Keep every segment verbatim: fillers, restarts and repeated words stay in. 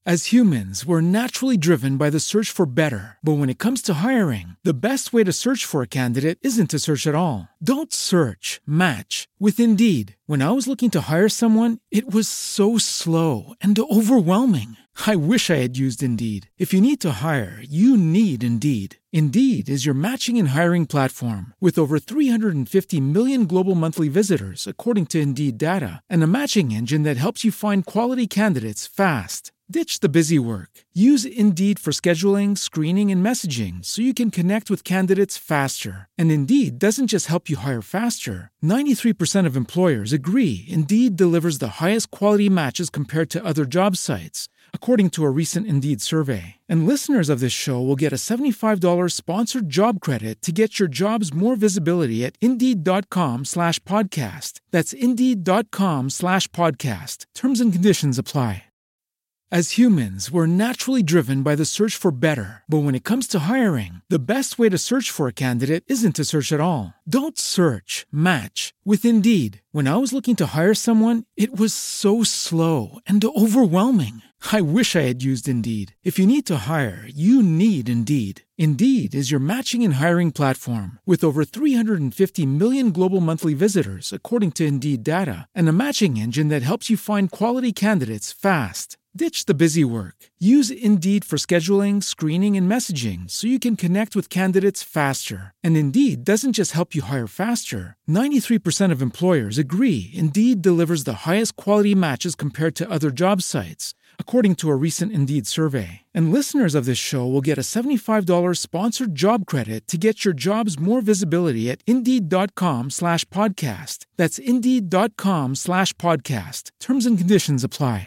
As humans, we're naturally driven by the search for better. But when it comes to hiring, the best way to search for a candidate isn't to search at all. Don't search, match with Indeed. When I was looking to hire someone, it was so slow and overwhelming. I wish I had used Indeed. If you need to hire, you need Indeed. Indeed is your matching and hiring platform with over three hundred fifty million global monthly visitors, according to Indeed data, and a matching engine that helps you find quality candidates fast. Ditch the busy work. Use Indeed for scheduling, screening, and messaging so you can connect with candidates faster. And Indeed doesn't just help you hire faster. ninety-three percent of employers agree Indeed delivers the highest quality matches compared to other job sites, according to a recent Indeed survey. And listeners of this show will get a seventy-five dollars sponsored job credit to get your jobs more visibility at Indeed.com slash podcast. That's Indeed.com slash podcast. Terms and conditions apply. As humans, we're naturally driven by the search for better. But when it comes to hiring, the best way to search for a candidate isn't to search at all. Don't search, match with Indeed. When I was looking to hire someone, it was so slow and overwhelming. I wish I had used Indeed. If you need to hire, you need Indeed. Indeed is your matching and hiring platform with over three hundred fifty million global monthly visitors, according to Indeed data, and a matching engine that helps you find quality candidates fast. Ditch the busy work. Use Indeed for scheduling, screening, and messaging so you can connect with candidates faster. And Indeed doesn't just help you hire faster. ninety-three percent of employers agree Indeed delivers the highest quality matches compared to other job sites, according to a recent Indeed survey. And listeners of this show will get a seventy-five dollars sponsored job credit to get your jobs more visibility at Indeed.com slash podcast. That's Indeed.com slash podcast. Terms and conditions apply.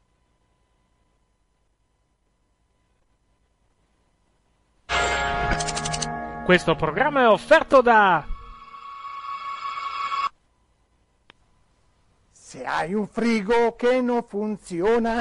Questo programma è offerto da... Se hai un frigo che non funziona,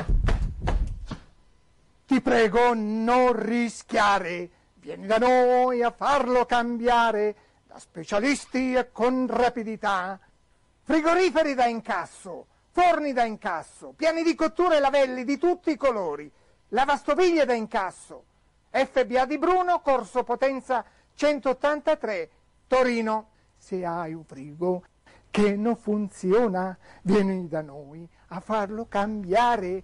ti prego non rischiare. Vieni da noi a farlo cambiare, da specialisti e con rapidità. Frigoriferi da incasso, forni da incasso, piani di cottura e lavelli di tutti i colori, lavastoviglie da incasso. F B A di Bruno, Corso Potenza centottantatré, Torino. Se hai un frigo che non funziona, vieni da noi a farlo cambiare.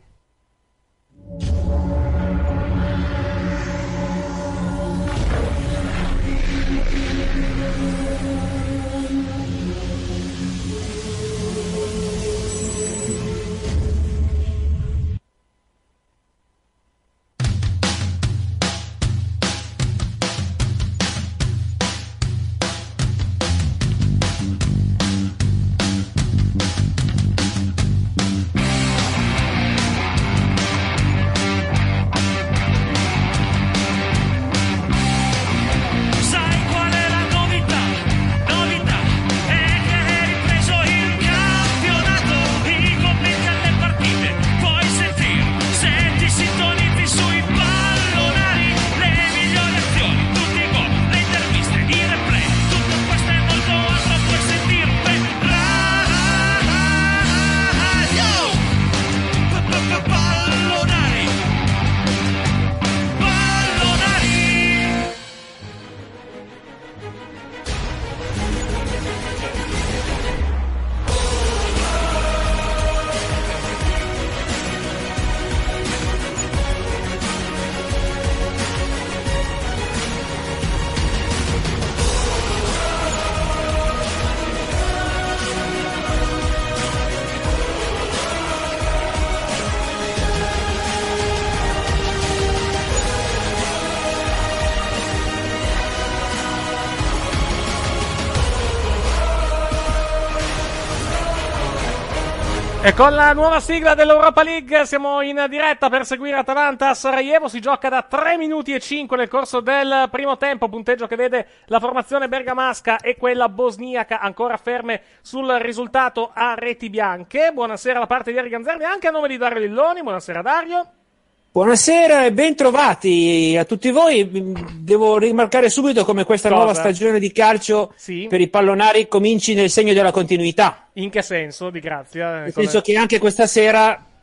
E con la nuova sigla dell'Europa League siamo in diretta per seguire Atalanta a Sarajevo. Si gioca da tre minuti e cinque nel corso del primo tempo, punteggio che vede la formazione bergamasca e quella bosniaca ancora ferme sul risultato a reti bianche. Buonasera da parte di Eric Ganzerni, anche a nome di Dario Lilloni. Buonasera Dario. Buonasera e ben trovati a tutti voi. Devo rimarcare subito come questa Cosa? nuova stagione di calcio Sì. per i pallonari cominci nel segno della continuità. In che senso? Di grazia? Nel senso che anche questa sera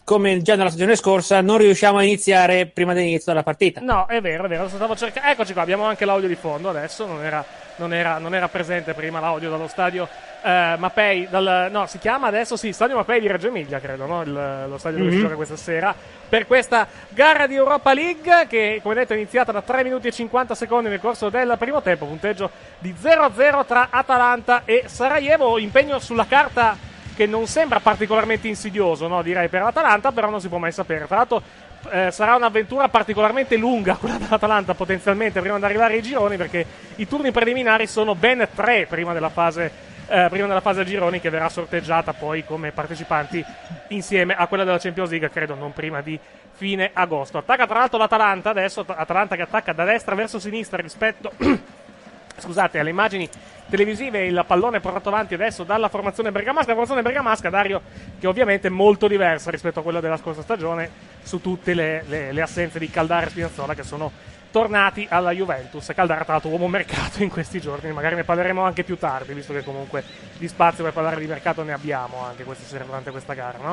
come già nella stagione scorsa, non riusciamo a iniziare prima dell'inizio della partita. No, è vero, è vero, stavo cercando. Eccoci qua, abbiamo anche l'audio di fondo adesso, non era, non era, non era presente prima l'audio dallo stadio eh, Mapei, dal, no, si chiama adesso, sì, stadio Mapei di Reggio Emilia, credo, no? Il, lo stadio dove mm-hmm. si gioca questa sera, per questa gara di Europa League, che come detto è iniziata da tre minuti e cinquanta secondi nel corso del primo tempo, punteggio di zero a zero tra Atalanta e Sarajevo, impegno sulla carta che non sembra particolarmente insidioso, no? Direi per l'Atalanta, però non si può mai sapere. Tra l'altro eh, sarà un'avventura particolarmente lunga quella dell'Atalanta potenzialmente prima di arrivare ai gironi, perché i turni preliminari sono ben tre prima della fase eh, prima della fase a gironi, che verrà sorteggiata poi come partecipanti insieme a quella della Champions League, credo non prima di fine agosto. Attacca tra l'altro l'Atalanta adesso, Atalanta che attacca da destra verso sinistra rispetto scusate alle immagini televisive, il pallone portato avanti adesso dalla formazione bergamasca, la formazione bergamasca, Dario, che ovviamente è molto diversa rispetto a quella della scorsa stagione su tutte le, le, le assenze di Caldara e Spinazzola, che sono tornati alla Juventus. Caldara tra l'altro uomo mercato in questi giorni, magari ne parleremo anche più tardi, visto che comunque di spazio per parlare di mercato ne abbiamo anche questa sera durante questa gara, no?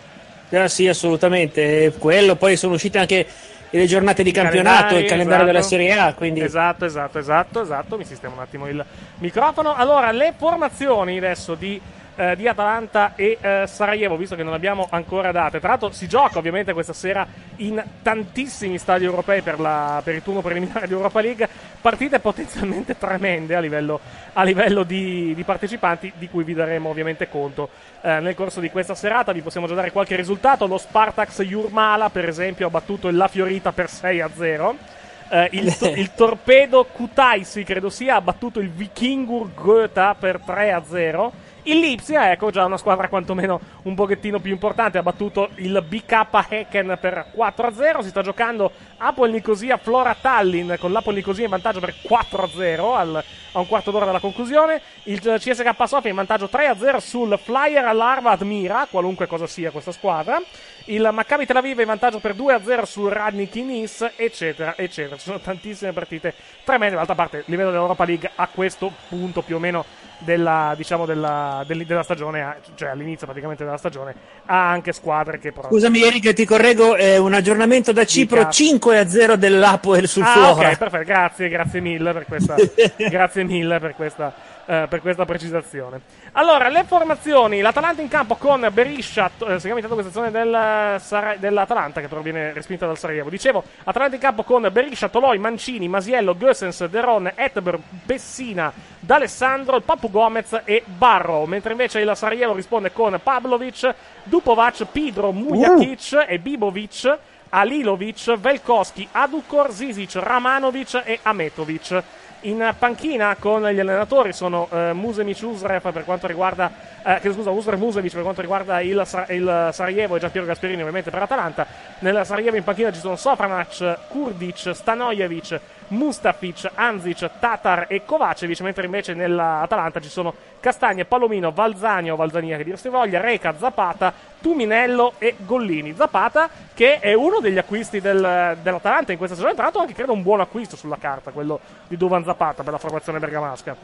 Eh, sì, assolutamente, quello, poi sono uscite anche le giornate di campionato, il calendario esatto. della Serie A, quindi esatto, esatto, esatto, esatto, mi sistemo un attimo il microfono. Allora, le formazioni adesso di, eh, di Atalanta e eh, Sarajevo, visto che non abbiamo ancora date. Tra l'altro si gioca ovviamente questa sera in tantissimi stadi europei per, la, per il turno preliminare di Europa League, partite potenzialmente tremende a livello, a livello di, di partecipanti, di cui vi daremo ovviamente conto eh, nel corso di questa serata. Vi possiamo già dare qualche risultato. Lo Spartax Jurmala, per esempio, ha battuto il La Fiorita per sei a zero. Eh, il, to- il Torpedo Kutaisi, credo sia, ha battuto il Vikingur Goethe per tre a zero. Il Lipsia, ecco, già una squadra quantomeno un pochettino più importante, ha battuto il B K Häcken per quattro a zero. Si sta giocando Apol Nicosia Flora Tallinn, con l'Apol Nicosia in vantaggio per quattro a zero al, a un quarto d'ora dalla conclusione. Il C S K Sofia in vantaggio tre a zero sul Flyer Larva Admira, qualunque cosa sia questa squadra. Il Maccabi Tel Aviv in vantaggio per due a zero sul Radnik Nis, eccetera, eccetera. Ci sono tantissime partite tremende. D'altra parte, il livello dell'Europa League a questo punto più o meno della, diciamo, della, della stagione, cioè all'inizio praticamente della stagione, ha anche squadre che però... Scusami Eric, ti correggo, è un aggiornamento da Cipro, cinque a zero dell'Apoel sul ah, Flora. Ok, perfetto, grazie, grazie mille per questa, grazie mille per questa... Uh, per questa precisazione. Allora, le formazioni: l'Atalanta in campo con Berisha, eh, seguiamo intanto questa azione del, Sar- dell'Atalanta che però viene respinta dal Sarajevo. Dicevo, Atalanta in campo con Berisha, Toloi, Mancini, Masiello, Goessens, Deron, Etber, Pessina, D'Alessandro, il Papu Gomez e Barrow, mentre invece il Sarajevo risponde con Pavlovic, Dupovac, Pidro, Mujakic uh. e Bibovic, Alilovic, Velkoski, Adukor, Zizic, Ramanovic e Ametovic. In panchina con gli allenatori sono uh, Musemic Usrev per quanto riguarda uh, che scusa Usrev Musevic per quanto riguarda il, il Sarajevo e Giampiero Gasperini ovviamente per Atalanta. Nel Sarajevo in panchina ci sono Sofranac, Kurdic, Stanojevic, Mustafic, Anzic, Tatar e Kovacevic, mentre invece nell'Atalanta ci sono Castagne, Palomino, Valzanio, Valzania che dir si voglia, Reca, Zapata, Tuminello e Gollini. Zapata che è uno degli acquisti del, dell'Atalanta in questa stagione, tra l'altro anche credo un buon acquisto sulla carta, quello di Duvan Zapata per la formazione bergamasca.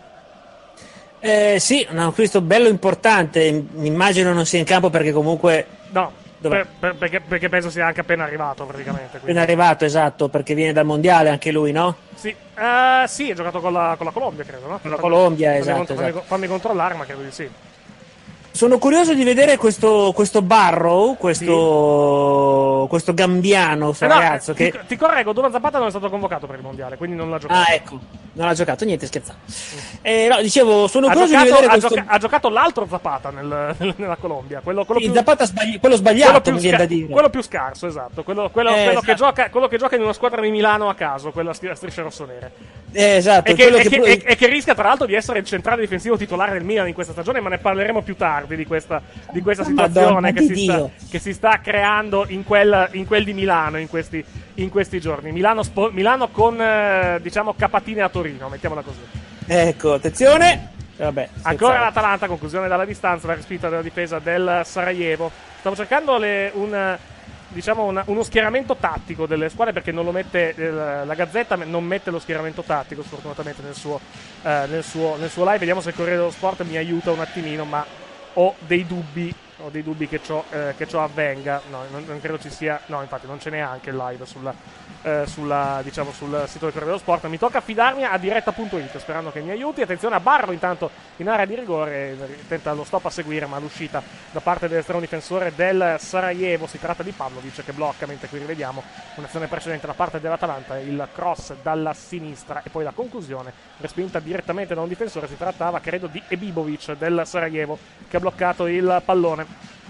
Eh, sì, un acquisto bello importante, immagino non sia in campo perché comunque... No, per, per, perché, perché penso sia anche appena arrivato praticamente. Quindi. Appena arrivato, esatto, perché viene dal mondiale anche lui, no? Sì, uh, sì, ha giocato con la, con la Colombia, credo, no? Con la Colombia, fammi, esatto, fammi, esatto. Fammi, fammi controllare, ma credo di sì. Sono curioso di vedere questo, questo Barrow, questo, sì. questo gambiano, questo eh no, ragazzo ti, che... Ti correggo, Duvan Zapata non è stato convocato per il mondiale, quindi non l'ha giocato. Ah, ecco, non ha giocato, niente, scherzavo. Eh, no, dicevo, sono ha curioso giocato, di vedere ha, questo... gioca- ha giocato l'altro Zapata nel, nel, nella Colombia, quello, quello sì, più... Zapata sbagli- quello sbagliato, quello mi viene sca- da dire. Quello più scarso, esatto, quello, quello, eh, quello, esatto. Che gioca, quello che gioca in una squadra di Milano a caso, quella a strisce rossonere. Eh, esatto, e che, e, che... che, e, e che rischia tra l'altro di essere il centrale difensivo titolare del Milan in questa stagione, ma ne parleremo più tardi di questa, di questa situazione che si, sta, che si sta creando in quel, in quel di Milano in questi, in questi giorni. Milano, spo, Milano con eh, diciamo capatine a Torino, mettiamola così. Ecco, attenzione. Vabbè, ancora l'Atalanta, conclusione dalla distanza, la respinta della difesa del Sarajevo. Stavo cercando le, un, diciamo una, uno schieramento tattico delle squadre perché non lo mette la Gazzetta, non mette lo schieramento tattico sfortunatamente nel suo, eh, nel suo, nel suo live. Vediamo se il Corriere dello Sport mi aiuta un attimino, ma ho dei dubbi ho dei dubbi che ciò, eh, che ciò avvenga. No, non, non credo ci sia. No, infatti non ce n'è anche il live sulla, eh, sulla, diciamo, sul sito del Corriere dello Sport. Mi tocca affidarmi a diretta punto it, sperando che mi aiuti. Attenzione a Barro intanto in area di rigore, tenta lo stop a seguire, ma l'uscita da parte dell'estremo difensore del Sarajevo. Si tratta di Pavlovic che blocca, mentre qui rivediamo un'azione precedente da parte dell'Atalanta, il cross dalla sinistra e poi la conclusione respinta direttamente da un difensore. Si trattava, credo, di Ebibovic del Sarajevo, che ha bloccato il pallone.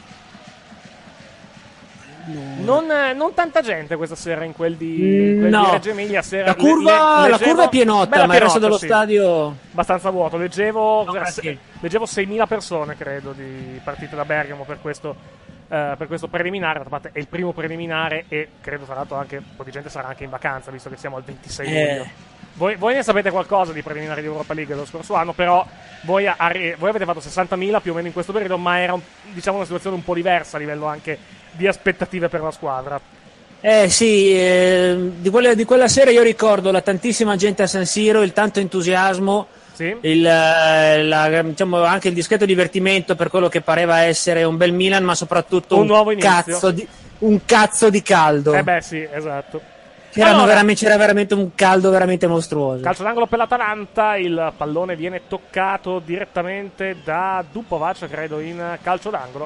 Non, non tanta gente questa sera in quel di, in quel no. di Reggio Emilia. Sera, la, curva, le, le, la curva è pienotta, ma il resto dello sì. stadio abbastanza vuoto. Leggevo, no, se, sì. leggevo seimila persone, credo, di partite da Bergamo per questo, uh, per questo preliminare. È il primo preliminare e credo tra l'altro anche un po' di gente sarà anche in vacanza, visto che siamo al ventisei eh. luglio. Voi, voi ne sapete qualcosa di preliminari di Europa League dello scorso anno, però voi, arri- voi avete fatto sessantamila più o meno in questo periodo, ma era un, diciamo una situazione un po' diversa a livello anche di aspettative per la squadra. Eh sì, eh, di, quella, di quella sera io ricordo la tantissima gente a San Siro, il tanto entusiasmo, sì. il, la, diciamo, anche il discreto divertimento per quello che pareva essere un bel Milan, ma soprattutto un, un, nuovo inizio. cazzo di, un cazzo di caldo. Eh beh sì, esatto. C'era veramente, c'era veramente un caldo veramente mostruoso. Calcio d'angolo per l'Atalanta, il pallone viene toccato direttamente da Dupovac, credo, in calcio d'angolo.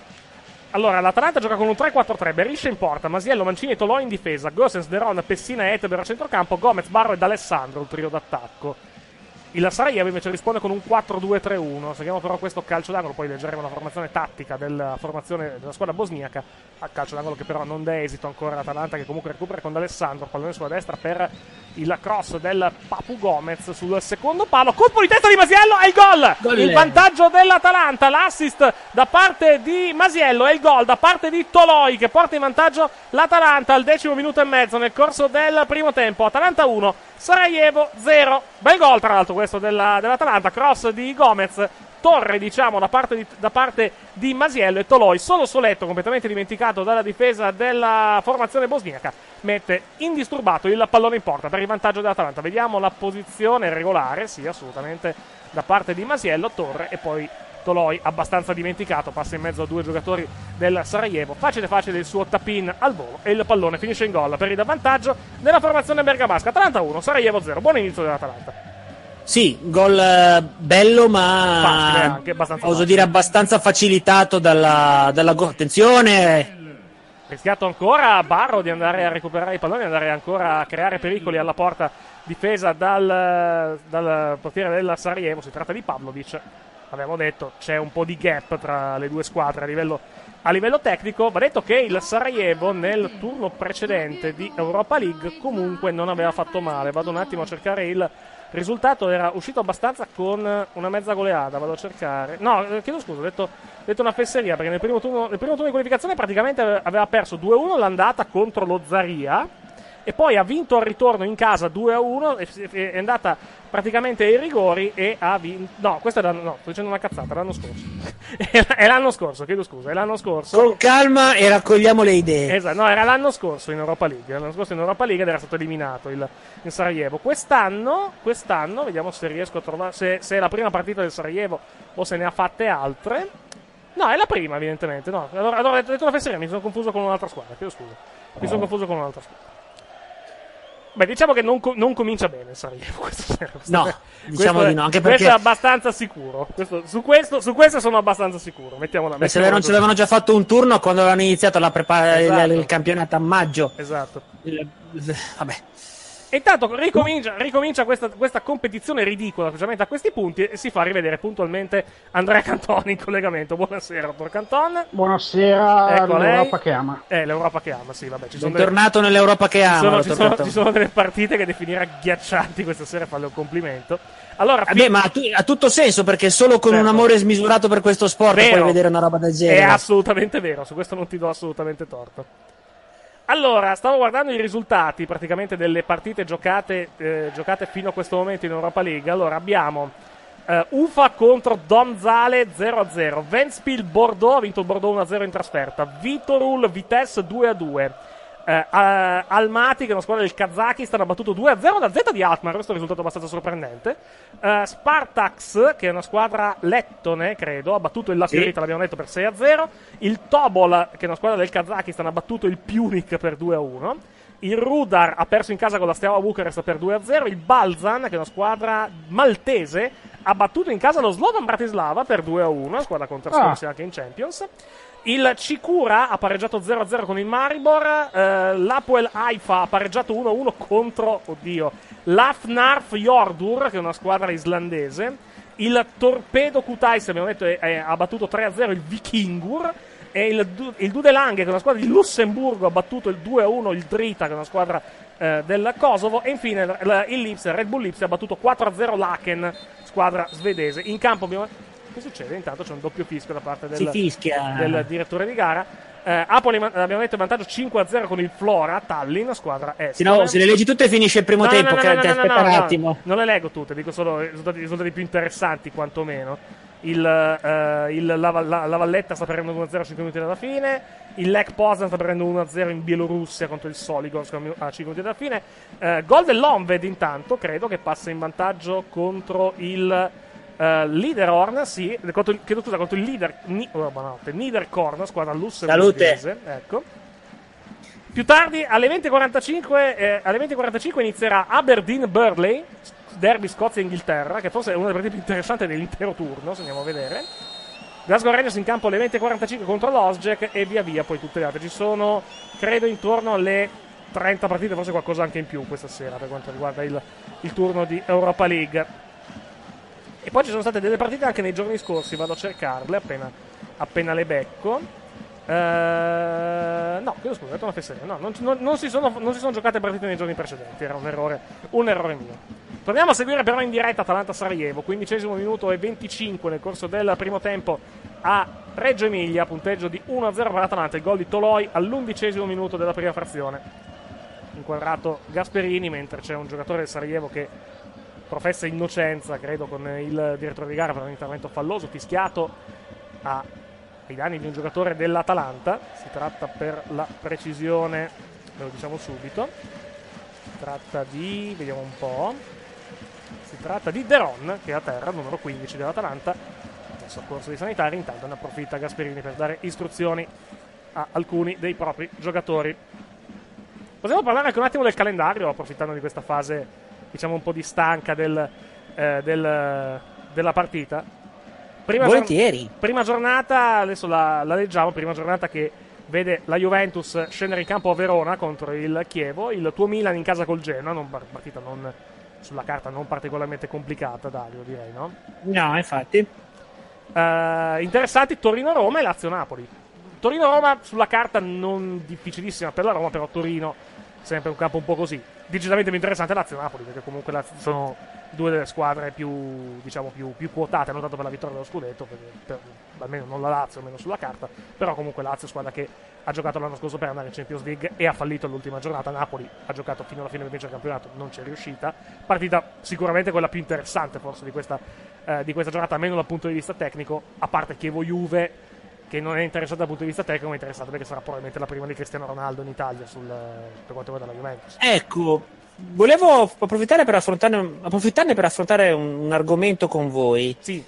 Allora, l'Atalanta gioca con un tre quattro tre, Beriscia in porta, Masiello, Mancini e Toloi in difesa, Gosens, Deron, Pessina e Etebero a centrocampo, Gomez, Barro ed Alessandro, il trio d'attacco. Il Sarajevo invece risponde con un quattro due tre uno. Seguiamo però questo calcio d'angolo, poi leggeremo la formazione tattica della formazione della squadra bosniaca. A calcio d'angolo che però non dà esito ancora l'Atalanta, che comunque recupera con D'Alessandro, pallone sulla destra per il cross del Papu Gomez sul secondo palo, colpo di testa di Masiello e il gol! Golle. Il vantaggio dell'Atalanta, l'assist da parte di Masiello e il gol da parte di Toloi, che porta in vantaggio l'Atalanta al decimo minuto e mezzo nel corso del primo tempo. Atalanta uno, Sarajevo zero. Bel gol tra l'altro questo della, dell'Atalanta, cross di Gomez, torre diciamo da parte, di, da parte di Masiello, e Toloi, solo soletto, completamente dimenticato dalla difesa della formazione bosniaca, mette indisturbato il pallone in porta per il vantaggio dell'Atalanta. Vediamo la posizione regolare, sì assolutamente da parte di Masiello, torre e poi Toloi, abbastanza dimenticato, passa in mezzo a due giocatori del Sarajevo, facile facile il suo tap-in al volo e il pallone finisce in gol per il vantaggio della formazione bergamasca. Atalanta uno, Sarajevo zero, buon inizio dell'Atalanta. Sì, gol eh, bello, ma facile, anche abbastanza oso facile. dire abbastanza facilitato dalla, dalla go- attenzione. Rischiato ancora Barro di andare a recuperare i palloni, andare ancora a creare pericoli alla porta difesa dal, dal portiere del Sarajevo. Si tratta di Pavlovic. Abbiamo detto c'è un po' di gap tra le due squadre a livello, a livello tecnico. Va detto che il Sarajevo nel turno precedente di Europa League comunque non aveva fatto male. Vado un attimo a cercare il risultato, era uscito abbastanza con una mezza goleada. Vado a cercare, no, chiedo scusa, ho detto, ho detto una fesseria, perché nel primo turno, nel primo turno di qualificazione praticamente aveva perso due a uno l'andata contro lo Zaria e poi ha vinto al ritorno in casa due a uno, è andata praticamente ai rigori e ha vinto. No, questo è l'anno, no, sto dicendo una cazzata, l'anno scorso. È l'anno scorso, chiedo scusa, è l'anno scorso. Con calma e raccogliamo le idee. Esatto, no, era l'anno scorso in Europa League. L'anno scorso in Europa League ed era stato eliminato il, il Sarajevo. Quest'anno, quest'anno, vediamo se riesco a trovare, se, se è la prima partita del Sarajevo o se ne ha fatte altre. No, è la prima, evidentemente. No, allora, allora ho detto una fesseria, mi sono confuso con un'altra squadra, chiedo scusa. Mi sono confuso con un'altra squadra. Beh, diciamo che non, co- non comincia bene il Sarajevo questa sera. No, questo diciamo è, di no, anche perché questo è abbastanza sicuro. Questo, su, questo, su questo sono abbastanza sicuro. Mettiamola. Beh, se non ci avevano già fatto un turno quando avevano iniziato la prepara- Esatto. il, il campionato a maggio. Esatto. Il, vabbè. E intanto ricomincia, ricomincia questa, questa competizione ridicola, specialmente a questi punti, e si fa rivedere puntualmente Andrea Cantoni in collegamento. Buonasera, dottor Canton. Buonasera, Ecco l'Europa lei. che ama. Eh, l'Europa che ama, sì, vabbè. Ci sono delle, Bentornato nell'Europa che ci ama. sono, ci, dottor sono, Cantoni. ci sono delle partite che definire agghiaccianti questa sera, farle un complimento. Allora, Eh beh, ma ha, tu- ha tutto senso, perché solo con Certo. un amore smisurato per questo sport Vero. puoi vedere una roba del è genere. assolutamente vero, su questo non ti do assolutamente torto. Allora, stavo guardando i risultati praticamente delle partite giocate, eh, giocate fino a questo momento in Europa League. Allora, abbiamo eh, Ufa contro Domzale zero a zero, Ventspil Bordeaux, ha vinto il Bordeaux uno a zero in trasferta, Vitorul Vitesse due a due, Eh, Almaty, che è una squadra del Kazakistan, ha battuto due a zero da Z di Alkmaar, questo è un risultato abbastanza sorprendente. eh, Spartaks, che è una squadra lettone, credo, ha battuto il Lapiorita, sì. L'abbiamo detto, per sei a zero. Il Tobol, che è una squadra del Kazakistan, ha battuto il Punic per due a uno. Il Rudar ha perso in casa con la Steaua Bucarest per due a zero. Il Balzan, che è una squadra maltese, ha battuto in casa lo Slovan Bratislava per due a uno, squadra con trascorsi ah. anche in Champions. Il Cicura ha pareggiato zero a zero con il Maribor. eh, L'Apoel Haifa ha pareggiato uno a uno contro, oddio, l'Afnarf Jordur, che è una squadra islandese. Il Torpedo Kutaisi, abbiamo detto, è, è, ha battuto tre a zero il Vikingur. E il, il Dudelange, che è una squadra di Lussemburgo, ha battuto il due a uno il Drita, che è una squadra eh, del Kosovo. E infine il, il Lipsia, Red Bull Lipsia, ha battuto quattro a zero l'Aken, squadra svedese. In campo abbiamo... Che succede? Intanto c'è un doppio fischio da parte del, del direttore di gara. eh, Apoli, abbiamo detto, in vantaggio cinque a zero con il Flora Tallinn, squadra estone. Sì, no, se le leggi tutte finisce il primo no, tempo, no, no, che no, ti no, aspetta no, un no, attimo no, non le leggo tutte, dico solo i risultati, i risultati più interessanti quantomeno. Il, uh, il la, la, la Valletta sta perdendo uno a zero a cinque minuti dalla fine. Il Lech Poznan sta perdendo uno a zero in Bielorussia contro il Soligorsk a cinque minuti dalla fine. uh, Gol dell'Onved, intanto, credo che passa in vantaggio contro il Uh, Liderhorn, sì, contro, chiedo scusa, contro il leader ni, oh, buonanotte, Niederkorn, squadra lussemburghese. Ecco. Più tardi, alle venti e quarantacinque, eh, alle venti e quarantacinque inizierà Aberdeen-Burley, derby Scozia-Inghilterra, che forse è una delle partite più interessanti dell'intero turno, se andiamo a vedere. Glasgow Rangers in campo alle venti e quarantacinque contro l'Osijek e via via poi tutte le altre. Ci sono, credo, intorno alle trenta partite, forse qualcosa anche in più questa sera per quanto riguarda il, il turno di Europa League. E poi ci sono state delle partite anche nei giorni scorsi, vado a cercarle appena, appena le becco. Uh, no, chiedo scusa, ho detto una fesseria. No, non, non, non, si sono, non si sono giocate partite nei giorni precedenti, era un errore, un errore mio. Torniamo a seguire però in diretta Atalanta-Sarajevo, quindicesimo minuto e venticinque nel corso del primo tempo a Reggio Emilia, punteggio di uno a zero per l'Atalanta, il gol di Toloi all'undicesimo minuto della prima frazione. Inquadrato Gasperini, mentre c'è un giocatore del Sarajevo che professa innocenza, credo, con il direttore di gara per un intervento falloso, fischiato a, ai danni di un giocatore dell'Atalanta. Si tratta, per la precisione, ve lo diciamo subito, si tratta di, vediamo un po', si tratta di Deron, che è a terra, numero quindici dell'Atalanta, nel soccorso dei sanitari. Intanto ne approfitta Gasperini per dare istruzioni a alcuni dei propri giocatori. Possiamo parlare anche un attimo del calendario, approfittando di questa fase, diciamo, un po' di stanca del, eh, del, della partita. Prima Volentieri. Giorn- prima giornata, adesso la, la leggiamo, prima giornata che vede la Juventus scendere in campo a Verona contro il Chievo, il tuo Milan in casa col Genoa, non, partita non, sulla carta non particolarmente complicata, Dario, direi, no? No, infatti. Uh, interessanti Torino-Roma e Lazio-Napoli. Torino-Roma sulla carta non difficilissima per la Roma, però Torino sempre un campo un po' così. Decisamente più interessante Lazio-Napoli, perché comunque Lazio sono due delle squadre più, diciamo, più, più quotate, non tanto per la vittoria dello scudetto, per, per, almeno non la Lazio, almeno sulla carta, però comunque Lazio è squadra che ha giocato l'anno scorso per andare in Champions League e ha fallito all'ultima giornata. Napoli ha giocato fino alla fine per vincere il campionato, non c'è riuscita. Partita sicuramente quella più interessante forse di questa, eh, di questa giornata, almeno dal punto di vista tecnico, a parte Chievo-Juve, che non è interessata dal punto di vista tecnico, ma è interessata perché sarà probabilmente la prima di Cristiano Ronaldo in Italia sul, per quanto riguarda la Juventus. Ecco, volevo approfittare per affrontare, approfittarne per affrontare un, un argomento con voi. Sì.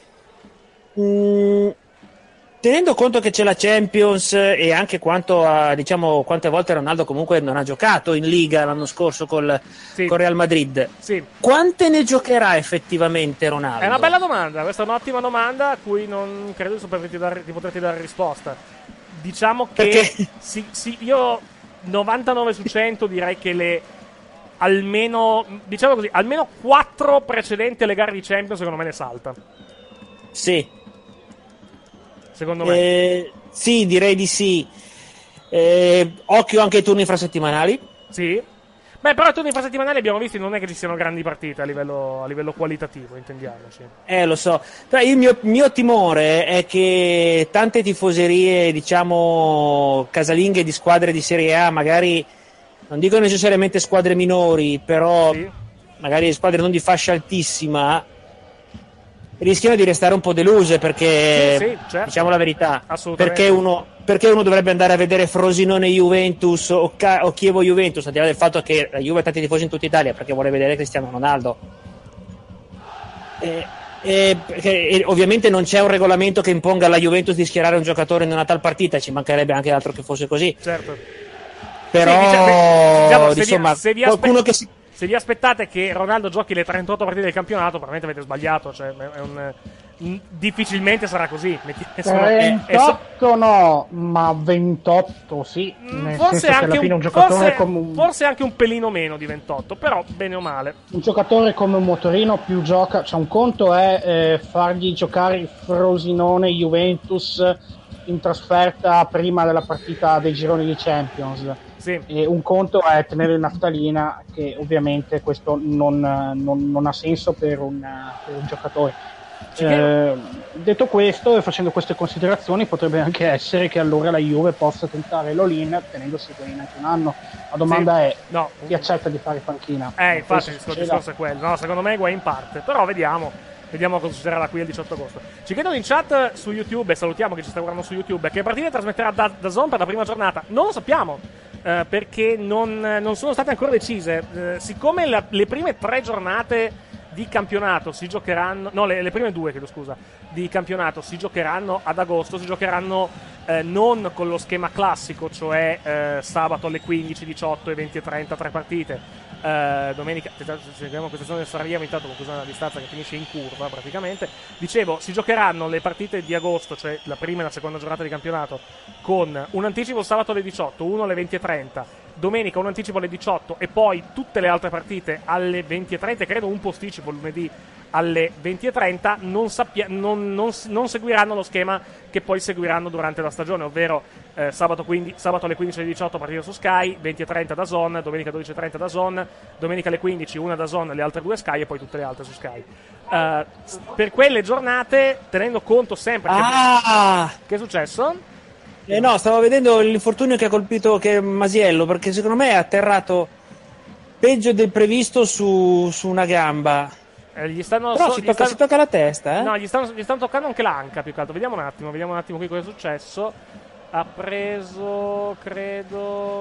Mm, tenendo conto che c'è la Champions e anche quanto a, diciamo, quante volte Ronaldo comunque non ha giocato in Liga l'anno scorso col, sì. con Real Madrid, sì. Quante ne giocherà effettivamente Ronaldo? È una bella domanda, questa è un'ottima domanda a cui non credo di poterti dare, di poterti dare risposta. Diciamo che Perché? Sì, sì, io novantanove su cento direi che le almeno, diciamo così, almeno quattro precedenti alle gare di Champions secondo me ne salta. Sì. Secondo me. Eh, sì, direi di sì. Eh, occhio anche ai turni infrasettimanali. Sì. Beh, però i turni infrasettimanali abbiamo visto, non è che ci siano grandi partite a livello, a livello qualitativo, intendiamoci. Eh, lo so. Però il mio, mio timore è che tante tifoserie, diciamo, casalinghe di squadre di Serie A, magari, non dico necessariamente squadre minori, però sì. magari squadre non di fascia altissima, rischiano di restare un po' deluse perché, sì, sì, certo. diciamo la verità, perché uno, perché uno dovrebbe andare a vedere Frosinone Juventus o, Ca- o Chievo Juventus, al di là del fatto che la Juve ha tanti tifosi in tutta Italia, perché vuole vedere Cristiano Ronaldo. E, e, perché, e ovviamente non c'è un regolamento che imponga alla Juventus di schierare un giocatore in una tal partita, ci mancherebbe anche altro che fosse così. Certo. Però sì, diciamo, diciamo, se insomma, vi, se vi qualcuno aspe- che si... se vi aspettate che Ronaldo giochi le trentotto partite del campionato, probabilmente avete sbagliato, cioè è un difficilmente sarà così. trentotto no, ma ventotto sì. Nel forse senso anche che alla fine un, un giocatore forse, come un, forse anche un pelino meno di ventotto, però bene o male. Un giocatore come un motorino più gioca, cioè un conto è eh, fargli giocare il Frosinone Juventus in trasferta prima della partita dei gironi di Champions. Sì. E un conto è tenere il naftalina, che ovviamente questo non, non, non ha senso per un, per un giocatore. Eh, detto questo e facendo queste considerazioni, potrebbe anche essere che allora la Juve possa tentare l'all-in tenendosi all-in anche un anno. La domanda sì. è no. chi accetta di fare panchina? Eh, infatti il discorso è quello. No, secondo me guai in parte, però vediamo. Vediamo cosa succederà da qui al diciotto agosto. Ci chiedono in chat su YouTube, e salutiamo chi ci sta guardando su YouTube, che partite trasmetterà da, da Zone per la prima giornata. Non lo sappiamo, eh, perché non, non sono state ancora decise. Eh, siccome la, le prime tre giornate di campionato si giocheranno, no, le, le prime due, chiedo scusa, di campionato si giocheranno ad agosto, si giocheranno eh, non con lo schema classico, cioè eh, sabato alle quindici, diciotto e venti e trenta tre partite. Uh, domenica seguiamo questa stazione del Sanremo intanto con questa distanza che finisce in curva praticamente. Dicevo, si giocheranno le partite di agosto, cioè la prima e la seconda giornata di campionato, con un anticipo sabato alle diciotto, uno alle venti e trenta, domenica un anticipo alle diciotto e poi tutte le altre partite alle venti e trenta, credo un posticipo lunedì alle venti e trenta. Non, sappia- non, non, non seguiranno lo schema che poi seguiranno durante la stagione, ovvero eh, sabato, quindi, sabato alle quindici alle diciotto partita su Sky, venti e trenta da Zone, domenica dodici e trenta da Zone, domenica alle quindici una da Zone, le altre due Sky e poi tutte le altre su Sky. Uh, per quelle giornate, tenendo conto sempre ah! che... che è successo? Eh no, stavo vedendo l'infortunio che ha colpito che Masiello, perché secondo me è atterrato peggio del previsto su, su una gamba. Eh, gli stanno Però so, si, gli tocca, stanno... si tocca la testa, eh? No, gli stanno, gli stanno toccando anche l'anca più che altro. Vediamo un attimo, vediamo un attimo qui cosa è successo. Ha preso, credo...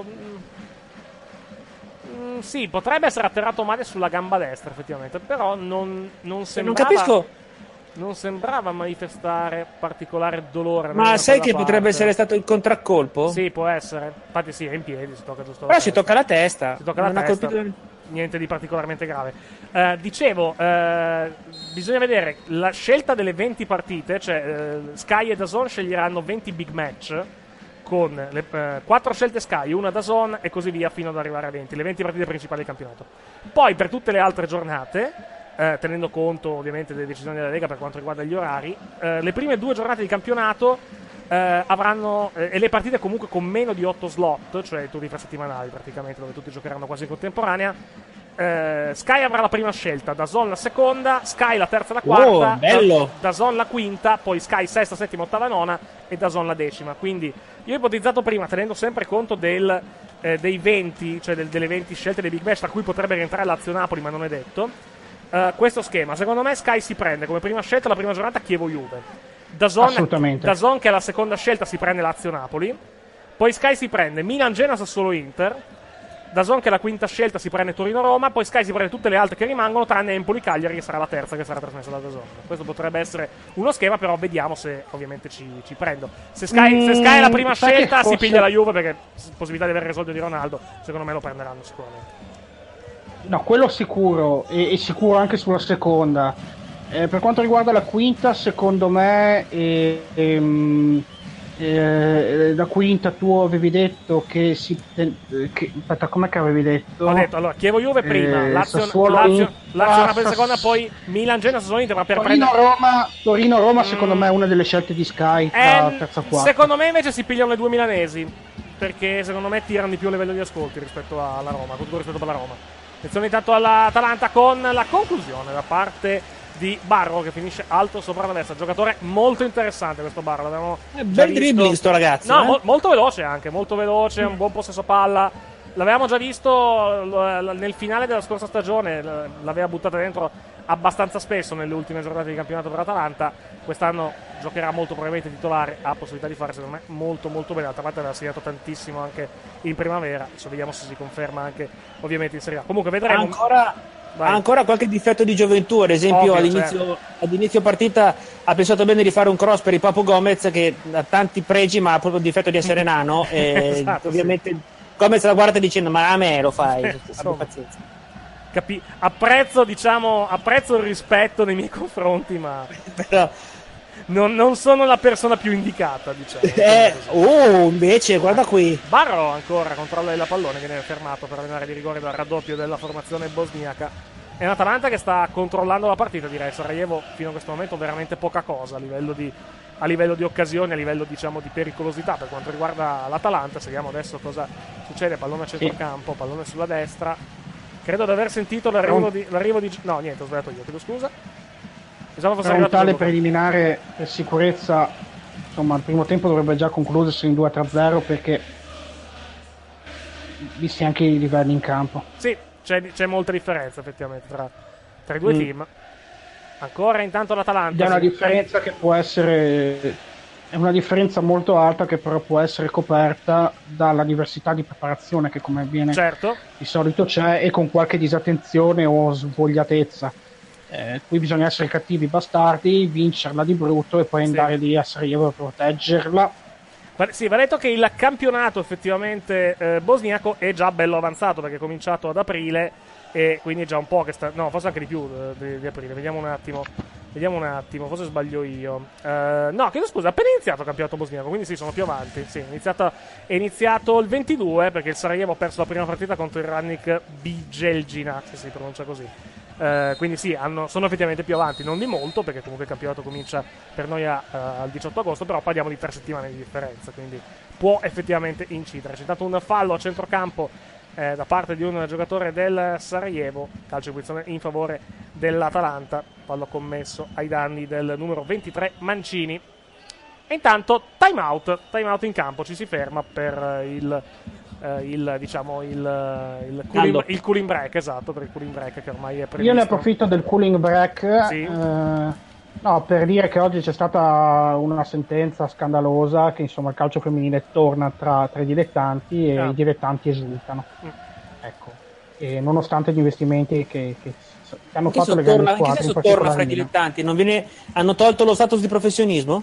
Mm, sì, potrebbe essere atterrato male sulla gamba destra, effettivamente. Però non, non sembrava... Non capisco... Non sembrava manifestare particolare dolore. Ma sai che parte. potrebbe essere stato il contraccolpo? Sì, può essere. Infatti sì, è in piedi, si tocca giusto la Però testa. si tocca la testa. Si tocca la non testa. Ha colpito... Niente di particolarmente grave. Uh, dicevo, uh, bisogna vedere la scelta delle venti partite, cioè uh, Sky e DAZN sceglieranno venti big match con le uh, quattro scelte Sky, una DAZN e così via fino ad arrivare a venti, le venti partite principali del campionato. Poi per tutte le altre giornate, uh, tenendo conto ovviamente delle decisioni della Lega per quanto riguarda gli orari, uh, le prime due giornate di campionato Uh, avranno uh, e le partite comunque con meno di otto slot, cioè i turni infrasettimanali praticamente, dove tutti giocheranno quasi in contemporanea. uh, Sky avrà la prima scelta, DAZN la seconda, Sky la terza e la quarta, oh, bello. Da- DAZN la quinta, poi Sky sesta, settima, ottava, nona e DAZN la decima. Quindi io ho ipotizzato prima, tenendo sempre conto del, eh, dei venti, cioè del, delle venti scelte dei big match, tra cui potrebbe rientrare Lazio Napoli, ma non è detto, uh, questo schema. Secondo me Sky si prende come prima scelta la prima giornata Chievo Juve. DAZN, DAZN che è la seconda scelta si prende Lazio-Napoli, poi Sky si prende Milan-Genoa, Sassuolo-Inter, DAZN che è la quinta scelta si prende Torino-Roma, poi Sky si prende tutte le altre che rimangono tranne Empoli-Cagliari che sarà la terza che sarà trasmessa da DAZN. Questo potrebbe essere uno schema, però vediamo se ovviamente ci, ci prendo. Se Sky, mm, se Sky è la prima scelta forse... si piglia la Juve, perché possibilità di avere il risolto di Ronaldo secondo me lo prenderanno sicuramente. No, quello sicuro, e, e sicuro anche sulla seconda. Eh, per quanto riguarda la quinta, secondo me eh, ehm, eh, la quinta tu avevi detto che si eh, che, aspetta, com'è che avevi detto? Ho detto allora Chievo Juve prima, eh, Lazio Sassuolo, Lazio, Lazio Napoli Sass... seconda, poi Milan Genoa, Sassuolo Inter, ma per Torino prendere... Roma, Torino Roma mm. secondo me è una delle scelte di Sky tra eh, terza e quarta. Secondo me invece si pigliano le due milanesi, perché secondo me tirano di più a livello di ascolti rispetto alla Roma, con tutto rispetto per la Roma. Attenzione intanto all'Atalanta con la conclusione da parte di Barro che finisce alto sopra la destra. Giocatore molto interessante questo Barro, l'abbiamo eh, bel visto. dribbling sto ragazzo, no, eh? mo- molto veloce anche, molto veloce, un buon possesso palla. L'avevamo già visto nel finale della scorsa stagione, l'aveva buttata dentro abbastanza spesso nelle ultime giornate di campionato per l'Atalanta. Quest'anno giocherà molto probabilmente titolare, ha possibilità di fare secondo me molto molto bene. L'Atalanta aveva segnato tantissimo anche in primavera, adesso vediamo se si conferma anche ovviamente in Serie A. Comunque vedremo. Ancora... Ha ancora qualche difetto di gioventù, ad esempio. Ovvio, all'inizio, certo. ad inizio partita ha pensato bene di fare un cross per il Papo Gomez, che ha tanti pregi ma ha proprio il difetto di essere nano. E esatto, ovviamente sì. Gomez la guarda dicendo ma a me lo fai, abbi pazienza. Capi- apprezzo, diciamo, apprezzo il rispetto nei miei confronti, ma però non, non sono la persona più indicata, diciamo. Eh, oh, invece, guarda qui. Barro ancora controlla il pallone, viene fermato per l'area di rigore dal raddoppio della formazione bosniaca. È un Atalanta che sta controllando la partita, direi. Sarajevo fino a questo momento veramente poca cosa a livello di, a livello di occasioni, a livello diciamo di pericolosità per quanto riguarda l'Atalanta. Seguiamo adesso cosa succede. Pallone a centrocampo, pallone sulla destra. Credo di aver sentito l'arrivo di, l'arrivo di... No, niente, ho sbagliato io, chiedo scusa. Per un tale preliminare per sicurezza, insomma, il primo tempo dovrebbe già concludersi in due a zero, perché visti anche i livelli in campo. Sì, c'è, c'è molta differenza effettivamente tra, tra i due mm. team. Ancora intanto l'Atalanta. È una sì. differenza che può essere, è una differenza molto alta, che però può essere coperta dalla diversità di preparazione che, come avviene certo. di solito c'è, e con qualche disattenzione o svogliatezza. Eh, qui bisogna essere cattivi bastardi, vincerla di brutto e poi sì. andare lì a Sarajevo per proteggerla. Sì, va detto che il campionato effettivamente eh, bosniaco è già bello avanzato, perché è cominciato ad aprile e quindi è già un po' che sta... No, forse anche di più di, di aprile, vediamo un attimo. Vediamo un attimo, forse sbaglio io. Uh, no, chiedo scusa, appena iniziato il campionato bosniaco, quindi sì, sono più avanti. Sì, è iniziato, è iniziato il ventidue, perché il Sarajevo ha perso la prima partita contro il Radnik Bijeljina, se si pronuncia così. Uh, quindi sì, hanno, sono effettivamente più avanti, non di molto, perché comunque il campionato comincia per noi a, uh, al diciotto agosto, però parliamo di tre settimane di differenza, quindi può effettivamente incidere. C'è stato un fallo a centrocampo eh, da parte di un giocatore del Sarajevo, calcio di punizione in favore dell'Atalanta, fallo commesso ai danni del numero ventitré Mancini. E intanto time out, time out in campo, ci si ferma per il Uh, il diciamo il, il, cooling, il cooling break, esatto, per il cooling break che ormai è previsto. Io ne approfitto del cooling break sì. eh, no, per dire che oggi c'è stata una sentenza scandalosa, che insomma il calcio femminile torna tra, tra i dilettanti e ah. i dilettanti esultano. Mm. Ecco, e nonostante gli investimenti che, che, che hanno che fatto le grandi squadre, che senso torna fra i dilettanti? Non viene, hanno tolto lo status di professionismo?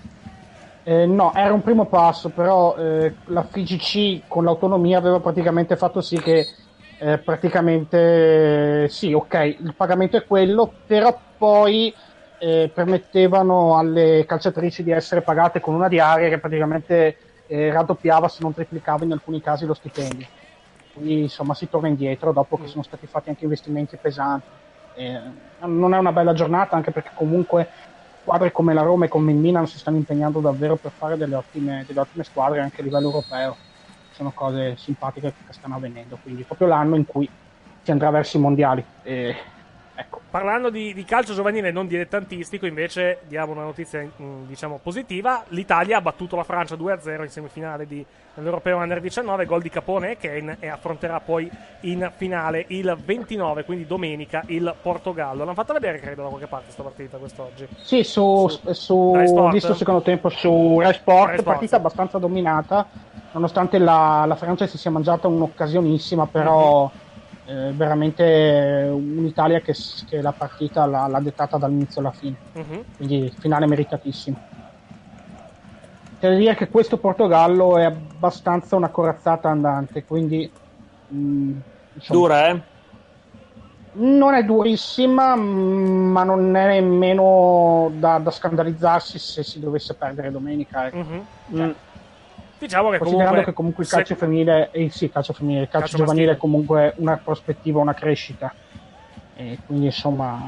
Eh, no, era un primo passo, però eh, la F I G C con l'autonomia aveva praticamente fatto sì che eh, praticamente eh, sì, ok, il pagamento è quello, però poi eh, permettevano alle calciatrici di essere pagate con una diaria che praticamente eh, raddoppiava, se non triplicava in alcuni casi, lo stipendio. Quindi insomma si torna indietro dopo che sono stati fatti anche investimenti pesanti. Eh, non è una bella giornata, anche perché comunque squadre come la Roma e come il Milan si stanno impegnando davvero per fare delle ottime, delle ottime squadre anche a livello europeo. Sono cose simpatiche che stanno avvenendo, quindi proprio l'anno in cui si andrà verso i mondiali. E, ecco. Parlando di, di calcio giovanile non dilettantistico, invece diamo una notizia mh, diciamo positiva. L'Italia ha battuto la Francia due a zero in semifinale di, dell'Europeo Under diciannove, gol di Capone e Kane, e affronterà poi in finale il ventinove, quindi domenica, il Portogallo. L'hanno fatta vedere credo da qualche parte questa partita quest'oggi. Sì, su, su, su ho visto il secondo tempo su Rai Sport, Rai Sport partita sì. abbastanza dominata, nonostante la, la Francia si sia mangiata un'occasionissima, però mm-hmm. Eh, veramente un'Italia che, che la partita l'ha, l'ha dettata dall'inizio alla fine, uh-huh. quindi finale meritatissimo. Devo dire che questo Portogallo è abbastanza una corazzata andante, quindi mh, insomma, dura eh? Non è durissima, mh, ma non è nemmeno da, da scandalizzarsi se si dovesse perdere domenica, ecco. uh-huh. mm. Diciamo che considerando comunque, che comunque il calcio se... femminile eh, sì, calcio femminile, il calcio, calcio giovanile è comunque una prospettiva, una crescita, e quindi insomma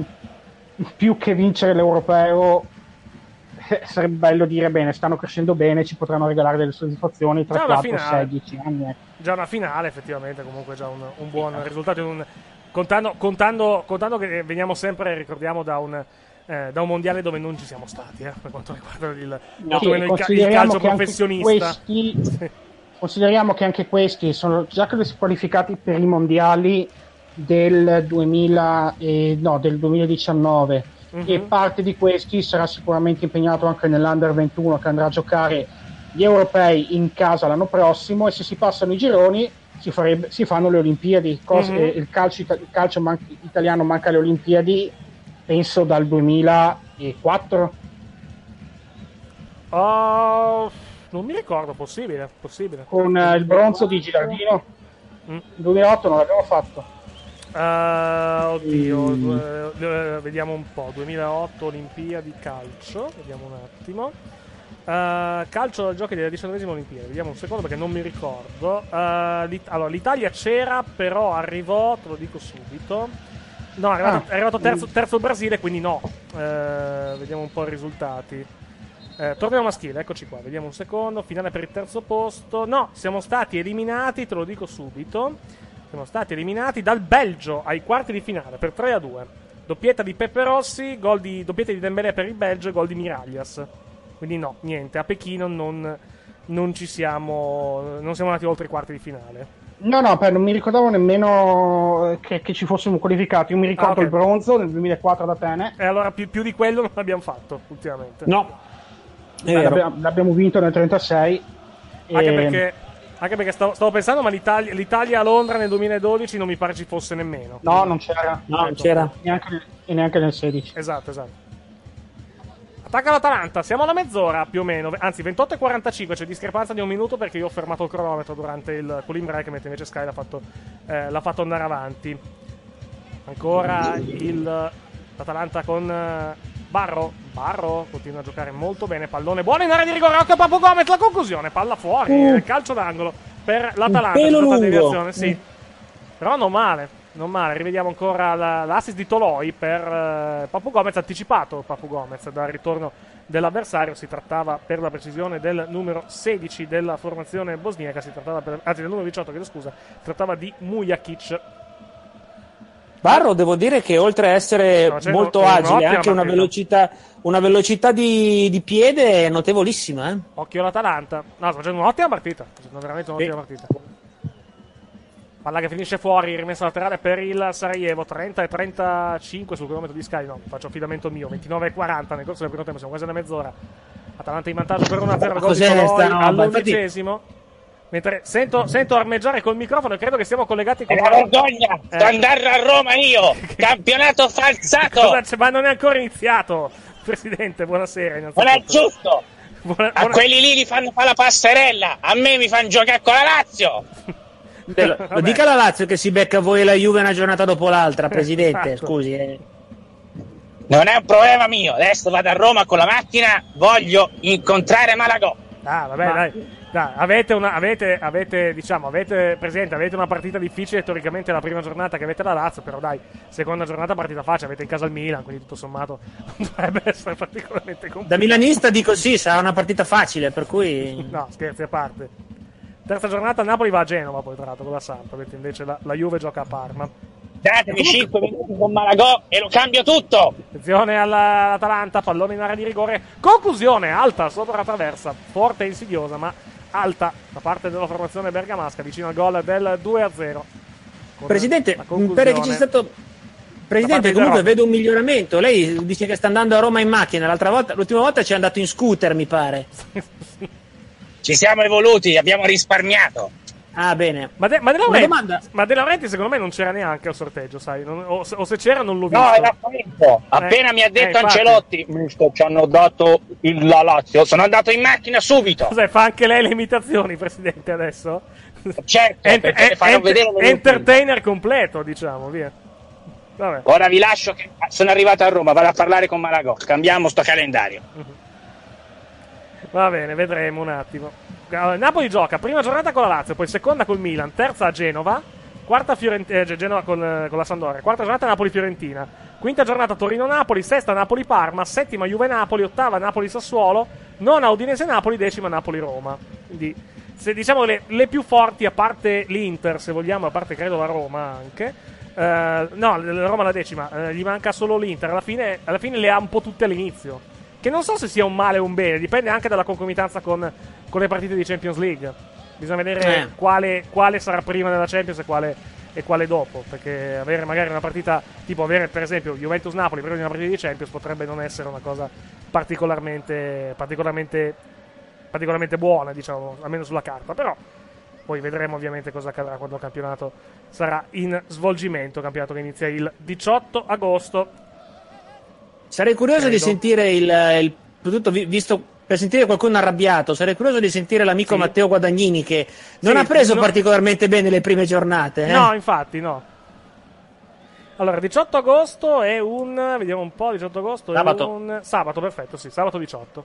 più che vincere l'europeo eh, sarebbe bello dire bene, stanno crescendo bene, ci potranno regalare delle soddisfazioni tra quattro sedici anni. Eh. Già una finale effettivamente, comunque già un, un buon sì, risultato, un, contando, contando, contando che veniamo sempre, ricordiamo, da un Eh, da un mondiale dove non ci siamo stati eh, per quanto riguarda il, no, sì, il, il calcio professionista. Questi, consideriamo che anche questi sono già che si qualificati per i mondiali, del duemila eh, no, del duemiladiciannove, Mhm. e parte di questi sarà sicuramente impegnato anche nell'Under ventuno, che andrà a giocare gli europei in casa l'anno prossimo, e se si passano i gironi si, farebbe, si fanno le Olimpiadi. Cos- Mhm. eh, il calcio, ita- il calcio man- italiano manca alle Olimpiadi penso dal duemilaquattro. Oh, non mi ricordo, possibile, possibile. Con eh, il bronzo di Girardino. Mm. Nel duemilaotto non l'abbiamo fatto. Uh, oddio, Mm. eh, eh, vediamo un po'. duemilaotto Olimpiadi calcio, vediamo un attimo. Uh, calcio giochi della diciannovesima Olimpiadi, vediamo un secondo perché non mi ricordo. Uh, l'It- allora, l'Italia c'era, però arrivò, te lo dico subito. No, è arrivato, Ah. è arrivato terzo, terzo il Brasile, quindi no. Uh, vediamo un po' i risultati. Eh, torneo maschile, eccoci qua, vediamo un secondo. Finale per il terzo posto. No, siamo stati eliminati, te lo dico subito. Siamo stati eliminati dal Belgio ai quarti di finale per tre a due. Doppietta di Peppe Rossi, gol di, doppietta di Dembélé per il Belgio e gol di Miraglias. Quindi no, niente, a Pechino non, non ci siamo, non siamo andati oltre i quarti di finale. No, no, per- non mi ricordavo nemmeno che, che ci fossimo qualificati. Io mi ricordo Ah, ok. il bronzo nel duemilaquattro ad Atene. E allora più, più di quello non abbiamo fatto ultimamente. No, è Eh, vero. l'abbiamo, l'abbiamo vinto nel trentasei. Anche e- perché, anche perché stavo, stavo pensando, ma l'Italia, l'Italia a Londra nel duemiladodici non mi pare ci fosse nemmeno. No, non c'era. No, non c'era. Neanche nel- e neanche nel sedici. Esatto, esatto. Attacca l'Atalanta, siamo alla mezz'ora più o meno, anzi ventotto e quarantacinque, c'è discrepanza di un minuto perché io ho fermato il cronometro durante il cooling break, mentre invece Sky l'ha fatto, eh, l'ha fatto andare avanti. Ancora il, l'Atalanta con eh, Barro, Barro continua a giocare molto bene, pallone buono in area di rigore, occhio a Papu Gomez, la conclusione, palla fuori, Uh. eh, calcio d'angolo per l'Atalanta, pelo c'è stata lungo. deviazione, sì. Però non male, non male. Rivediamo ancora la- l'assist di Toloi per eh, Papu Gomez, anticipato Papu Gomez dal ritorno dell'avversario. Si trattava, per la precisione, del numero sedici della formazione bosniaca, si trattava per, anzi del numero diciotto, chiedo scusa, si trattava di Mujakic. Barro, devo dire che oltre a essere No, c'è molto un- agile, un'ottima ha anche una partita. velocità, una velocità di, di piede notevolissima. Eh? Occhio all'Atalanta. No, sta facendo un'ottima partita. Sta facendo veramente un'ottima Sì. partita. Palla che finisce fuori, rimessa laterale per il Sarajevo, trenta e trentacinque sul cronometro di Sky, no, faccio affidamento mio, ventinove e quaranta nel corso del primo tempo, siamo quasi alla mezz'ora. Atalanta in vantaggio per uno a zero, Ma gol di cos'è Toloi sta roba? all'undicesimo. Mentre sento, sento armeggiare col microfono e credo che siamo collegati È con... una vergogna! Eh. Sto andando a Roma io! Campionato falsato! Cosa c'è? Ma non è ancora iniziato. Presidente, buonasera innanzitutto. Non è giusto! Buona- A buona- quelli lì li fanno fare la passerella! A me mi fanno giocare con la Lazio! Beh, lo, lo Vabbè. dica la Lazio che si becca voi e la Juve una giornata dopo l'altra, presidente. Esatto. Scusi. Eh. Non è un problema mio! Adesso vado a Roma con la macchina, voglio incontrare Malagò! Ah, vabbè, Ma- dai. Dai, avete una, avete, avete, diciamo, avete, Presidente, avete una partita difficile teoricamente la prima giornata che avete la Lazio, però dai, seconda giornata partita facile, avete in casa il Milan, quindi tutto sommato non dovrebbe essere particolarmente complicato. Da milanista dico sì, sarà una partita facile, per cui... No, scherzi a parte. Terza giornata Napoli va a Genova poi tra l'altro con la Samp, mentre invece la, la Juve gioca a Parma. Datemi cinque minuti con Malagò e lo cambio tutto! Attenzione alla- all'Atalanta, pallone in area di rigore, conclusione alta sopra la traversa, forte e insidiosa ma alta da parte della formazione bergamasca vicino al gol del due a zero. Con Presidente, la mi pare che conclusione. c'è stato... Da parte Presidente, di comunque Zeroni. vedo un miglioramento. Lei dice che sta andando a Roma in macchina, l'altra volta, l'ultima volta ci è andato in scooter, mi pare. Ci siamo evoluti, abbiamo risparmiato! Ah, bene. Ma, de, ma, De Una Laurenti, domanda. ma De Laurenti secondo me non c'era neanche al sorteggio, sai? Non- o, se- o se c'era non l'ho visto. No, era freddo! Appena Eh, mi ha eh, detto infatti. Ancelotti, mister, ci hanno dato il, la Lazio, sono andato in macchina subito! Cos'è? Fa anche lei le imitazioni, Presidente, adesso? Certo, Ent- perché en- fanno ent- vedere le entertainer completo, diciamo, via. Vabbè. Ora vi lascio che sono arrivato a Roma, vado a parlare con Malagò, cambiamo sto calendario. Va bene, vedremo un attimo. Allora, Napoli gioca prima giornata con la Lazio, poi seconda col Milan, terza a Genova, quarta Fiorent- eh, Genova con, eh, con la Sampdoria, quarta giornata Napoli-Fiorentina, quinta giornata Torino-Napoli, sesta Napoli-Parma, settima Juve-Napoli, ottava Napoli-Sassuolo, nona Udinese-Napoli, decima Napoli-Roma. Quindi, se diciamo le, le più forti, a parte l'Inter, se vogliamo, a parte credo la Roma anche, eh, no, la Roma la decima, eh, gli manca solo l'Inter, alla fine, alla fine le ha un po' tutte all'inizio. Che non so se sia un male o un bene, dipende anche dalla concomitanza con, con le partite di Champions League. Bisogna vedere Eh. quale, quale sarà prima della Champions e quale, e quale dopo, perché avere magari una partita tipo avere per esempio Juventus-Napoli prima di una partita di Champions potrebbe non essere una cosa particolarmente particolarmente particolarmente buona, diciamo, almeno sulla carta, però poi vedremo ovviamente cosa accadrà quando il campionato sarà in svolgimento, campionato che inizia il diciotto agosto. Sarei curioso Credo. di sentire il, il tutto visto per sentire qualcuno arrabbiato, sarei curioso di sentire l'amico sì. Matteo Guadagnini che non sì, ha preso no, particolarmente bene le prime giornate. Eh? No, infatti, no. Allora, diciotto agosto è un... Vediamo un po', diciotto agosto sabato. è un... Sabato, perfetto, sì, sabato diciotto.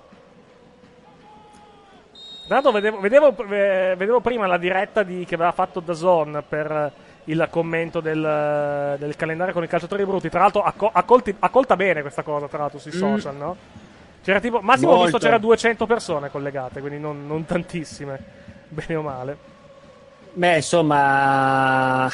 Tanto vedevo, vedevo, eh, vedevo prima la diretta di, che aveva fatto DAZN per il commento del, del calendario con i calciatori brutti. Tra l'altro acco, accolti, accolta bene questa cosa, tra l'altro, sui social, mm. no? C'era tipo, massimo ho visto c'era duecento persone collegate, quindi non, non tantissime, bene o male. Beh, insomma,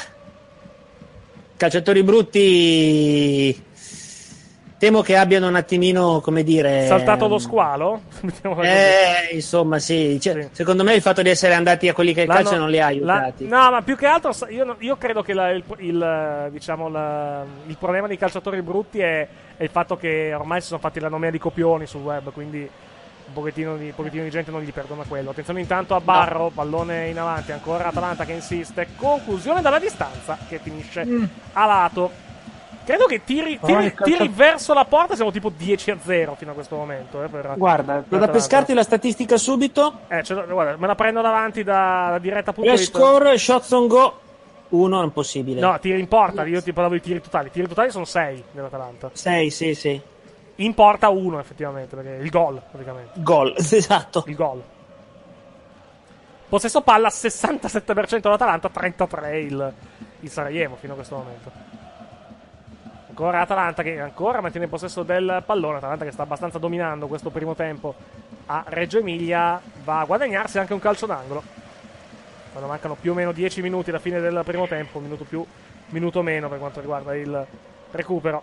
calciatori brutti temo che abbiano un attimino, come dire, saltato lo squalo? eh, insomma, sì. Cioè, sì. Secondo me il fatto di essere andati a quelli che il calcio non li ha aiutati. La, no, ma più che altro io, io credo che la, il, il, diciamo la, il problema dei calciatori brutti è, è il fatto che ormai si sono fatti la nomea di copioni sul web, quindi un pochettino di, un pochettino di gente non gli perdona quello. Attenzione intanto a Barro, no. Pallone in avanti, ancora Atalanta che insiste, conclusione dalla distanza che finisce mm. a lato. Credo che tiri, tiri, tiri verso la porta, siamo tipo dieci a zero fino a questo momento. Eh, per, guarda, vado a pescarti la statistica subito. Eh, cioè, guarda, me la prendo davanti da, da diretta punto it. Score, shots on go, uno, impossibile. No, tiri in porta, io ti parlavo di tiri totali. Tiri totali sono sei dell'Atalanta. sei, sì, sì. In porta uno, effettivamente, perché il gol, praticamente. Gol, esatto. Il gol. Possesso palla, sessantasette per cento l'Atalanta, trentatré il, il Sarajevo fino a questo momento. Ancora Atalanta che ancora mantiene il possesso del pallone. Atalanta che sta abbastanza dominando questo primo tempo a Reggio Emilia. Va a guadagnarsi anche un calcio d'angolo quando mancano più o meno dieci minuti alla fine del primo tempo. Un minuto più, minuto meno per quanto riguarda il recupero.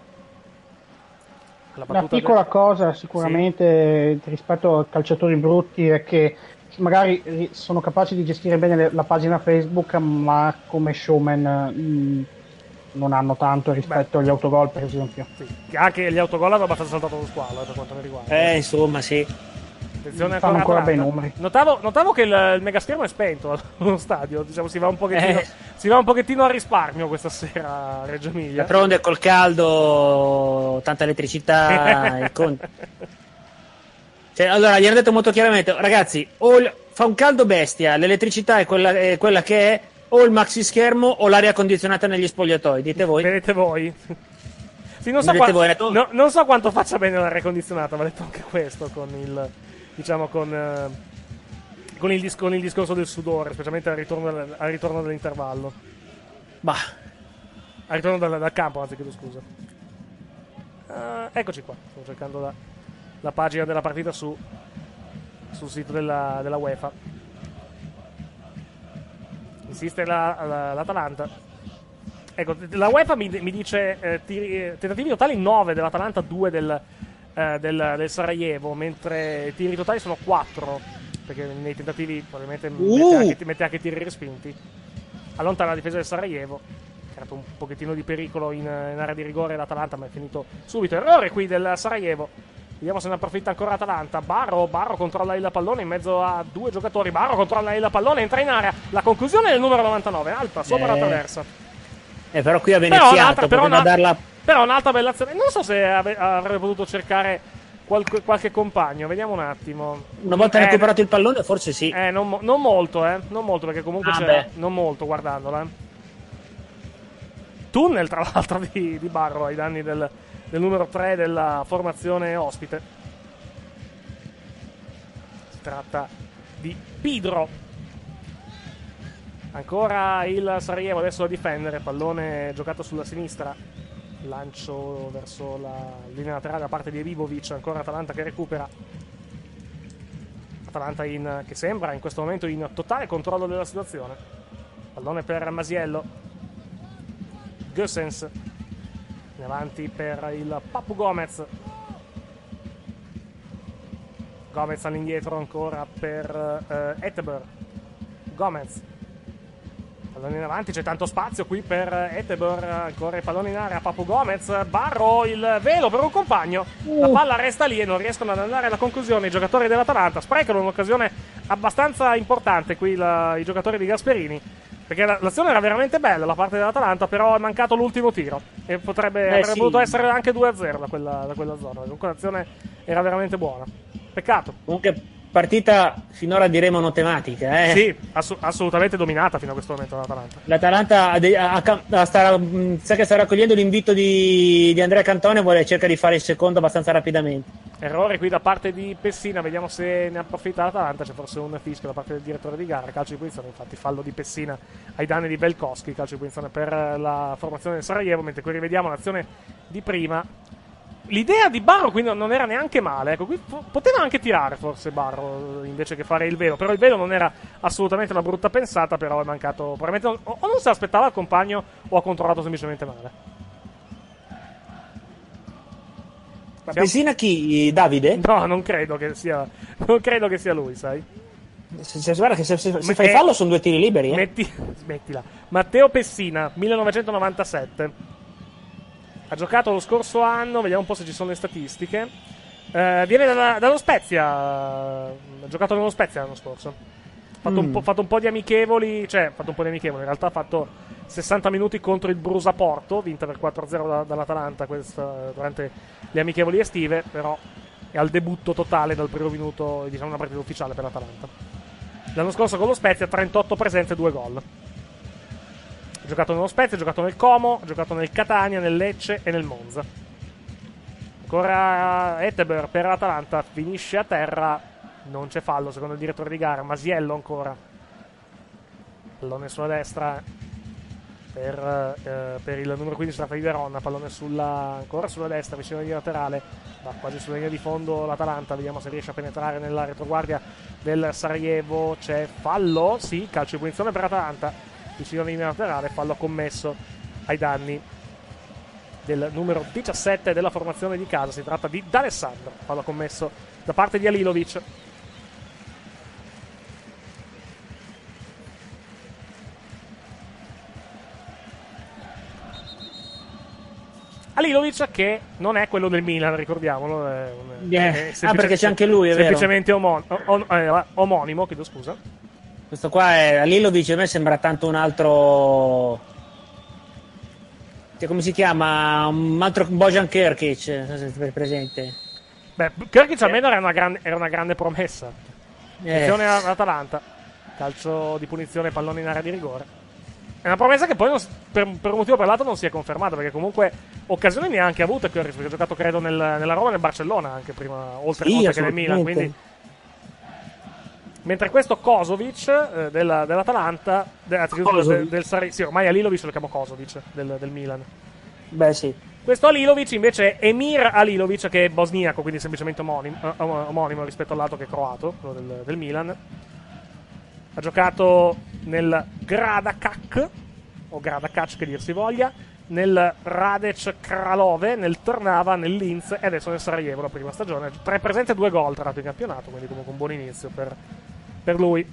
La Una piccola del... cosa sicuramente sì. rispetto ai calciatori brutti è che magari sono capaci di gestire bene la pagina Facebook, ma come showman mh, non hanno tanto rispetto Beh. agli autogol, per esempio. Sì. Anche gli autogol hanno abbastanza saltato lo squalo, eh, per quanto mi riguarda. Eh, insomma, sì. Attenzione, fanno ancora, ancora bei numeri. Notavo, notavo che il, il megaschermo è spento allo stadio. Diciamo, si va un pochettino, eh. si va un pochettino a risparmio questa sera a Reggio Emilia. D'altronde col caldo, tanta elettricità. e con... cioè, allora, gli hanno detto molto chiaramente, ragazzi, o il, fa un caldo bestia, l'elettricità è quella, è quella che è, o il maxi schermo o l'aria condizionata negli spogliatoi, dite voi. Vedete voi. Sì, non, so qua- voi no, non so quanto faccia bene l'aria condizionata, ma ha detto anche questo con il, diciamo, con, eh, con, il dis- con il discorso del sudore, specialmente al ritorno, del, al ritorno dell'intervallo. Bah. Al ritorno dal, dal campo, anzi, chiedo scusa. Uh, eccoci qua, sto cercando la, la pagina della partita su, sul sito della, della UEFA. Insiste la, la, l'Atalanta. Ecco, la UEFA mi, mi dice eh, tiri, tentativi totali nove dell'Atalanta, due del, eh, del, del Sarajevo, mentre i tiri totali sono quattro, perché nei tentativi probabilmente uh. mette, anche, mette anche tiri respinti. Allontana la difesa del Sarajevo, ha creato un pochettino di pericolo in, in area di rigore l'Atalanta, ma è finito subito. Errore qui del Sarajevo. Vediamo se ne approfitta ancora Atalanta. Barro, Barro controlla il pallone in mezzo a due giocatori. Barro controlla il pallone, entra in area. La conclusione è il numero novantanove, alta, sopra eh. la traversa. Eh, però qui ha veneziato, però poteva darla... Però un'altra bella azione. Non so se ave- avrebbe potuto cercare qualche, qualche compagno. Vediamo un attimo. Una volta eh, recuperato il pallone, forse sì. Eh, non, mo- non molto, eh. Non molto, perché comunque ah, c'è. Beh. Non molto, guardandola. Eh. Tunnel, tra l'altro, di, di Barro ai danni del, del numero tre della formazione ospite. Si tratta di Pidro. Ancora il Sarajevo adesso a difendere, pallone giocato sulla sinistra, lancio verso la linea laterale da parte di Ribovic, ancora Atalanta che recupera. Atalanta in, che sembra in questo momento in totale controllo della situazione. Pallone per Masiello. Gossens in avanti per il Papu Gomez. Gomez all'indietro ancora per uh, Etteber. Gomez Pallone in avanti, c'è tanto spazio qui per Etebor, ancora il pallone in area, Papu Gomez, Barro, il velo per un compagno, la palla resta lì e non riescono ad andare alla conclusione i giocatori dell'Atalanta, sprecano un'occasione abbastanza importante qui la, i giocatori di Gasperini, perché la, l'azione era veramente bella da parte dell'Atalanta, però è mancato l'ultimo tiro e potrebbe eh, avrebbe sì. potuto essere anche due a zero da quella, da quella zona, comunque l'azione era veramente buona, peccato. Comunque partita finora direi monotematica, eh. Sì, ass- assolutamente dominata fino a questo momento l'Atalanta. L'Atalanta ha de- ha- ha- sta, mh, sa che sta raccogliendo l'invito di, di Andrea Cantone e vuole cercare di fare il secondo abbastanza rapidamente. Errore qui da parte di Pessina, vediamo se ne approfitta l'Atalanta, c'è forse un fischio da parte del direttore di gara, calcio di punizione, infatti fallo di Pessina ai danni di Belkowski, calcio di punizione per la formazione del Sarajevo, mentre qui rivediamo l'azione di prima. L'idea di Barro qui non era neanche male, ecco, qui po- poteva anche tirare forse Barro invece che fare il velo, però il velo non era assolutamente una brutta pensata, però è mancato, probabilmente non, o non se l'aspettava il compagno o ha controllato semplicemente male. Ma Pessina chi? Davide? No, non credo che sia non credo che sia lui, sai. Se, se, guarda che se, se, se Ma fai è- fallo sono due tiri liberi, eh. Metti, smettila. Matteo Pessina, millenovecentonovantasette. Ha giocato lo scorso anno, vediamo un po' se ci sono le statistiche. Eh, viene dalla- dallo Spezia. Ha giocato nello Spezia l'anno scorso. Ha fatto, un Mm. po', fatto un po' di amichevoli, cioè, ha fatto un po' di amichevoli. In realtà ha fatto sessanta minuti contro il Brusaporto, vinta per quattro a zero da- dall'Atalanta questa- durante le amichevoli estive. Però è al debutto totale dal primo minuto, diciamo, una partita ufficiale per l'Atalanta. L'anno scorso con lo Spezia, trentotto presenze e due gol. Ha giocato nello Spezia, ha giocato nel Como, ha giocato nel Catania, nel Lecce e nel Monza. Ancora Etebor per l'Atalanta, finisce a terra, non c'è fallo secondo il direttore di gara, Masiello ancora. Pallone sulla destra per, eh, per il numero quindici Raffaele Veronna, pallone sulla, ancora sulla destra, vicino alla linea laterale, va quasi sulla linea di fondo l'Atalanta, vediamo se riesce a penetrare nella retroguardia del Sarajevo, c'è fallo, sì, calcio di punizione per l'Atalanta. Vicino alla linea laterale, fallo commesso ai danni del numero diciassette della formazione di casa. Si tratta di D'Alessandro, fallo commesso da parte di Alilovic. Alilovic che non è quello del Milan, ricordiamolo, è un, Eh, è ah, semplice- perché c'è anche lui, è vero. semplicemente omon- o- o- eh, omonimo, chiedo scusa. Questo qua è Alilovic, a me sembra tanto un altro, cioè, come si chiama? Un altro Bojan Krkić, non so se siete presente. Beh, Krkić almeno era una grande, era una grande promessa. Eh, Attenzione all'Atalanta, calcio di punizione, pallone in area di rigore. È una promessa che poi non s- per, per un motivo o per l'altro non si è confermata, perché comunque occasioni ne ha anche avute Krkić, perché ha giocato credo nel- nella Roma e nel Barcellona anche prima, oltre, Sì, oltre che nel Milan, assolutamente. quindi. Mentre questo Kosovic eh, della- dell'Atalanta, de, anzi, scusa, Kosovic. del, del Sari- sì, ormai Alilovic lo chiamo Kosovic del, del Milan. beh sì. Questo Alilovic invece è Emir Alilovic, che è bosniaco, quindi semplicemente omonimo, eh, omonimo rispetto all'altro che è croato, quello del, del Milan. Ha giocato nel Gradakac, o Gradakac che dir si voglia, nel Radec Kralove, nel Trnava, nel Linz e adesso nel Sarajevo la prima stagione. Tre presenze e due gol tra l'altro in campionato, quindi comunque un buon inizio per, per lui.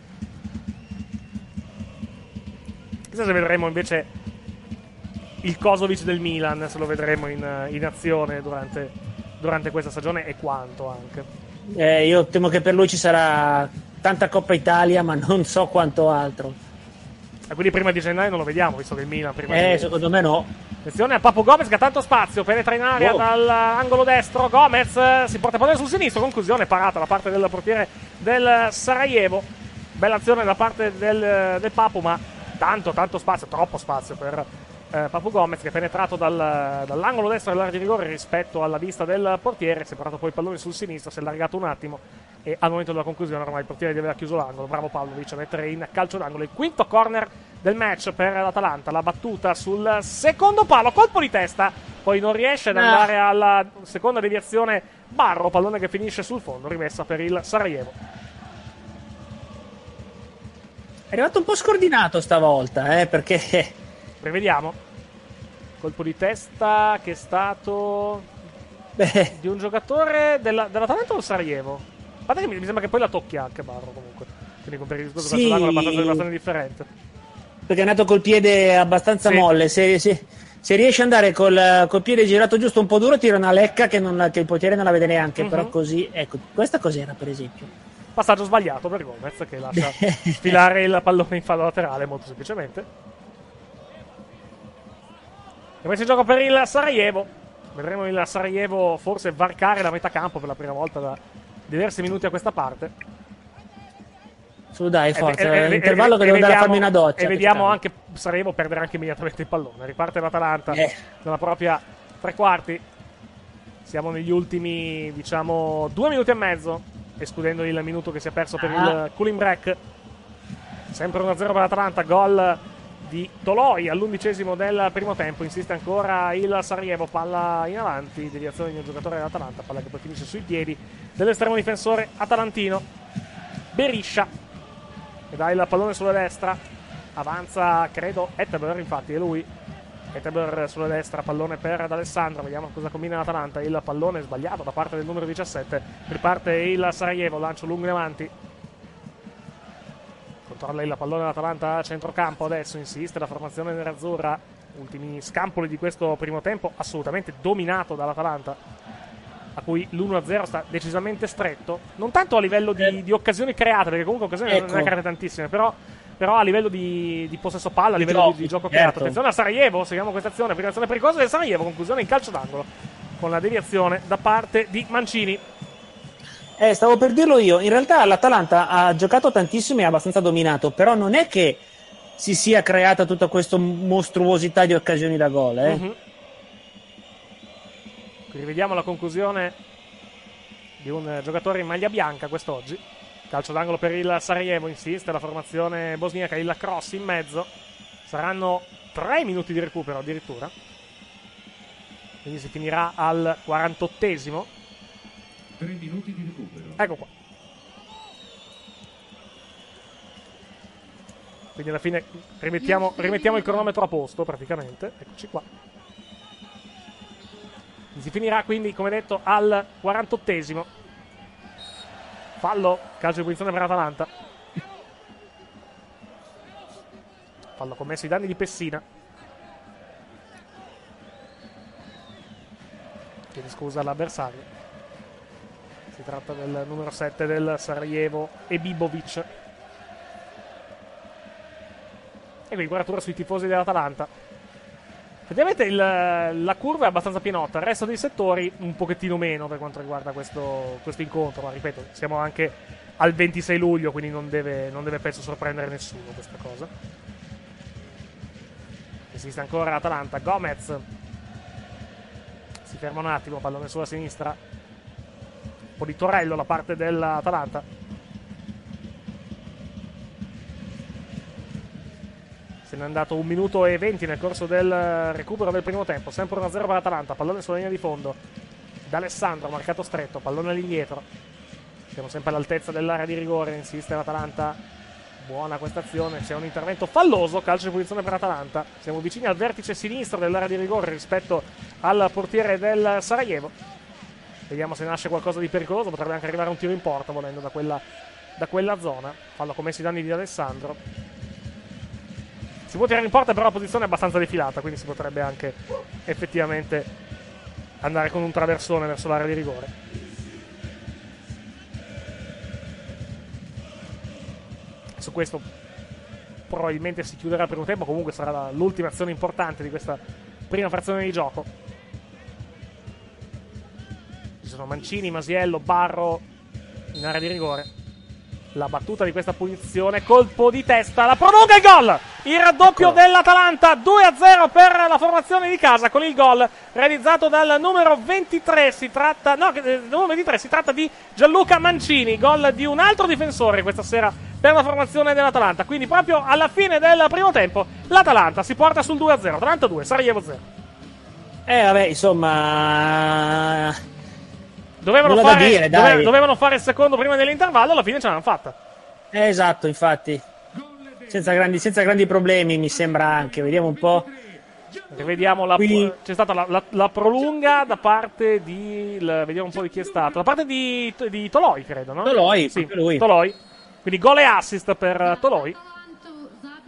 Chissà se vedremo invece il Kosovic del Milan, se lo vedremo in, in azione durante, durante questa stagione e quanto anche. Eh, io temo che per lui ci sarà tanta Coppa Italia, ma non so quanto altro. E quindi prima di gennaio non lo vediamo, visto che il Milan prima Eh, di... secondo me no. Attenzione a Papu Gomez che ha tanto spazio, penetra in area Wow. dall'angolo destro, Gomez eh, si porta a pallone sul sinistro, conclusione parata da parte del portiere del Sarajevo. Bella azione da parte del, del Papu, ma tanto tanto spazio, troppo spazio per eh, Papu Gomez, che è penetrato dal- dall'angolo destro dell'area di rigore rispetto alla vista del portiere, si è portato poi il pallone sul sinistro, si è allargato un attimo e al momento della conclusione ormai il portiere gli aveva chiuso l'angolo. Bravo Pavlovic a mettere in calcio d'angolo il quinto corner del match per l'Atalanta. La battuta sul secondo palo, colpo di testa, poi non riesce ad Ah. andare alla seconda deviazione Barro, pallone che finisce sul fondo, rimessa per il Sarajevo. È arrivato un po' scordinato stavolta, eh, perché Rivediamo. Colpo di testa che è stato beh, di un giocatore della, dell'Atalanta o del Sarajevo? Guarda che mi, mi sembra che poi la tocchi anche Barro comunque. Quindi per il discorso Sì. calcio d'angolo è abbastanza, abbastanza differente. perché è andato col piede abbastanza sì. molle. Se, se, se riesce ad andare col, col piede girato giusto un po' duro, tira una lecca che, non, che il portiere non la vede neanche. Uh-huh. Però così, ecco, questa cos'era per esempio? Passaggio sbagliato per Gomez, che lascia sfilare il pallone in fallo laterale molto semplicemente. E questo è il gioco per il Sarajevo. Vedremo il Sarajevo forse varcare la metà campo per la prima volta da diversi minuti a questa parte. Su dai, forza, e, e, l'intervallo e, che devo andare a farmi una doccia. E vediamo anche Sarajevo perdere anche immediatamente il pallone. Riparte l'Atalanta eh. dalla propria tre quarti. Siamo negli ultimi, diciamo, due minuti e mezzo, escludendo il minuto che si è perso per ah. il cooling break. Sempre uno a zero per l'Atalanta, gol di Toloi all'undicesimo del primo tempo. Insiste ancora il Sarajevo, palla in avanti, deviazione di un giocatore dell'Atalanta, palla che poi finisce sui piedi dell'estremo difensore atalantino Beriscia, e dà il pallone sulla destra, avanza credo Etteber, infatti è lui Etteber sulla destra, pallone per D'Alessandro, vediamo cosa combina l'Atalanta. Il pallone sbagliato da parte del numero diciassette, riparte il Sarajevo, lancio lungo in avanti, controlla il pallone dell'Atalanta a centrocampo, adesso insiste la formazione nerazzurra. Ultimi scampoli di questo primo tempo assolutamente dominato dall'Atalanta, a cui l'uno a zero sta decisamente stretto, non tanto a livello di, di occasioni create, perché comunque occasioni ecco. non ne ha create tantissime, però, però a livello di, di possesso palla, a livello di, di gioco creato. Certo. Attenzione a Sarajevo, seguiamo questa azione, prima azione pericolosa del Sarajevo, conclusione in calcio d'angolo con la deviazione da parte di Mancini. Eh, stavo per dirlo io, in realtà l'Atalanta ha giocato tantissimo e abbastanza dominato, però non è che si sia creata tutta questa mostruosità di occasioni da gol, eh. Mm-hmm. Qui rivediamo la conclusione di un giocatore in maglia bianca quest'oggi. Calcio d'angolo per il Sarajevo, insiste la formazione bosniaca, il cross in mezzo. Saranno tre minuti di recupero addirittura, quindi si finirà al quarantottesimo. tre minuti di recupero. Ecco qua. Quindi alla fine rimettiamo, rimettiamo il cronometro a posto praticamente. Eccoci qua. Si finirà quindi, come detto, al quarantottesimo. Fallo, calcio di punizione per l'Atalanta. Fallo commesso ai danni di Pessina. Chiede scusa all'avversario. Si tratta del numero sette del Sarajevo, Ebibovic. E qui guardatura sui tifosi dell'Atalanta. Effettivamente il, la curva è abbastanza pienotta, il resto dei settori un pochettino meno per quanto riguarda questo, questo incontro, ma ripeto, siamo anche al ventisei luglio, quindi non deve, non deve penso sorprendere nessuno questa cosa. Esiste ancora l'Atalanta, Gomez si ferma un attimo, pallone sulla sinistra, un po' di Torello la parte dell'Atalanta. Se ne è andato un minuto e venti nel corso del recupero del primo tempo. Sempre uno a zero per l'Atalanta. Pallone sulla linea di fondo. D'Alessandro, marcato stretto. Pallone all'indietro. Siamo sempre all'altezza dell'area di rigore. Insiste l'Atalanta. Buona questa azione. C'è un intervento falloso. Calcio di punizione per l'Atalanta. Siamo vicini al vertice sinistro dell'area di rigore rispetto al portiere del Sarajevo. Vediamo se nasce qualcosa di pericoloso. Potrebbe anche arrivare un tiro in porta volendo da quella, da quella zona. Fallo commesso i danni di D'Alessandro. Si può tirare in porta, però la posizione è abbastanza defilata, quindi si potrebbe anche effettivamente andare con un traversone verso l'area di rigore. Su questo probabilmente si chiuderà il primo tempo, comunque sarà l'ultima azione importante di questa prima frazione di gioco. Ci sono Mancini, Masiello, Barro in area di rigore. La battuta di questa punizione, colpo di testa, la prolunga, il gol! Il raddoppio ecco. dell'Atalanta, due a zero per la formazione di casa, con il gol realizzato dal numero ventitré. Si tratta, no, eh, numero ventitré, si tratta di Gianluca Mancini, gol di un altro difensore questa sera per la formazione dell'Atalanta. Quindi proprio alla fine del primo tempo l'Atalanta si porta sul due a zero, Atalanta due, Sarajevo zero. Eh vabbè, insomma, Dovevano fare, dire, dove, dovevano fare il secondo prima dell'intervallo, alla fine ce l'hanno fatta. Eh, esatto, infatti. Senza grandi, senza grandi problemi, mi sembra anche. Vediamo un po'. Rivediamo la, Qui... c'è stata la, la, la prolunga da parte di. La, vediamo un po' di chi è stato. Da parte di, di Toloi, credo, no? Toloi, sì, lui. Toloi. Quindi gol e assist per Toloi.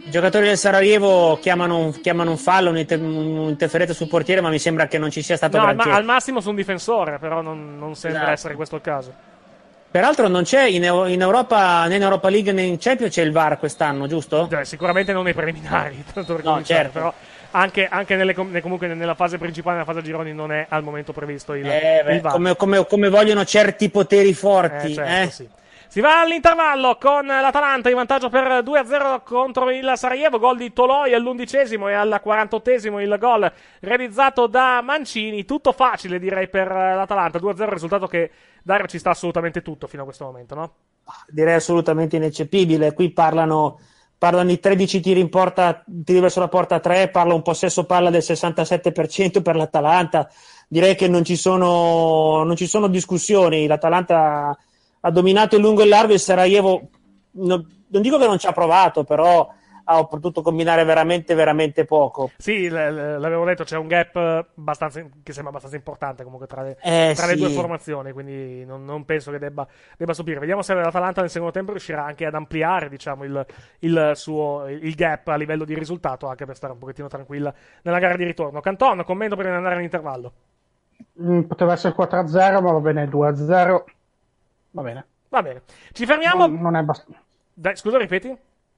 I giocatori del Sarajevo chiamano un, chiamano un fallo, un'interferenza sul portiere, ma mi sembra che non ci sia stato no, granché. Ma al massimo su un difensore, però non, non sembra esatto. essere questo il caso. Peraltro non c'è in, in Europa, né in Europa League né in Champions c'è il V A R quest'anno, giusto? Cioè, sicuramente non nei preliminari, tanto per no, cominciare, certo. però anche, anche nelle, comunque nella fase principale, nella fase a gironi, non è al momento previsto il, eh, beh, il V A R. Come, come, come vogliono certi poteri forti. Eh, certo, eh? sì. Si va all'intervallo con l'Atalanta in vantaggio per due a zero contro il Sarajevo, gol di Toloi all'undicesimo e al quarantottesimo il gol realizzato da Mancini. Tutto facile, direi, per l'Atalanta. due a zero, risultato che Dario ci sta assolutamente tutto fino a questo momento, no? Direi assolutamente ineccepibile. Qui parlano, parlano di tredici tiri in porta, tiri verso la porta tre, parla un possesso palla del sessantasette per cento per l'Atalanta. Direi che non ci sono, non ci sono discussioni. L'Atalanta ha dominato in lungo e largo, il Sarajevo non, non dico che non ci ha provato, però ha potuto combinare veramente veramente poco. Sì, l- l- l'avevo detto, c'è un gap abbastanza, che sembra abbastanza importante comunque tra le, eh, tra sì. le due formazioni, quindi non, non penso che debba, debba stupire. Vediamo se l'Atalanta nel secondo tempo riuscirà anche ad ampliare, diciamo, il, il suo il gap a livello di risultato, anche per stare un pochettino tranquilla nella gara di ritorno. Canton, commento prima di andare all'intervallo. Mm, poteva essere quattro a zero, ma va bene, due a zero. Va bene. Va bene. Ci fermiamo. Non, non è abbastanza. Dai, scusa, ripeti?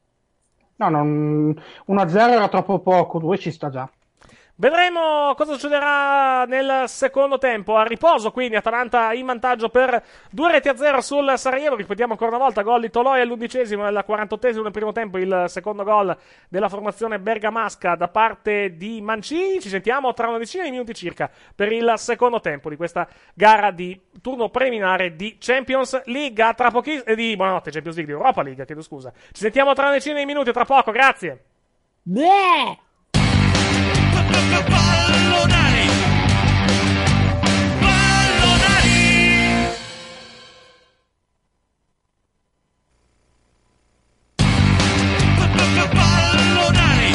No, non... uno a zero era troppo poco, due ci sta già. Vedremo cosa succederà nel secondo tempo. A riposo, quindi, Atalanta in vantaggio per due reti a zero sul Sarajevo. Ripetiamo ancora una volta, gol di Toloi all'undicesimo e al quarantottesimo del primo tempo, il secondo gol della formazione bergamasca da parte di Mancini. Ci sentiamo tra una decina di minuti circa per il secondo tempo di questa gara di turno preliminare di Champions League. Tra pochissimo, eh, di buonanotte, Champions League, di Europa League, chiedo scusa. Ci sentiamo tra una decina di minuti, tra poco, grazie. Bleh! Pallonari, pallonari, pallonari,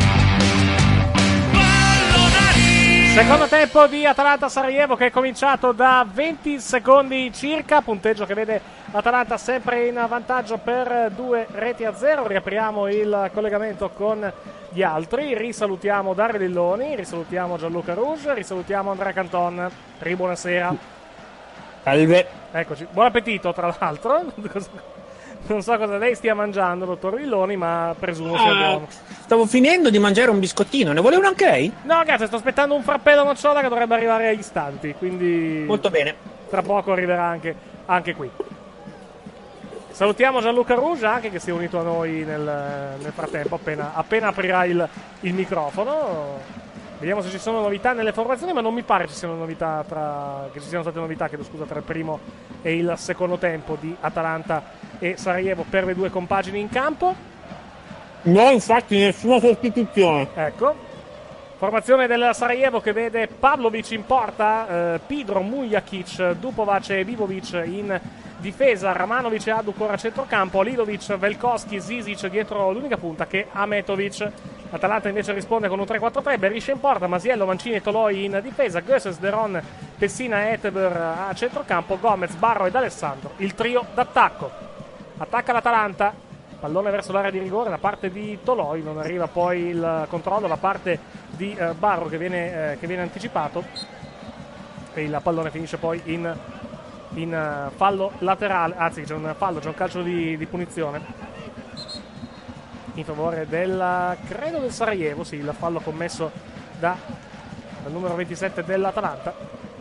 pallonari. Secondo tempo di Atalanta-Sarajevo che è cominciato da venti secondi circa, punteggio che vede l'Atalanta sempre in vantaggio per due reti a zero. Riapriamo il collegamento con gli altri, risalutiamo Dario Dilloni, risalutiamo Gianluca Rouge, risalutiamo Andrea Canton. Ri, buonasera. Salve. Eccoci, buon appetito tra l'altro. Non so cosa lei stia mangiando, dottor Dilloni, ma presumo sia Ah, buono. stavo finendo di mangiare un biscottino, ne voleva anche lei? No, grazie, sto aspettando un frappello nocciola che dovrebbe arrivare agli istanti, quindi Molto bene. tra poco arriverà anche, anche qui. Salutiamo Gianluca Rouge anche, che si è unito a noi nel, nel frattempo, appena, appena aprirà il, il microfono. Vediamo se ci sono novità nelle formazioni, ma non mi pare ci siano novità tra, che ci siano state novità, chiedo scusa, tra il primo e il secondo tempo di Atalanta e Sarajevo per le due compagini in campo. No, infatti nessuna sostituzione. Ecco, formazione del Sarajevo che vede Pavlovic in porta, eh, Pidro, Mujakic, Dupovac e Vivovic in difesa, Ramanovic e Adukor a centrocampo, Lidovic, Velkoski, Zisic dietro l'unica punta che è Ametovic. Atalanta invece risponde con un tre quattro tre, Beriscia in porta, Masiello, Mancini e Toloi in difesa, Gösses, Deron, Pessina e Eteber a centrocampo, Gomez, Barro ed Alessandro, il trio d'attacco. Attacca l'Atalanta, pallone verso l'area di rigore da parte di Toloi, non arriva poi il controllo da parte di eh, Barro che viene, eh, che viene anticipato e il pallone finisce poi in, in uh, fallo laterale, anzi c'è un fallo, c'è un calcio di, di punizione in favore del, credo del Sarajevo, sì, il fallo commesso da, dal numero ventisette dell'Atalanta.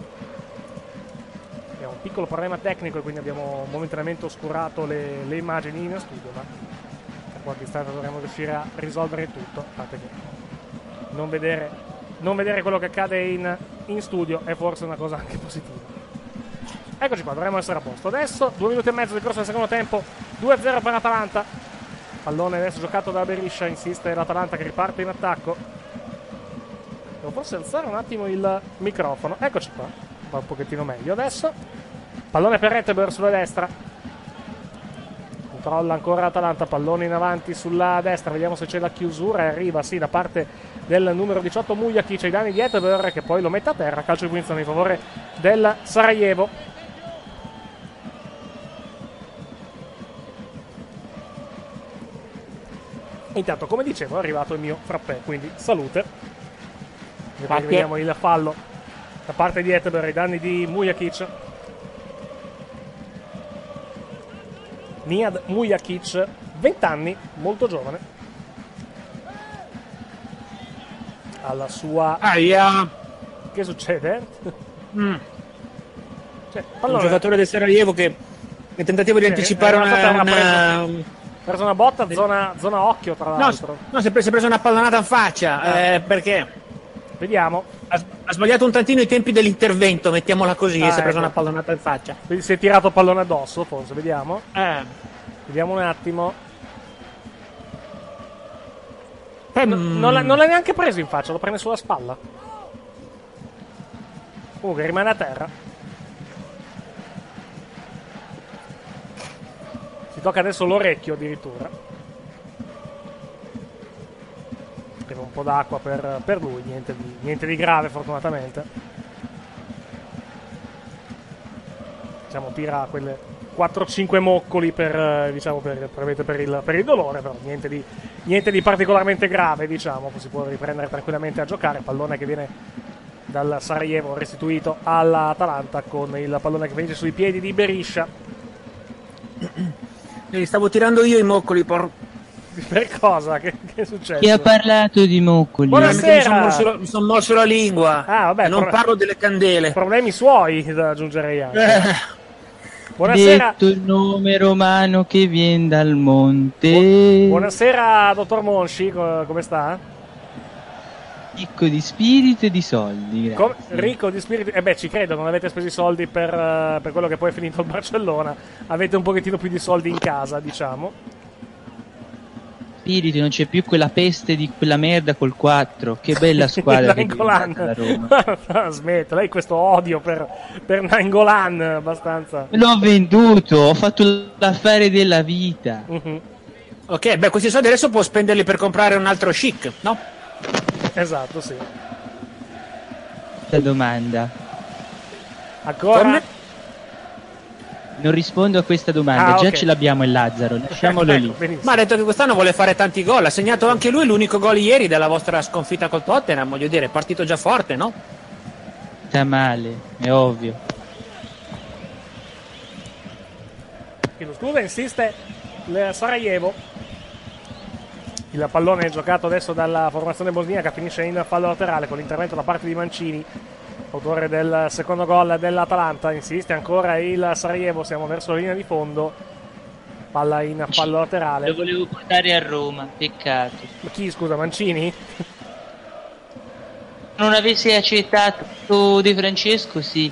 Abbiamo un piccolo problema tecnico e quindi abbiamo momentaneamente oscurato le, le immagini in studio, ma a qualche istante dovremo riuscire a risolvere tutto, tanto che non vedere, non vedere quello che accade in, in studio è forse una cosa anche positiva. Eccoci qua, dovremmo essere a posto. Adesso due minuti e mezzo di corso del secondo tempo, due a zero per l'Atalanta. Pallone adesso giocato da Beriscia, insiste l'Atalanta che riparte in attacco. Devo forse alzare un attimo il microfono. Eccoci qua, va un pochettino meglio adesso. Pallone per Eteber sulla destra. Controlla ancora l'Atalanta, pallone in avanti sulla destra. Vediamo se c'è la chiusura e arriva, sì, da parte del numero diciotto Mujakic ai danni di Eteber che poi lo mette a terra. Calcio di punizione in favore del Sarajevo. Intanto, come dicevo, è arrivato il mio frappè, quindi salute. E poi Grazie. vediamo il fallo da parte di Etber ai danni di Mujakic. Niad Mujakic, venti anni, molto giovane. Alla sua... Aia. Che succede? Mm. Cioè, Un pallone... giocatore del Sarajevo che nel tentativo di Sì, anticipare è una stata una, una una- Ha preso una botta, zona, zona occhio, tra No, l'altro. no, si è pre- si è preso una pallonata in faccia, Ah. eh, perché Vediamo. ha, ha sbagliato un tantino i tempi dell'intervento, mettiamola così, Ah, e si è preso ecco. una pallonata in faccia. Quindi si è tirato il pallone addosso, forse. Vediamo. Eh. Vediamo un attimo. Eh, No- mm, non, l'ha, non l'ha neanche preso in faccia, lo prende sulla spalla. Comunque rimane a terra. Si tocca adesso l'orecchio addirittura. Beve un po' d'acqua per, per lui, niente di, niente di grave fortunatamente. Diciamo tira quelle quattro cinque moccoli per, eh, diciamo, per, per, per, il, per il dolore, però niente di, niente di particolarmente grave, diciamo, si può riprendere tranquillamente a giocare. Pallone che viene dal Sarajevo restituito all'Atalanta con il pallone che finisce sui piedi di Beriscia. li stavo tirando io i moccoli, por... Per cosa? Che, che è successo? Chi ha parlato di moccoli? Buonasera. Mi sono morso, mi son morso la lingua. Ah, vabbè, e non pro- parlo delle candele. Problemi suoi da aggiungerei anche. Eh. Buonasera. Detto il nome romano che viene dal monte. Buonasera, dottor Monsci, co- come sta? Ricco di spirito e di soldi. Com- Grazie. ricco di spirito. Eh beh, ci credo, non avete speso i soldi per, eh, per quello che poi è finito il Barcellona. Avete un pochettino più di soldi in casa, diciamo. Spirito, non c'è più quella peste di quella merda col quattro. Che bella squadra che è diventata la Roma. Nainggolan. Smetta, lei questo odio per, per Nainggolan abbastanza. L'ho venduto, ho fatto l'affare della vita. Mhm. Ok, beh, questi soldi adesso può spenderli per comprare un altro chic, no? Esatto, sì. La domanda. Ancora? Come? Non rispondo a questa domanda, Ah, già ok. ce l'abbiamo il Lazzaro, lasciamolo Ecco, lì. benissimo. Ma ha detto che quest'anno vuole fare tanti gol. Ha segnato anche lui l'unico gol ieri della vostra sconfitta col Tottenham. Voglio dire, è partito già forte, no? Sta male, è ovvio. Chiedo scusa, insiste il Sarajevo. Il pallone è giocato adesso dalla formazione bosniaca, finisce in fallo laterale con l'intervento da parte di Mancini, autore del secondo gol dell'Atalanta. Insiste ancora il Sarajevo, siamo verso la linea di fondo, palla in fallo Lo laterale. volevo portare a Roma, peccato. Chi, scusa, Mancini? Non avessi accettato De Francesco, sì.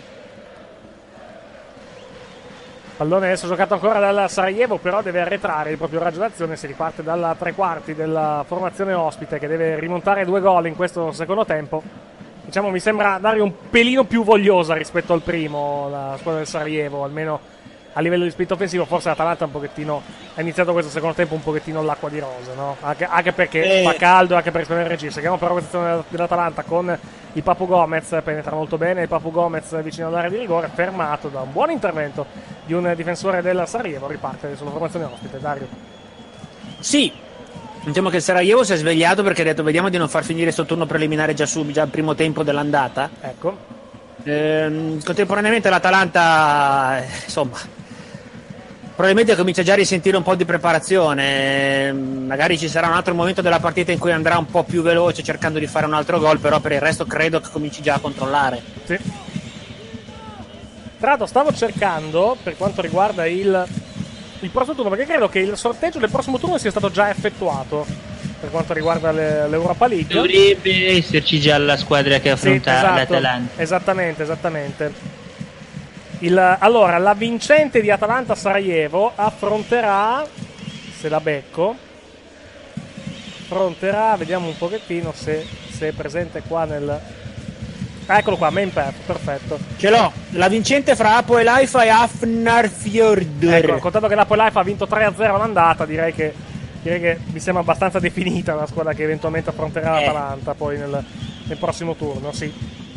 Pallone adesso giocato ancora dal Sarajevo, però deve arretrare il proprio raggio d'azione. Si riparte dalla tre quarti della formazione ospite, che deve rimontare due gol in questo secondo tempo. Diciamo, mi sembra dare un pelino più vogliosa rispetto al primo la squadra del Sarajevo, almeno a livello di spirito offensivo. Forse l'Atalanta un pochettino ha iniziato questo secondo tempo un pochettino all'acqua di rose, no? Anche, anche perché Eh. fa caldo e anche per rispondere il regista. Seguiamo però questa azione dell'Atalanta con il Papu Gomez, penetra molto bene il Papu Gomez vicino all'area di rigore, fermato da un buon intervento di un difensore del Sarajevo. Riparte sulla formazione ospite. Dario. Sì. Diciamo che il Sarajevo si è svegliato perché ha detto vediamo di non far finire sto turno preliminare già su già al primo tempo dell'andata. Ecco. Ehm, contemporaneamente l'Atalanta, eh, insomma, probabilmente comincia già a risentire un po' di preparazione. Ehm, magari ci sarà un altro momento della partita in cui andrà un po' più veloce cercando di fare un altro gol, però per il resto credo che cominci già a controllare. Sì. Tra l'altro stavo cercando per quanto riguarda il, il prossimo turno, perché credo che il sorteggio del prossimo turno sia stato già effettuato per quanto riguarda le, l'Europa League. Dovrebbe esserci già la squadra che affronta Sì, esatto, l'Atalanta. Esattamente, esattamente. Il, allora, la vincente di Atalanta-Sarajevo affronterà, se la becco, affronterà, vediamo un pochettino se, se è presente qua nel... Ah, eccolo qua, main path, perfetto. Ce l'ho, la vincente fra Apoel Haifa e Hafnarfjordur. Ecco, contato che l'Apple Life ha vinto tre a zero all'andata, direi che, direi che mi sembra abbastanza definita la squadra che eventualmente affronterà Eh. l'Atalanta poi nel, nel prossimo turno, sì.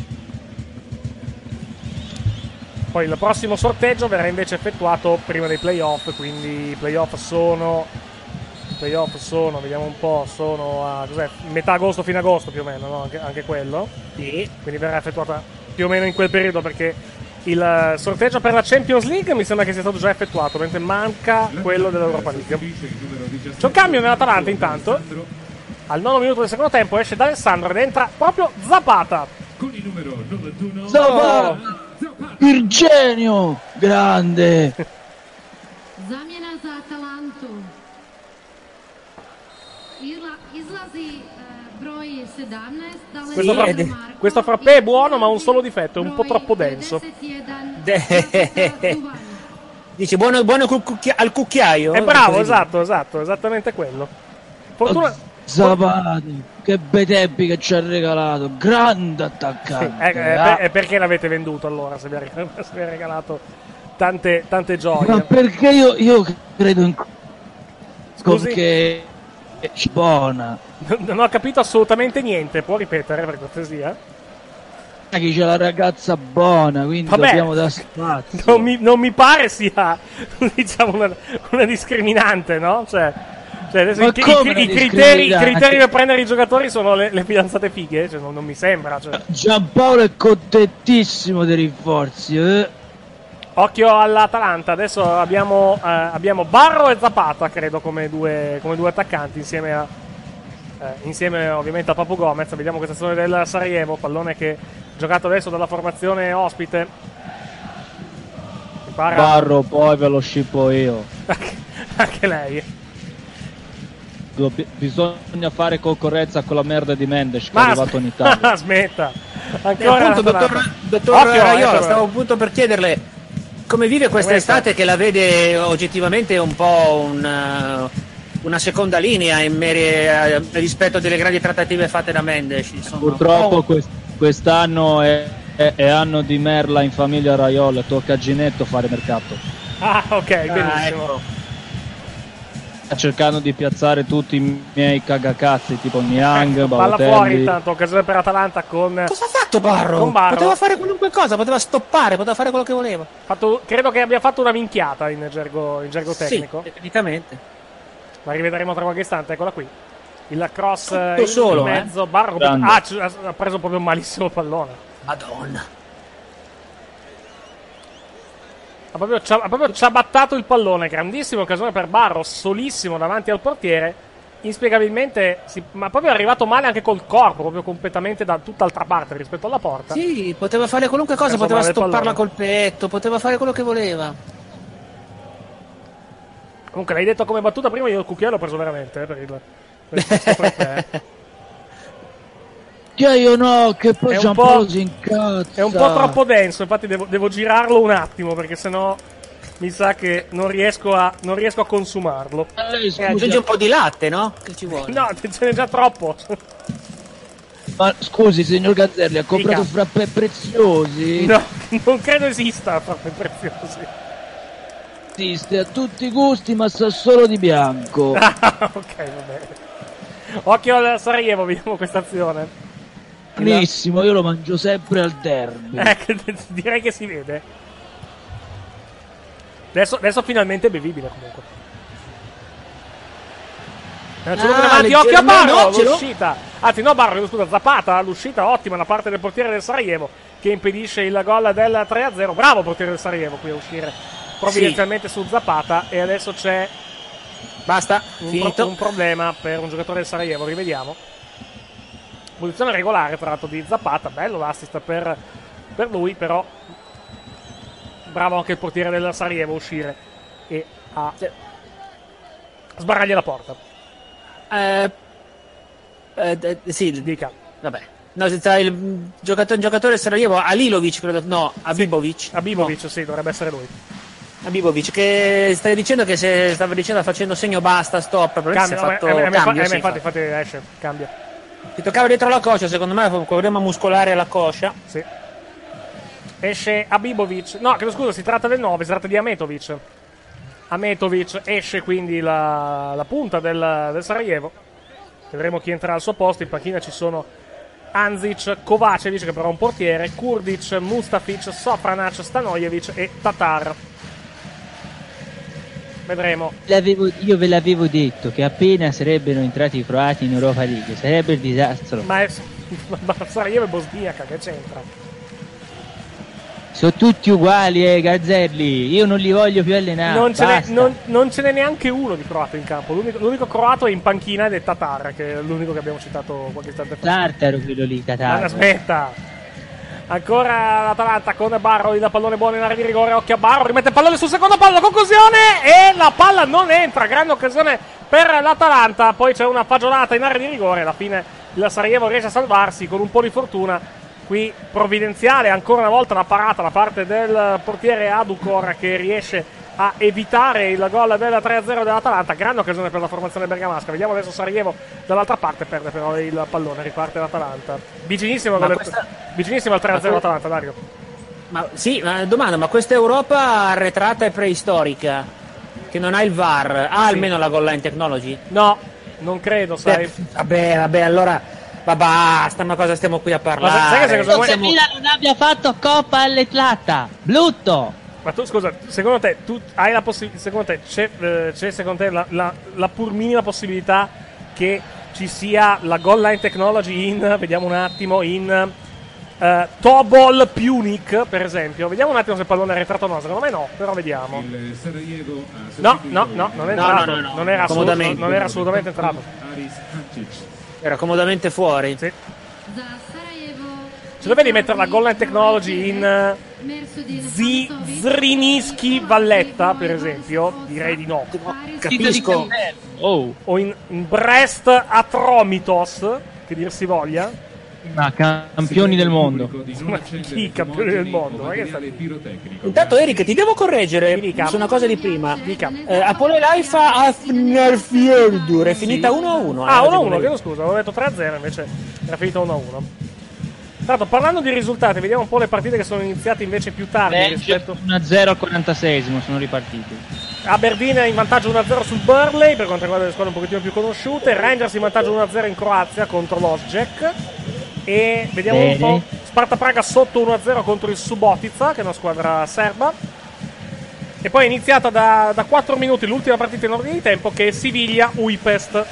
Poi il prossimo sorteggio verrà invece effettuato prima dei playoff, quindi i playoff sono playoff sono, vediamo un po', sono a cos'è, metà agosto, fine agosto più o meno, no? Anche, anche quello. Sì. Quindi verrà effettuata più o meno in quel periodo, perché il sorteggio per la Champions League mi sembra che sia stato già effettuato, mentre manca quello dell'Europa League. C'è un cambio nell'Atalanta intanto. Al nono minuto del secondo tempo esce D'Alessandro ed entra proprio Zapata. Con il numero novantuno Zapata! Il genio! Grande! Zamjena za Atalantu. Izla- Izlazi eh, broj sedamnaest. Questo, fra- questo frappè è buono, ma ha un solo difetto, è un po' troppo denso. Dici buono, buono col cucchia- al cucchiaio? È bravo, esatto, esatto, esattamente quello. Fortuna... Zapata, che bei tempi che ci ha regalato, grande attaccante. Sì, è, è, ah. è perché l'avete venduto allora, se vi ha regalato, se vi ha regalato tante, tante gioie. Ma perché io, io credo in... Scusi? Che è buona. Non ho capito assolutamente niente, può ripetere per cortesia? Che c'è la ragazza buona, quindi Vabbè, dobbiamo dare spazio. Non mi, non mi pare sia, diciamo, una, una discriminante, no? Cioè, cioè adesso Ma i, come i, i, una criteri, i discriminante? criteri per prendere i giocatori sono le, le fidanzate fighe? Cioè, non, non mi sembra. Cioè. Giampaolo è contentissimo dei rinforzi, eh. Occhio all'Atalanta, adesso abbiamo, eh, abbiamo Barro e Zapata, credo, come due, come due attaccanti, insieme a eh, insieme ovviamente a Papu Gomez. Vediamo questa azione del Sarajevo, pallone che giocato adesso dalla formazione ospite. Mi pare... Barro, poi ve lo scippo io. Anche lei. Dobb- bisogna fare concorrenza con la merda di Mendes che Ma è arrivato in Italia. Smetta. E Ancora appunto, dottor, dottor Occhio, Raiola, ecco. stavo appunto per chiederle come vive questa Questa. estate, che la vede oggettivamente un po' un, uh, una seconda linea in meri- a- rispetto delle grandi trattative fatte da Mendes. Insomma. Purtroppo Oh, quest- quest'anno è, è- è anno di merla in famiglia Raiola, tocca a Ginetto fare mercato. Ah, ok, ah, benissimo. ecco. Sta cercando di piazzare tutti i miei cagacazzi tipo Niang, Ecco, palla fuori Balotelli. intanto, occasione per Atalanta con... Cosa ha fatto Barro? Con Barro. Poteva fare qualunque cosa, poteva stoppare, poteva fare quello che voleva. Fatto, credo che abbia fatto una minchiata in gergo, in gergo tecnico. Sì, tecnicamente. La rivedremo tra qualche istante, eccola qui. Il cross Tutto in solo, mezzo, eh. Barro Grande. ah, c- ha preso proprio malissimo il pallone. Madonna. Ha proprio, ci ha, ha proprio ciabattato il pallone, grandissima occasione per Barro, solissimo davanti al portiere. Inspiegabilmente, si, ma proprio è arrivato male anche col corpo, proprio completamente da tutt'altra parte rispetto alla porta. Sì, poteva fare qualunque cosa, Preso poteva male il stopparla pallone. col petto, poteva fare quello che voleva. Comunque l'hai detto come battuta prima, io il cucchiaio l'ho preso veramente, eh, per il... Per, per te. Che io no, che poi È un Giampaolo po'- si incazza. È un po' troppo denso, infatti devo, devo girarlo un attimo, perché sennò mi sa che non riesco a, non riesco a consumarlo. Eh, lei, E scusa, aggiunge un po' di latte, no? Che ci vuole? No, ce n'è già troppo. ma scusi signor Gazzelli, ha comprato Dica. frappè preziosi? No, non credo esista frappe preziosi. Esiste a tutti i gusti, ma sa solo di bianco. Ah, ok, va bene. Occhio al Sarajevo, vediamo questa azione. Benissimo, io lo mangio sempre al derby. Eh, direi che si vede. Adesso, adesso finalmente è bevibile comunque. Eh, ce l'ho Ah, davanti, occhio a leggermente- Barro, no, ce l'ho. l'uscita. Anzi, no, Barro, scusa, Zapata, l'uscita ottima da parte del portiere del Sarajevo, che impedisce il gol del tre a zero. Bravo portiere del Sarajevo qui a uscire provvidenzialmente su Zapata. E adesso c'è Basta, un, finito. pro- un problema per un giocatore del Sarajevo, rivediamo. Posizione regolare tra l'altro di Zapata, bello l'assist per, per lui, però bravo anche il portiere del Sarajevo a uscire e a sbarrargli la porta. Eh, eh, eh, sì, Dica. vabbè. No, tra il giocatore, il giocatore Sarajevo, Alilovic, credo, no, Abibovic. Abibovic, sì, dovrebbe essere lui. Abibovic, che stai dicendo che se stava dicendo facendo segno basta, stop, probabilmente si è Cambia, fatto no, eh, eh, cambio, eh, sì, infatti, infatti. infatti esce, cambia. Ti toccava dietro la coscia, secondo me, con problema muscolare alla coscia. Sì. Esce Abibovic. No, chiedo scusa, si tratta del nove, si tratta di Ametovic. Ametovic esce quindi la, la punta del, del Sarajevo. Vedremo chi entrerà al suo posto. In panchina ci sono Anzic, Kovacevic, che però è un portiere, Kurdic, Mustafic, Sofranac, Stanojevic e Tatar. vedremo. L'avevo, io ve l'avevo detto che appena sarebbero entrati i croati in Europa League sarebbe il disastro. Ma, è, ma Sarajevo è bosniaca, che c'entra? Sono tutti uguali, eh, Gazzelli. Io non li voglio più allenare. Non ce, n'è, basta. non, non ce n'è neanche uno di croato in campo. L'unico, l'unico croato è in panchina ed è Tatar, che è l'unico che abbiamo citato qualche istante fa. Tartaro quello lì, Tatar. Ma aspetta. Ancora l'Atalanta con Barro, il pallone buono in area di rigore. Occhio a Barro, rimette il pallone sul secondo palo, conclusione e la palla non entra. Grande occasione per l'Atalanta. Poi c'è una fagiolata in area di rigore. Alla fine il Sarajevo riesce a salvarsi con un po' di fortuna. Qui provvidenziale, ancora una volta la parata da parte del portiere Adukor, che riesce a evitare il gol del tre a zero dell'Atalanta. Grande occasione per la formazione bergamasca. Vediamo adesso Sarajevo dall'altra parte, perde però il pallone, riparte l'Atalanta. Vicinissimo, Ma le... questa... Vicinissimo al tre a zero l'Atalanta, Dario. Ma sì, ma domanda, ma questa Europa arretrata e preistorica, che non ha il V A R, ha Sì. almeno la goal line technology? No, non credo, sai. Beh, vabbè, vabbè, allora... Ma basta, ma cosa stiamo qui a parlare? Ma sai che cosa vuoi- Che Milan non abbia fatto Coppa Alletlata. Brutto. Ma tu scusa, secondo te tu hai la possibilità, secondo te c'è, eh, c'è secondo te la, la, la pur minima possibilità che ci sia la goal line technology in, vediamo un attimo, in uh, Tobol Punic, per esempio? Vediamo un attimo se il pallone è arretrato o no, secondo me no, però vediamo. Il Sarajevo ha No, no, no, non è No, entrato, no, no, no. non, era assolut- Comodamente. non era assolutamente entrato. Aris Hancic. Era comodamente fuori. Sì. Za Sarajevo. Se dovevi mettere la goal line technology in uh, Mersudin Zi- Samasovic. Zrinjski Valletta, per esempio, direi di no. Capisco. Oh, O in, in Brest Atromitos, che dir si voglia. ma campioni del mondo. Ma chi campioni del mondo? Ma che sta- Intanto Eric, ti devo correggere Mi dica. su una cosa di prima. Dica. Eh, Apollo Laifa Afnarfjordur è finita uno a uno. Ah, uno a uno, chiedo scusa, avevo detto tre a zero, invece era finito uno a uno. Tra l'altro, parlando di risultati, vediamo un po' le partite che sono iniziate invece più tardi rispetto uno a zero al quarantaseiesimo sono ripartiti. Aberdeen in vantaggio uno a zero sul Burnley, per quanto riguarda le squadre un pochettino più conosciute. Rangers in vantaggio uno a zero in Croazia contro l'Osijek. E vediamo un Bene. po'. Sparta Praga sotto uno a zero contro il Subotica, che è una squadra serba. E poi è iniziata da, da quattro minuti l'ultima partita in ordine di tempo, che è Siviglia-Uipest.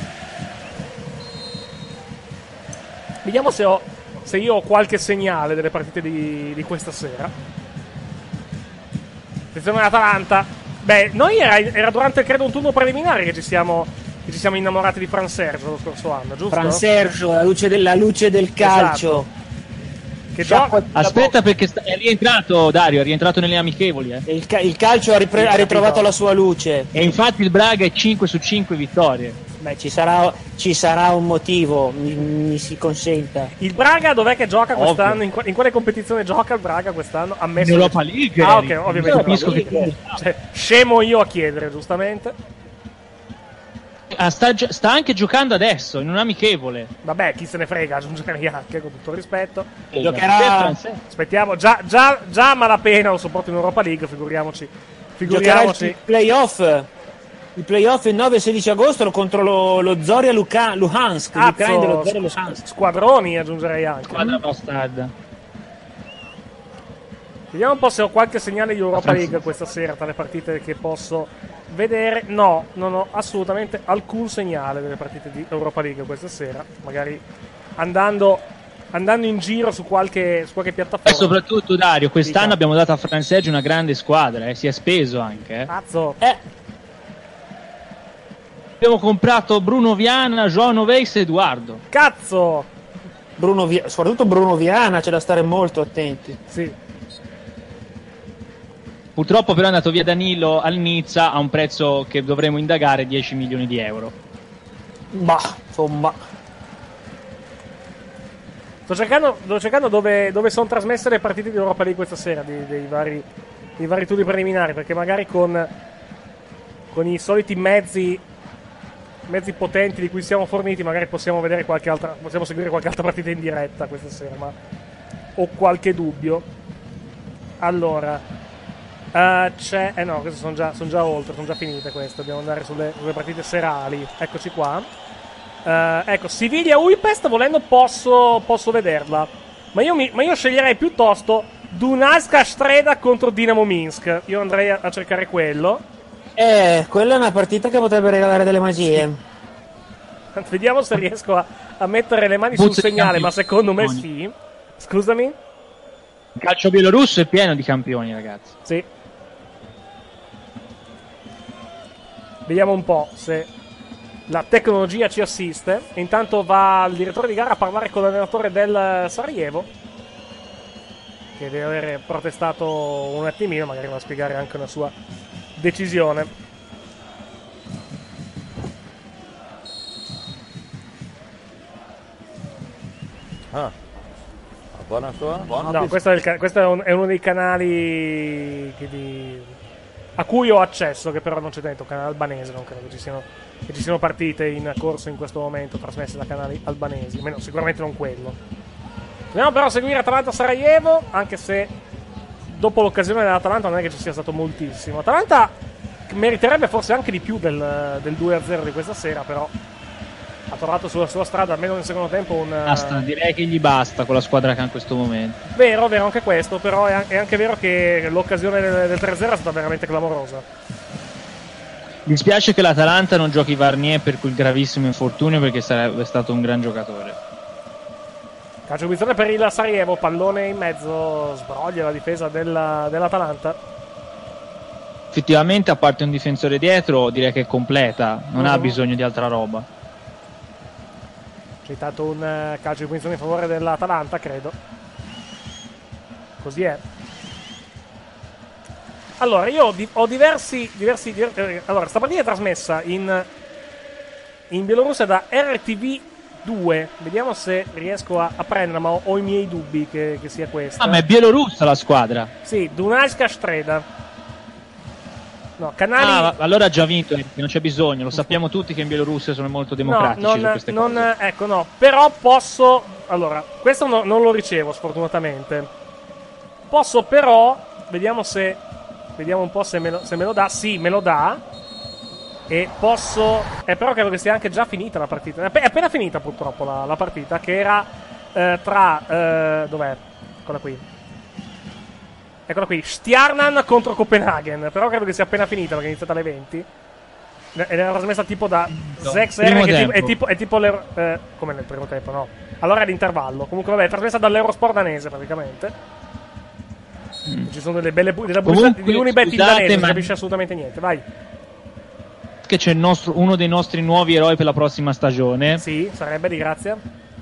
Vediamo se, ho, se io ho qualche segnale delle partite di, di questa sera. Attenzione all'Atalanta. Beh, noi era, era durante, credo, un turno preliminare che ci siamo, che ci siamo innamorati di Fran Sergio lo scorso anno, giusto? Fran Sergio, la luce, del, la luce del calcio. Esatto. Che gioca... Aspetta, perché sta- è rientrato Dario, è rientrato nelle amichevoli. Eh. Il, ca- il calcio ha, ripre- ha ritrovato la sua luce. E infatti il Braga è cinque su cinque vittorie. Beh, ci sarà, ci sarà un motivo, mi, mi si consenta. Il Braga dov'è che gioca Ovvio. quest'anno? In, que- in quale competizione gioca il Braga quest'anno? Ammesso In Europa League. Ah, ok, Eric. ovviamente. Io capisco che League. Cioè, scemo io a chiedere, giustamente. Ah, sta, gio- sta anche giocando adesso in un amichevole. Vabbè, chi se ne frega, aggiungerei anche, con tutto il rispetto. Giocherà, Aspettiamo, già, già, già a malapena lo sopporto in Europa League, figuriamoci. giocherà il Figuriamoci. playoff. Il playoff il nove e sedici agosto contro lo, lo Zoria Luka- Luhansk. l'Ucraina dello Zoria Cazzo, Luhansk. squadroni aggiungerei anche. Squadra bastarda. Vediamo un po' se ho qualche segnale di Europa League questa sera tra le partite che posso vedere. No, non ho assolutamente alcun segnale delle partite di Europa League questa sera. Magari andando, andando in giro su qualche, su qualche E piattaforma. soprattutto Dario, quest'anno Dica. abbiamo dato a Fran Sergio una grande squadra, eh, si è speso anche. Eh. Cazzo. Eh, Abbiamo comprato Bruno Viana, João Noveis e Edoardo. Cazzo! Bruno Vi- soprattutto Bruno Viana, c'è da stare molto attenti. Sì. Purtroppo però è andato via Danilo al Nizza a un prezzo che dovremo indagare, dieci milioni di euro. Bah, insomma. Sto cercando, sto cercando dove, dove sono trasmesse le partite di Europa League questa sera, di- dei, vari, dei vari turni preliminari, perché magari con, con i soliti mezzi, mezzi potenti di cui siamo forniti, magari possiamo vedere qualche altra, possiamo seguire qualche altra partita in diretta questa sera, ma ho qualche dubbio. Allora, eh, c'è, eh no, queste sono già, sono già oltre, sono già finite queste, dobbiamo andare sulle, sulle partite serali. Eccoci qua. Uh, ecco, Siviglia-Uipest, volendo posso, posso vederla. Ma io, mi, ma io sceglierei piuttosto Dunajska Streda contro Dinamo Minsk. Io andrei a, a cercare quello. Eh, quella è una partita che potrebbe regalare delle magie. Vediamo se riesco a, a mettere le mani sul Buzzi di segnale, ma campioni. secondo me sì. Scusami? Il calcio bielorusso è pieno di campioni, ragazzi. Sì. Vediamo un po' se la tecnologia ci assiste. Intanto va il direttore di gara a parlare con l'allenatore del Sarajevo, che deve aver protestato un attimino, magari va a spiegare anche una sua decisione. Ah. Buona sua? Buona No, questo, è, il ca- questo è, un- è uno dei canali che di- a cui ho accesso, che però non c'è dentro, canale albanese, non credo che ci siano, che ci siano partite in corso in questo momento trasmesse da canali albanesi, almeno sicuramente non quello. Dobbiamo però seguire Atalanta-Sarajevo, anche se dopo l'occasione dell'Atalanta non è che ci sia stato moltissimo. Atalanta meriterebbe forse anche di più del, del due a zero di questa sera, però ha trovato sulla sua strada, almeno nel secondo tempo, un... Basta, direi che gli basta con la squadra che ha in questo momento. Vero, vero anche questo, però è, è anche vero che l'occasione del, del tre a zero è stata veramente clamorosa. Mi dispiace che l'Atalanta non giochi Varnier per quel gravissimo infortunio, perché sarebbe stato un gran giocatore. Calcio di punizione per il Sarajevo, pallone in mezzo, sbroglia la difesa della, dell'Atalanta. Effettivamente, a parte un difensore dietro, direi che è completa, non Uh-huh. ha bisogno di altra roba. C'è stato un eh, calcio di punizione in favore dell'Atalanta, credo. Così è. Allora, io ho, di- ho diversi... diversi diver- eh, allora, sta partita è trasmessa in, in Bielorussia da R T V due. Vediamo se riesco a, a prenderla, ma ho, ho i miei dubbi che, che sia questa. Ah, ma è bielorussa la squadra. Sì, Dunajska Streda. No, canali... Ah, allora ha già vinto, eh, non c'è bisogno, lo sappiamo tutti che in Bielorussia sono molto democratici no, su non, queste non, cose. ecco, no. Però posso... Allora, questo no- non lo ricevo, sfortunatamente. Posso però... Vediamo se... Vediamo un po' se me lo, se me lo dà. Sì, me lo dà. E posso... Eh, però credo che sia anche già finita la partita. È app- è appena finita, purtroppo, la, la partita. Che era eh, tra... Eh, dov'è? Eccola qui. Eccola qui. Stjarnan contro Copenaghen. Però credo che sia appena finita, perché è iniziata alle venti. Ed era trasmessa tipo da No, Zex R, primo che è tipo, è tempo. tipo, è tipo l'Euro- eh, come nel primo tempo, no? Allora è l'intervallo. Comunque, vabbè, è trasmessa dall'Eurosport danese, praticamente. Ci sono delle belle pu- della pubblicità Comunque, di Unibet in scusate, danese, non ma- si capisce assolutamente niente. Vai. Che c'è il nostro, uno dei nostri nuovi eroi per la prossima stagione. Sì, sarebbe di grazia.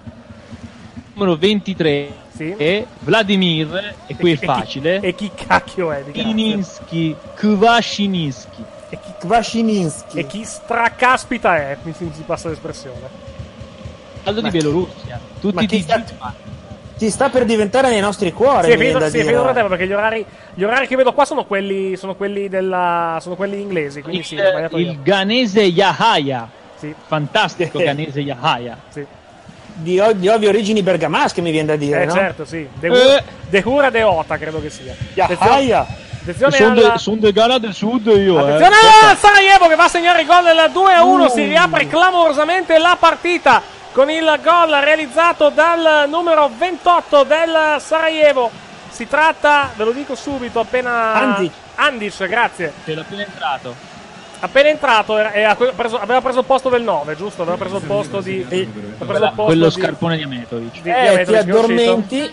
Numero ventitré. Sì. E Vladimir, e qui è chi- facile. E chi cacchio è di grazia? Kininsky, Kvashinsky. E chi, Kvashinsky. e chi stracaspita è? Mi si, si passa l'espressione. Caldo di Bielorussia. Tutti Ma i chi T G. sta, ti sta per diventare nei nostri cuori, Sì, è mi viene finito, da sì, è dire. finito il tempo, perché gli orari, gli orari che vedo qua sono quelli, sono quelli della, sono quelli inglesi, quindi sì, ho Il, sbagliato io. il Ghanese Yahaya. Sì. Fantastico Ghanese Yahaya. Sì. Di, o- di ovvie origini bergamasche, mi viene da dire, Eh no? certo, sì. De, Eh. Hura- De Hura De Ota, credo che sia. Yahaya. Attenzione Sono alla... de, son de Ghana del Sud io, eh. Attenzione al Sarajevo che va a segnare il gol del due a uno, si riapre clamorosamente la partita con il gol realizzato dal numero ventotto del Sarajevo. Si tratta, ve lo dico subito, appena... Andic. Andic, grazie. Sei appena entrato. Appena entrato era- e ha preso- aveva preso il posto del nove, giusto? Aveva preso il posto di... aveva preso il Quella- posto quello di- scarpone di Ametovic. di- Eh, di ti Ametovic, che è uscito. addormenti.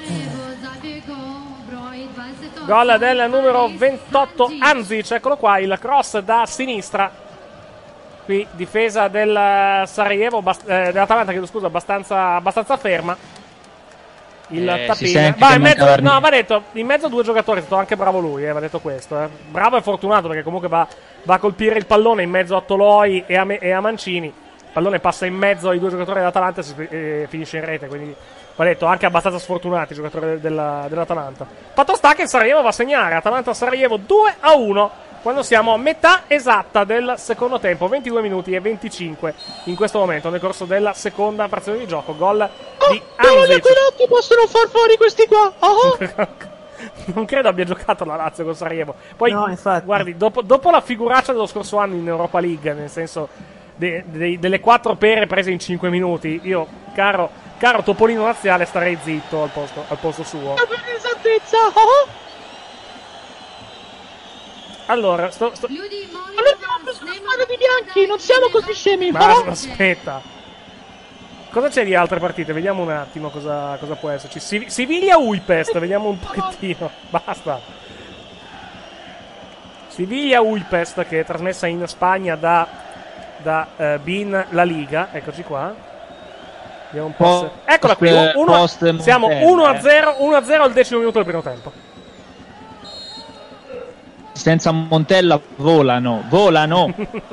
Gol del numero ventotto Anzic, eccolo qua, il cross da sinistra. Qui difesa del Sarajevo, bast- eh, dell'Atalanta, chiedo scusa, abbastanza, abbastanza ferma. Il Eh, si Tapin. sente Va che in manca mezzo, Varnier. no, va detto, in mezzo a due giocatori, è stato anche bravo lui, eh, va detto questo. Eh. Bravo e fortunato, perché comunque va, va a colpire il pallone in mezzo a Toloi e a, Me- e a Mancini. Il pallone passa in mezzo ai due giocatori dell'Atalanta e, si, e finisce in rete, quindi va detto, anche abbastanza sfortunati i giocatori de- della- dell'Atalanta. Fatto sta che il Sarajevo va a segnare, Atalanta-Sarajevo due a uno, quando siamo a metà esatta del secondo tempo, ventidue minuti e venticinque in questo momento, nel corso della seconda frazione di gioco. Gol di Anzic. Quellotti possono far fuori questi qua. Oh. Non credo abbia giocato la Lazio con Sarajevo. Poi, No, infatti. guardi, dopo, dopo la figuraccia dello scorso anno in Europa League, nel senso de- de- delle quattro pere prese in cinque minuti, io, caro, caro Topolino Laziale, starei zitto al posto, al posto suo. Esattezza. Oh. Allora, sto, sto- Ljudi, molim Allora andiamo squadra di bianchi, non siamo così scemi. Ma aspetta. Cosa c'è di altre partite? Vediamo un attimo cosa, cosa può esserci. Siv- Siviglia-Uipest, vediamo un pochettino. Basta. Siviglia-Uipest, che è trasmessa in Spagna da, da uh, Bin La Liga. Eccoci qua. Vediamo un po'. Se... Eccola qui. Uno, siamo uno a zero, uno a zero al decimo minuto del primo tempo. Senza Montella volano, volano.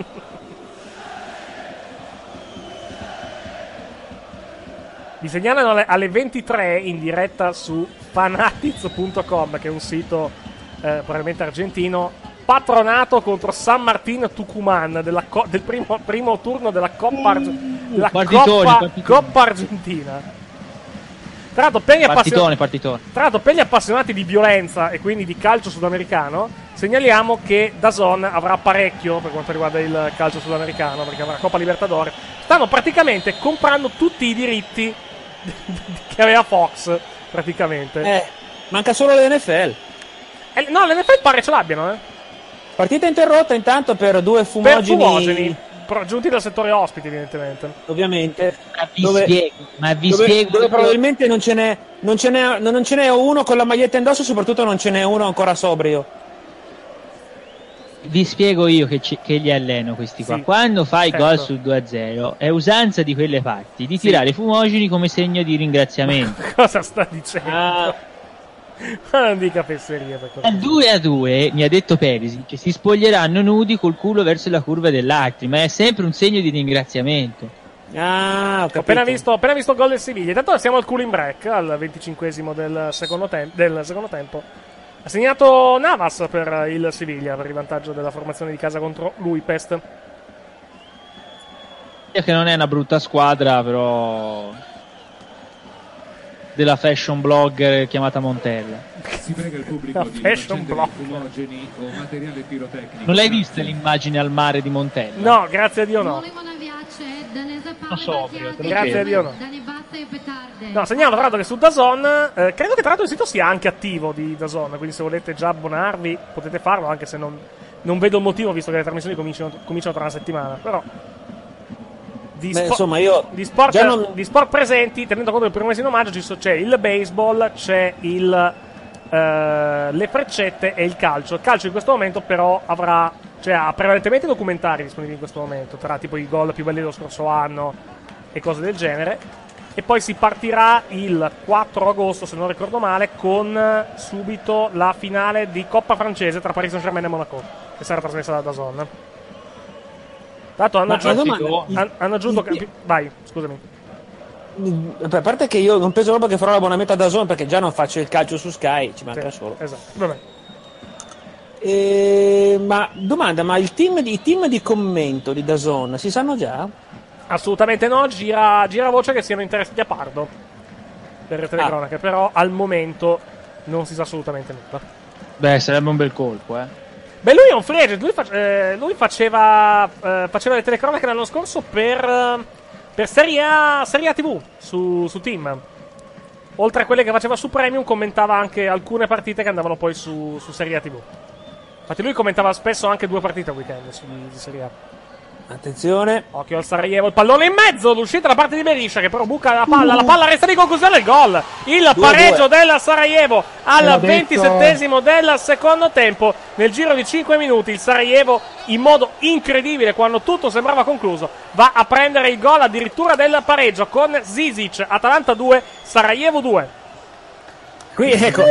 Vi segnalano alle, alle ventitré in diretta su fanatiz punto com, che è un sito eh, probabilmente argentino. Patronato contro San Martín Tucumán della co- del primo, primo turno della Coppa, Arge- della partitoni, Coppa, partitoni. Coppa Argentina. Tra l'altro, per gli, Partitone, appassion- partitone. tra l'altro, per gli appassionati di violenza e quindi di calcio sudamericano, segnaliamo che DAZN avrà parecchio per quanto riguarda il calcio sudamericano, perché avrà Coppa Libertadores. Stanno praticamente comprando tutti i diritti che aveva Fox, praticamente. Eh, manca solo l'N F L. Eh, no, l'N F L pare ce l'abbiano, eh. Partita interrotta intanto per due Per fumogeni. fumogeni, pro- giunti dal settore ospiti, evidentemente. Ovviamente. Ma vi Dove- spiego, ma vi dove, spiego dove io- probabilmente non ce n'è non ce n'è non ce n'è uno con la maglietta indosso, soprattutto non ce n'è uno ancora sobrio. vi spiego io che, ci- che li alleno questi qua. Sì, Quando fai certo. gol sul due a zero è usanza di quelle parti di tirare i fumogeni come segno di ringraziamento. Cosa sta dicendo? Ah, Ma non dica fesserie, per Al due a due mi ha detto Perisic che si spoglieranno nudi col culo verso la curva dell'altri, ma è sempre un segno di ringraziamento. ah, ho Ho capito. appena visto, ho appena visto il gol del Siviglia. Intanto siamo al cooling break, al venticinquesimo del secondo, tem- del secondo tempo. Ha segnato Navas per il Siviglia, per il vantaggio della formazione di casa contro l'Uipest. Che non è una brutta squadra, però della fashion blogger chiamata Montella. Si prega il pubblico La di fashion accendere block. fumogeni o materiale pirotecnico. Non l'hai vista l'immagine al mare di Montella? No, grazie a Dio no. Non sobrio, te lo Grazie a chiedo. Dio no. No, segnalo tra l'altro che su DAZN, eh, credo che tra l'altro il sito sia anche attivo di DAZN, quindi se volete già abbonarvi potete farlo, anche se non, non vedo il motivo, visto che le trasmissioni cominciano, cominciano tra una settimana. Però di, Beh, spo- insomma, io di, sport, già non- di sport presenti, tenendo conto del primo mese di omaggio, ci so- c'è il baseball, c'è il eh, le freccette e il calcio. Il calcio in questo momento però avrà, cioè ha prevalentemente documentari disponibili in questo momento, tra tipo i gol più belli dello scorso anno e cose del genere. E poi si partirà il quattro agosto, se non ricordo male, con eh, subito la finale di Coppa francese tra Paris Saint-Germain e Monaco, che sarà trasmessa da DAZN. Tanto hanno Ma la aggiunto, domanda- han- hanno aggiunto il- vai, scusami. A parte che io non penso proprio che farò l'abbonamento a DAZN, perché già non faccio il calcio su Sky, ci manca Sì, solo. esatto. Vabbè. Eh, ma domanda, ma il team di, i team di commento di DAZN si sanno già? Assolutamente no, gira, gira voce che siano interessati a Pardo per le telecronache, però al momento non si sa assolutamente nulla. Beh, sarebbe un bel colpo, eh. Beh, lui è un free agent, lui, fa- eh, lui faceva, eh, faceva le telecronache l'anno scorso per, eh, per Serie A, Serie A T V su, su Team. Oltre a quelle che faceva su Premium, commentava anche alcune partite che andavano poi su, su Serie A T V. Infatti lui commentava spesso anche due partite a weekend su, di Serie A. Attenzione. Occhio al Sarajevo, il pallone in mezzo, l'uscita da parte di Beriscia che però buca la palla, la palla resta di conclusione, il gol, il due a pareggio due. del Sarajevo al L'ho detto. ventisettesimo del secondo tempo. Nel giro di cinque minuti il Sarajevo, in modo incredibile, quando tutto sembrava concluso, va a prendere il gol addirittura del pareggio con Zizic. Atalanta due, Sarajevo due. Qui ecco,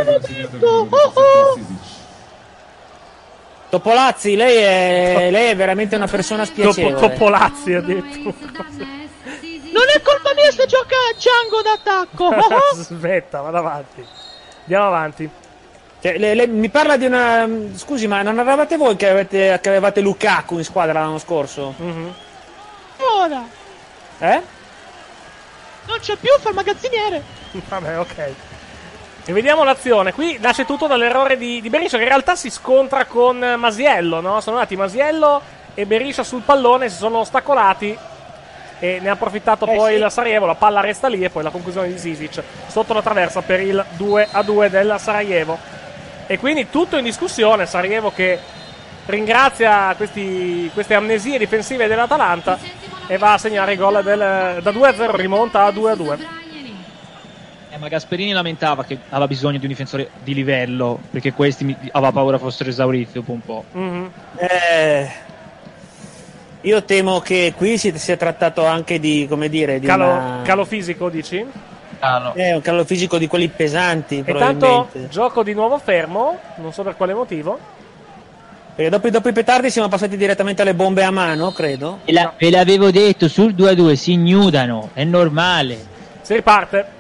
Topolazzi, lei è, lei è veramente una persona Topo, spiacevole. Topolazzi addirittura. Non è colpa mia se gioca Django d'attacco. Aspetta, vado avanti. Andiamo avanti. Cioè, le- le- mi parla di una. Scusi, ma non eravate voi che, avete, che avevate Lukaku in squadra l'anno scorso? Mhm. Ora Eh? non c'è più, fa il magazziniere. Vabbè, ok. E vediamo l'azione. Qui nasce tutto dall'errore di, di Beriscia, che in realtà si scontra con Masiello, no? Sono andati Masiello e Beriscia sul pallone, si sono ostacolati e ne ha approfittato Eh, poi sì. il Sarajevo. La palla resta lì e poi la conclusione di Zizic sotto la traversa per il due a due del Sarajevo. E quindi tutto in discussione. Sarajevo che ringrazia questi, queste amnesie difensive dell'Atalanta e va a segnare il gol del, da due a zero, rimonta a due a due. Eh, ma Gasperini lamentava che aveva bisogno di un difensore di livello, perché questi mi, aveva paura fossero esauriti dopo un po'. Mm-hmm. Eh, io temo che qui si sia trattato anche di, come dire, di calo, una... calo fisico, dici? Calo. Eh, un calo fisico di quelli pesanti, E probabilmente. tanto gioco di nuovo fermo, non so per quale motivo. Perché dopo, dopo i petardi siamo passati direttamente alle bombe a mano, credo. Ve, la, ve l'avevo detto, sul due a due si ignudano, è normale. Si riparte.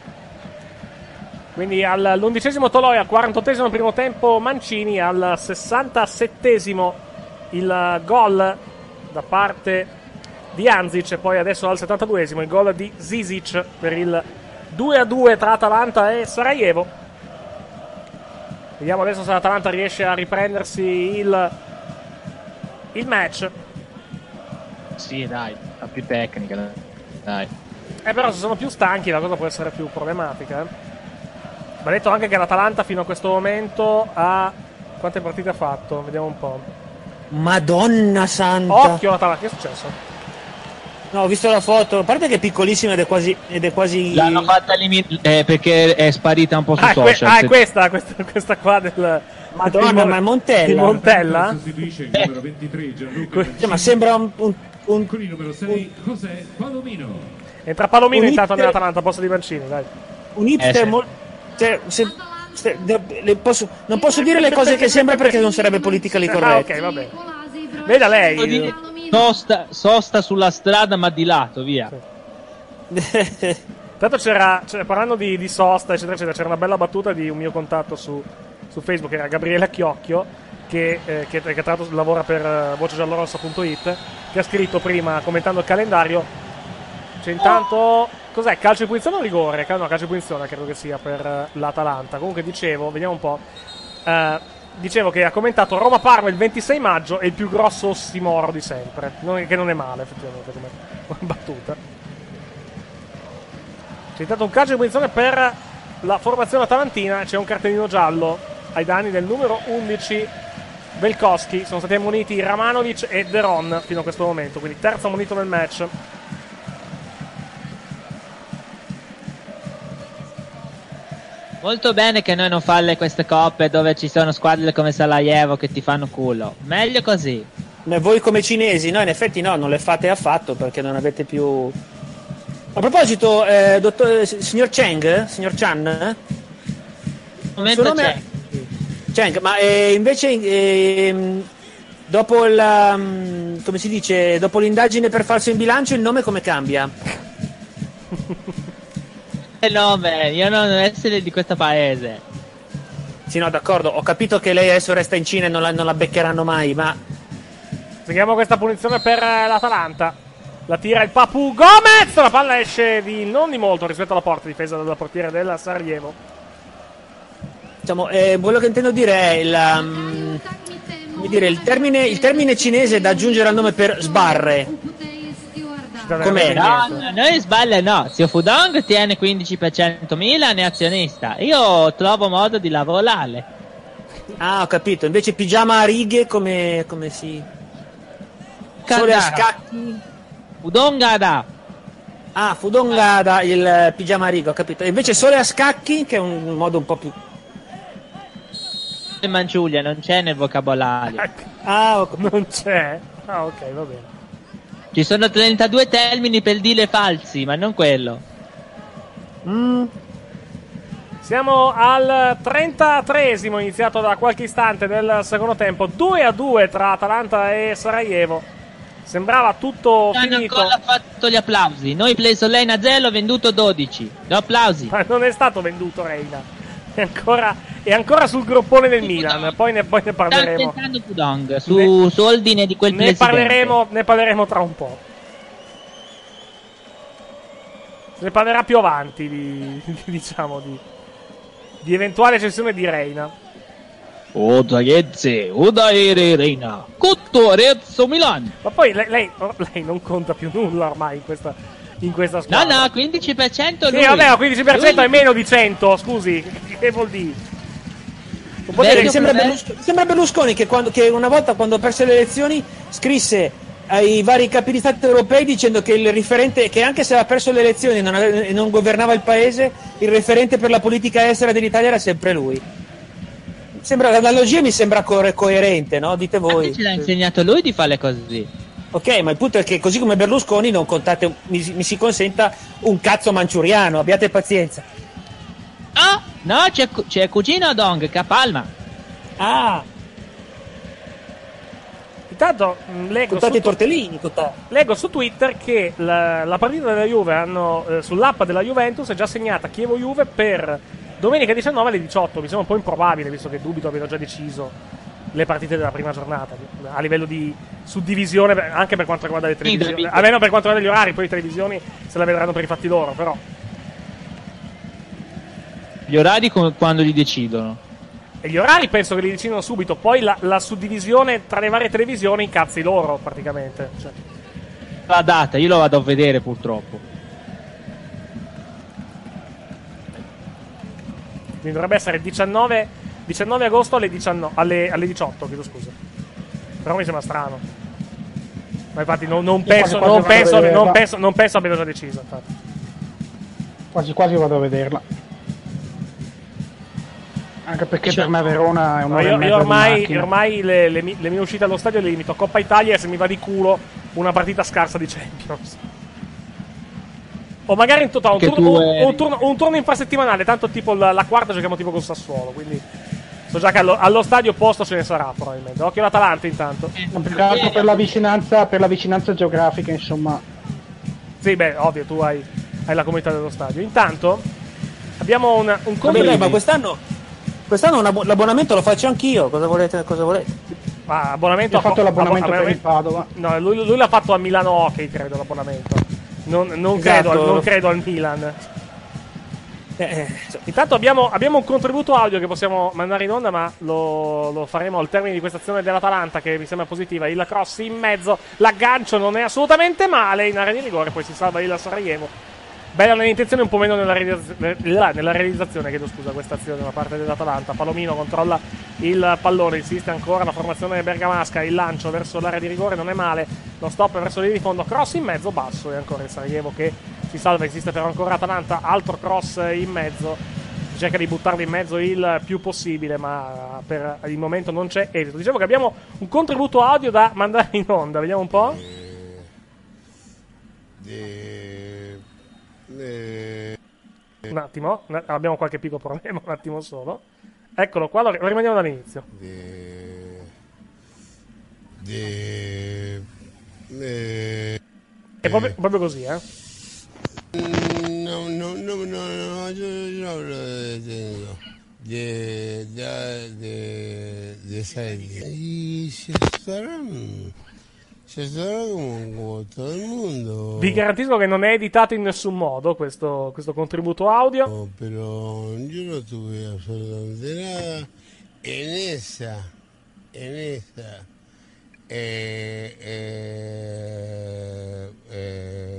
Quindi all'undicesimo Toloi, al quarantottesimo primo tempo Mancini, al sessantasettesimo il gol da parte di Anzic e poi adesso al settantaduesimo il gol di Zizic per il due a due tra Atalanta e Sarajevo. Vediamo adesso se l'Atalanta riesce a riprendersi il, il match. Sì, dai, ha più tecnica, dai. Eh, però se sono più stanchi la cosa può essere più problematica. Eh. Va detto anche che l'Atalanta fino a questo momento ha... Quante partite ha fatto? Vediamo un po'. Madonna santa. Occhio l'Atalanta, che è successo? No, ho visto la foto, a parte che è piccolissima ed è quasi... Ed è quasi... L'hanno fatta limi- eh, perché è sparita un po' su Ah, social. que- ah, se- è questa, questa, questa qua del... Madonna, di ma è Montella. Di Montella? Sostituisce il numero ventitré Gianluca Cioè, ma sembra un... un, un con il numero sei José Palomino. Entra Palomino Un intanto hipster- nell'Atalanta, a posto di Mancini, dai. un hipster Eh, sì. molto... Cioè, se- se- de- le posso- non posso dire le cose che sembra perché non sarebbe politically Ah, corretto. ok, va bene. Veda lei. Sosta, sosta sulla strada ma di lato, via. Tanto c'era, c'era- parlando di, di sosta, eccetera, eccetera, c'era una bella battuta di un mio contatto su, su Facebook, era Gabriele Chiocchio, che, eh, che, che tra l'altro lavora per eh, voce giallorossa punto it, che ha scritto prima, commentando il calendario, c'è intanto... Cos'è? Calcio di punizione o rigore? No, calcio di punizione credo che sia per eh, l'Atalanta. Comunque dicevo, vediamo un po'. Eh, dicevo che ha commentato Roma-Parma il ventisei maggio e il più grosso ossimoro di sempre. Non, che non è male, effettivamente, come, come battuta. C'è intanto un calcio di punizione per la formazione atalantina. C'è un cartellino giallo ai danni del numero undici Velkoski. Sono stati ammoniti Ramanovic e Deron fino a questo momento. Quindi terzo ammonito nel match. Molto bene che noi non falle queste coppe dove ci sono squadre come Sarajevo che ti fanno culo. Meglio così. Ma voi come cinesi? No, in effetti no, non le fate affatto perché non avete più... A proposito, eh, dottor, signor Cheng, signor Chan, eh? Momento Suo nome c'è. è- Cheng, ma eh, invece eh, dopo la, mm, come si dice, dopo l'indagine per falso in bilancio il nome come cambia? Il nome, io non essere di questo paese. Sì, no, d'accordo, ho capito che lei adesso resta in Cina e non la, non la beccheranno mai, ma... Seguiamo questa punizione per eh, l'Atalanta. La tira il Papu Gomez. La palla esce di non di molto rispetto alla porta, difesa dal portiere del Sarajevo. Diciamo, eh, quello che intendo dire è il, um, come dire, il, termine, il termine cinese da aggiungere al nome per sbarre. Com'era? No, no, noi sbaglia no. Zio Fudong tiene quindici per cento Milan è azionista. Io trovo modo di lavorare. Ah, ho capito. Invece pigiama a righe come, come si... Sole a Candara. scacchi. Fudongada. Ah, Fudongada, il pigiama a righe, ho capito. E invece sole a scacchi, che è un modo un po' più... In Manciuglia non c'è nel vocabolario. Ah, ho Non c'è? Ah, ok, va bene. Ci sono trentadue termini per dire falsi, ma non quello. Mm. Siamo al trentatreesimo, iniziato da qualche istante del secondo tempo. due a due tra Atalanta e Sarajevo. Sembrava tutto Hanno finito. ancora fatto gli applausi. Noi preso Lane a zero, venduto dodici. Gli applausi. Ma non è stato venduto Reina. È ancora, è ancora sul groppone del Milan. Poi ne, poi ne Sta parleremo. aspettando Pudong su, Ne- su ordine di quel Ne presidente. parleremo, ne parleremo tra un po'. Se ne parlerà più avanti di, di- diciamo di, di eventuale cessione di Reina. Oh ragazzi, Udaire Reina. Cotto Arezzo Milan. Ma poi lei, lei, lei non conta più nulla ormai in questa, in questa No, squadra. no, quindici per cento Sì, lui. vabbè, ma quindici per cento Lui- è meno di cento, scusi. Che vuol dire? Beh, mi, sembra Berlusconi, mi sembra Berlusconi che, quando, che una volta quando perse le elezioni scrisse ai vari capi di Stato europei dicendo che il riferente, che anche se aveva perso le elezioni e non, ave- non governava il paese, il referente per la politica estera dell'Italia era sempre lui. Sembra, l'analogia mi sembra co- coerente, no? Dite voi. Ma ce l'ha insegnato lui di fare le cose così. Ok, ma il punto è che così come Berlusconi non contate, mi, mi si consenta, un cazzo manciuriano, abbiate pazienza. Ah, no, c'è, c'è cugino Dong che a Palma. Ah, Intanto mh, leggo, contate su, i tortellini, contate. leggo su Twitter che la, la partita della Juve hanno, eh, sull'app della Juventus è già segnata Chievo-Juve per domenica diciannove alle diciotto. Mi sembra un po' improbabile, visto che dubito abbiano già deciso le partite della prima giornata a livello di suddivisione, anche per quanto riguarda le televisioni, almeno per quanto riguarda gli orari. Poi le televisioni se la vedranno per i fatti loro, però Gli orari come, quando li decidono? e gli orari penso che li decidono subito. Poi la, la suddivisione tra le varie televisioni, incazzi loro praticamente, cioè. La data, io lo vado a vedere purtroppo. Quindi dovrebbe essere diciannove, diciannove agosto alle, diciannove, alle, alle diciotto, chiedo scusa. Però mi sembra strano. Ma infatti non, non, penso, quasi non, quasi penso, vado a non, vederla. penso, non penso abbiano già deciso, infatti. Quasi quasi vado a vederla. Anche perché per me Verona è No, un'ora io, e io mezza di ormai, macchina. ormai le, le, mi- le mie uscite allo stadio le limito a Coppa Italia e se mi va di culo una partita scarsa di Champions. O magari in totale un, Che turno, tu un, eri- un turno, un turno infrasettimanale, tanto tipo la, la quarta giochiamo tipo con Sassuolo, quindi so già che allo, allo stadio posto ce ne sarà probabilmente. Occhio all'Atalanta intanto. Ma più che altro per la vicinanza, per la vicinanza geografica, insomma. Sì, beh, ovvio, tu hai, hai la comunità dello stadio. Intanto abbiamo un, un Vabbè, dai, ma conto. quest'anno, quest'anno un abbo- l'abbonamento lo faccio anch'io. Cosa volete? Cosa volete? Ah, abbonamento Ho fatto a- l'abbonamento abbo- per il Padova. No, lui, lui l'ha fatto a Milano Hockey, credo, l'abbonamento. Non, non, Esatto. credo, al- non credo al Milan. Eh, Intanto abbiamo, abbiamo un contributo audio che possiamo mandare in onda, ma lo, lo faremo al termine di questa azione dell'Atalanta, che mi sembra positiva. Il cross in mezzo, l'aggancio non è assolutamente male in area di rigore, poi si salva il Sarajevo. Bella nell'intenzione, un po' meno nella, realizz- nella realizzazione, chiedo scusa, questa azione da parte dell'Atalanta. Palomino controlla il pallone, insiste ancora la formazione bergamasca, il lancio verso l'area di rigore non è male, lo stop verso lì di fondo, cross in mezzo, basso, e ancora il Sarajevo che si salva, insiste però ancora Atalanta, altro cross in mezzo, cerca di buttarlo in mezzo il più possibile, ma per il momento non c'è esito. Dicevo che abbiamo un contributo audio da mandare in onda, vediamo un po'. Un attimo, un- abbiamo qualche piccolo problema, un attimo solo. Eccolo qua, lo lo rimandiamo dall'inizio. È proprio, proprio così, eh. No, no, no, no, no, yo no hablo de, de, de, de, de, de esa idea. Y se estarán, se estará como, como todo el mundo. Vi garantisco che non è editato in nessun modo questo, questo contributo audio. No, pero yo no tuve absolutamente nada en esa, en esa, eh, eh, eh,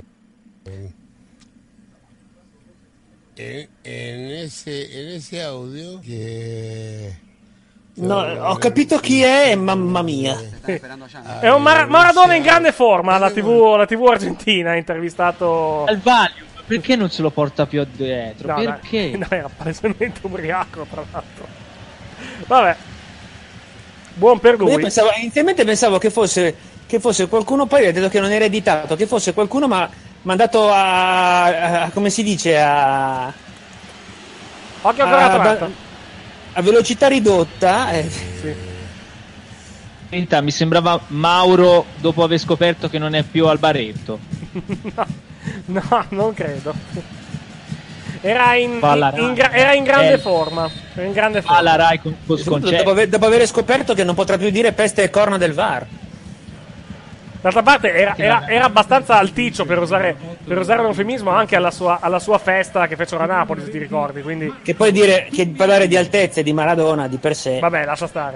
en, en ese, en ese audio che no, ho capito chi è, mamma mia. È un Mar- Maradona in grande forma. La tivù, la tivù argentina ha intervistato. Al Valium, perché non se lo porta più dietro? No, perché? No, no, era palesemente ubriaco, tra l'altro. Vabbè, buon per lui. Io pensavo, inizialmente pensavo che fosse, che fosse qualcuno, poi ho detto che non era editato, che fosse qualcuno ma mandato a, a, a come si dice, a, Occhio ancora a, Atalanta. a velocità ridotta. Eh. Sì. In realtà mi sembrava Mauro dopo aver scoperto che non è più al baretto. no, no, non credo. Era in, Fa la in, in Rai. gra- era in grande Eh. forma. Era in grande Fa la forma. Rai con, con sconcerto. Dopo, aver, dopo aver scoperto che non potrà più dire peste e corna del V A R. D'altra parte era, era, era abbastanza alticcio per usare, per usare un eufemismo anche alla sua, alla sua festa che fecero a Napoli, se ti ricordi. Quindi, Che poi dire che parlare di altezze di Maradona di per sé. vabbè, lascia stare.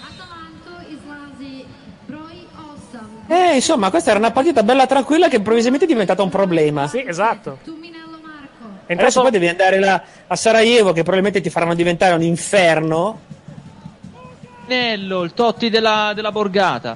Eh, insomma, questa era una partita bella tranquilla che improvvisamente è diventata un problema. Sì, esatto. Adesso poi devi andare là a Sarajevo, che probabilmente ti faranno diventare un inferno. Nello, il Totti della, della Borgata.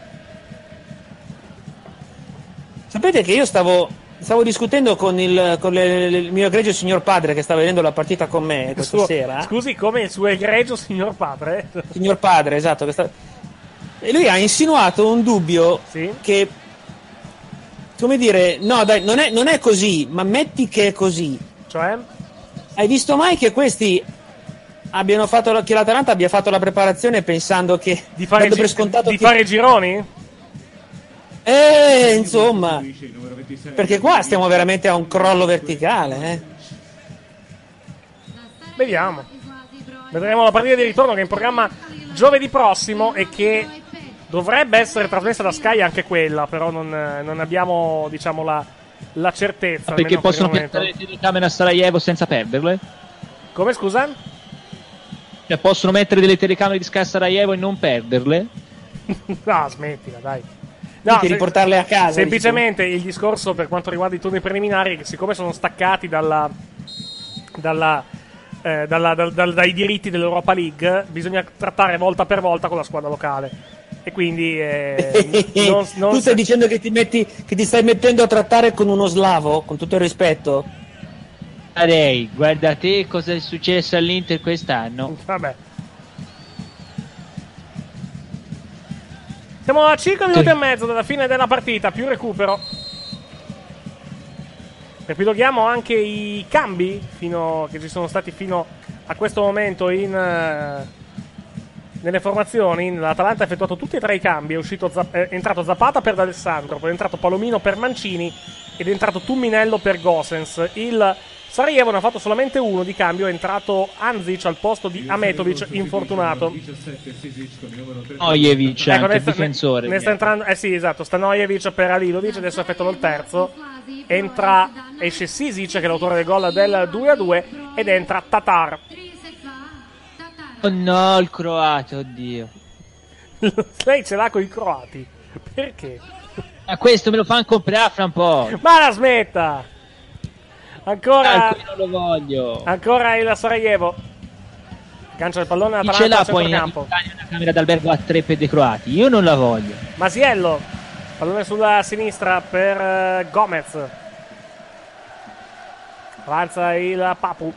Sapete che io stavo, stavo discutendo con, il, con le, il mio egregio signor padre che sta vedendo la partita con me questa Suo, sera. Scusi, come il suo egregio signor padre? Signor padre, esatto. Che sta... E lui ha insinuato un dubbio sì? che, come dire, no dai, non è, non è così, ma metti che è così. Cioè? Hai visto mai che questi abbiano fatto, che l'Atalanta abbia fatto la preparazione pensando che di fare, gi- per scontato di che... fare gironi? Eh, insomma, perché qua stiamo veramente a un crollo verticale, eh. Vediamo. Vedremo la partita di ritorno che è in programma giovedì prossimo e che dovrebbe essere trasmessa da Sky anche quella, però non, non abbiamo, diciamo, la, la certezza. Perché possono piantare le telecamere a Sarajevo senza perderle? Come, scusa? Cioè, possono mettere delle telecamere di Sky a Sarajevo e non perderle? No, smettila, dai. No, di riportarle a casa. Semplicemente diciamo. Il discorso per quanto riguarda i turni preliminari è che siccome sono staccati dalla, dalla, eh, dalla, dal, dal, dai diritti dell'Europa League, bisogna trattare volta per volta con la squadra locale. E quindi eh, non, non tu stai dicendo che ti, metti, che ti stai mettendo a trattare con uno slavo, con tutto il rispetto? Darei, guarda te cosa è successo all'Inter quest'anno. Vabbè. Siamo a cinque minuti e mezzo dalla fine della partita, più recupero. Ripiloghiamo anche i cambi fino, che ci sono stati fino a questo momento in, uh, nelle formazioni. L'Atalanta ha effettuato tutti e tre i cambi. È, uscito, è entrato Zapata per D'Alessandro, poi è entrato Palomino per Mancini ed è entrato Tumminello per Gosens. Il Sarajevo ne ha fatto solamente uno di cambio, è entrato Anzic al posto di Ametovic, infortunato. Nojevic, ecco, anche ne sta, difensore. Ne, ne sta entrando, eh sì, esatto, sta Nojevic per Alilovic, adesso ha effettuato il terzo. Entra, esce Sisic, che è l'autore del gol del due a due, ed entra Tatar. Oh no, il croato, oddio. Lei ce l'ha con i croati. Perché? Ma questo me lo fanno comprare fra un po'. Ma la smetta! Ancora, ah, non lo voglio. Ancora il Sarajevo. Gancia il pallone Chi Atalanta ce l'ha al poi in centrocampo. una camera d'albergo a tre per dei croati? Io non la voglio. Masiello, pallone sulla sinistra per uh, Gomez. Avanza il Papu.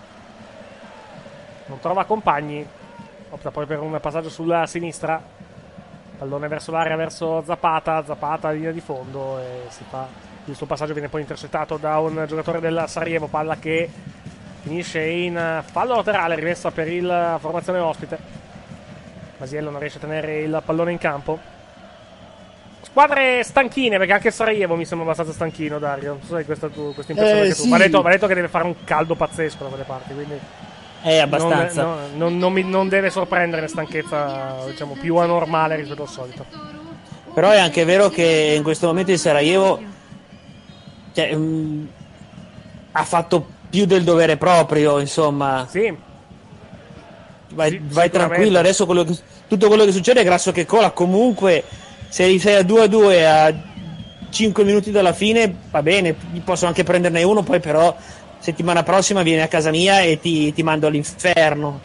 Non trova compagni. Opta poi per un passaggio sulla sinistra. Pallone verso l'area, verso Zapata. Zapata linea di fondo e si fa. Il suo passaggio viene poi intercettato da un giocatore del Sarajevo, palla che finisce in fallo laterale, rimessa per la formazione ospite. Masiello non riesce a tenere il pallone in campo. Squadre stanchine, perché anche Sarajevo mi sembra abbastanza stanchino, Dario. Non so se hai questa, tu, questa impressione eh, che tu. Sì. Va detto, va detto che deve fare un caldo pazzesco da quelle parti, quindi Eh, abbastanza. non, non, non, non, mi, non deve sorprendere stanchezza, diciamo, più anormale rispetto al solito. Però è anche vero che in questo momento il Sarajevo Cioè, um, ha fatto più del dovere proprio, insomma. Sì. Vai, sì, vai tranquillo, adesso quello che, tutto quello che succede è grasso che cola. Comunque, se sei a due a due a cinque minuti dalla fine, va bene, posso anche prenderne uno, poi però settimana prossima vieni a casa mia e ti, ti mando all'inferno.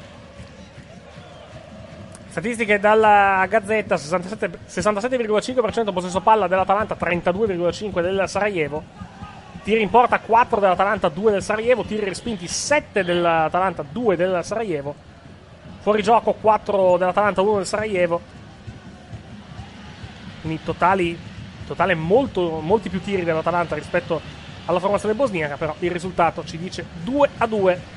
Statistiche dalla Gazzetta: sessantasette virgola cinque per cento possesso palla dell'Atalanta, trentadue virgola cinque per cento del Sarajevo. Tiri in porta quattro dell'Atalanta, due del Sarajevo. Tiri respinti sette dell'Atalanta, due del Sarajevo. Fuori gioco quattro dell'Atalanta, uno del Sarajevo. Quindi totali, totale molto, molti più tiri dell'Atalanta rispetto alla formazione bosniaca, però il risultato ci dice due a due.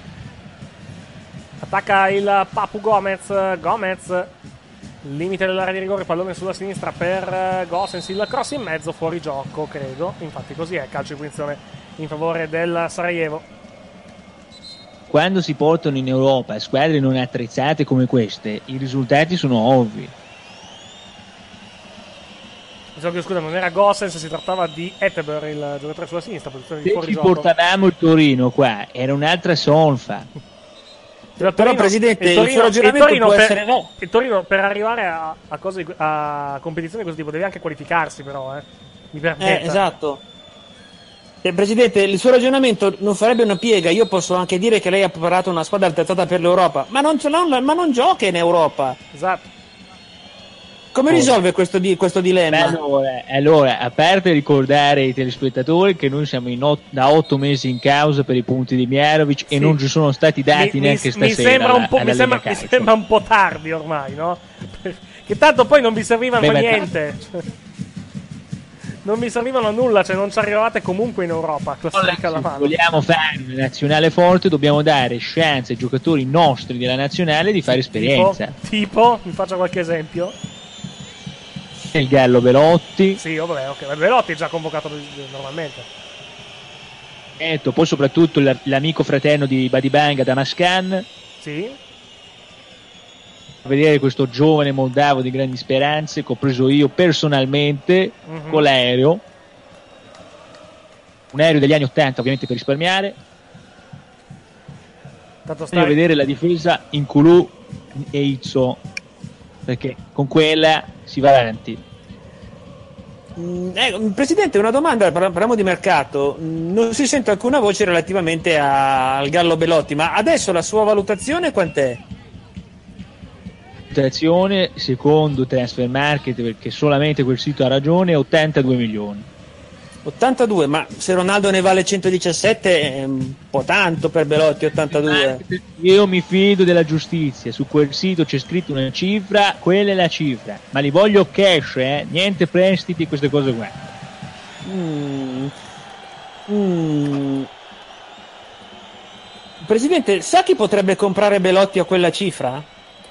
Attacca il Papu Gomez. Gomez, limite dell'area di rigore, pallone sulla sinistra per Gosens, il cross in mezzo, fuori gioco, credo. Infatti così è, calcio di punizione in favore del Sarajevo. Quando si portano in Europa squadre non attrezzate come queste, i risultati sono ovvi. Scusa, non era Gosens, si trattava di Eteber, il giocatore sulla sinistra, posizione di Se fuori ci gioco. portavamo il Torino qua, era un'altra solfa. Però, Però Presidente, il, Torino, il surragionamento il Torino può per, essere no. Il Torino per arrivare a, a, cose, a competizioni di questo tipo deve anche qualificarsi, però, eh. Mi permetta. Eh, esatto. Eh, Presidente, il suo ragionamento non farebbe una piega. Io posso anche dire che lei ha preparato una squadra attrezzata per l'Europa, ma non, ce l'ha- ma non gioca in Europa. Esatto. Come risolve questo, di- questo dilemma? Beh, allora, allora, a parte ricordare ai telespettatori che noi siamo in ot- da otto mesi in causa per i punti di Mihajlovic e Sì. non ci sono stati dati Mi- neanche mi, mi stasera. sembra un alla- po', alla mi sembra, Lega mi Calcio. sembra un po' tardi ormai, no? Che tanto poi non vi servivano Beh, a beh, niente. Non vi servivano a nulla, cioè non ci arrivavate comunque in Europa. Classifica alla Se mano. vogliamo fare una nazionale forte, dobbiamo dare chance ai giocatori nostri della nazionale di fare Tipo, esperienza. tipo, mi faccio qualche esempio. Il Gallo Belotti, Sì, oh, vabbè, ok. Belotti è già convocato normalmente. ecco, poi soprattutto la- l'amico fratello di Badibanga, Damascan. Sì. A vedere questo giovane moldavo di grandi speranze che ho preso io personalmente Mhm. con l'aereo. Un aereo degli anni ottanta, ovviamente per risparmiare. Tanto Voglio stai... vedere la difesa in Kulu e Izzo, perché con quella si va avanti. Mm, eh, Presidente, una domanda, parla- parliamo di mercato. Mm, Non si sente alcuna voce relativamente a- al Gallo Belotti, ma adesso la sua valutazione quant'è? Valutazione secondo Transfer Market, perché solamente quel sito ha ragione, ottantadue milioni. ottantadue, ma se Ronaldo ne vale centodiciassette è un po' tanto per Belotti, ottantadue. Io mi fido della giustizia, su quel sito c'è scritto una cifra, quella è la cifra, ma li voglio cash, eh? Niente prestiti, queste cose qua. Mm. Mm. Presidente, sa chi potrebbe comprare Belotti a quella cifra?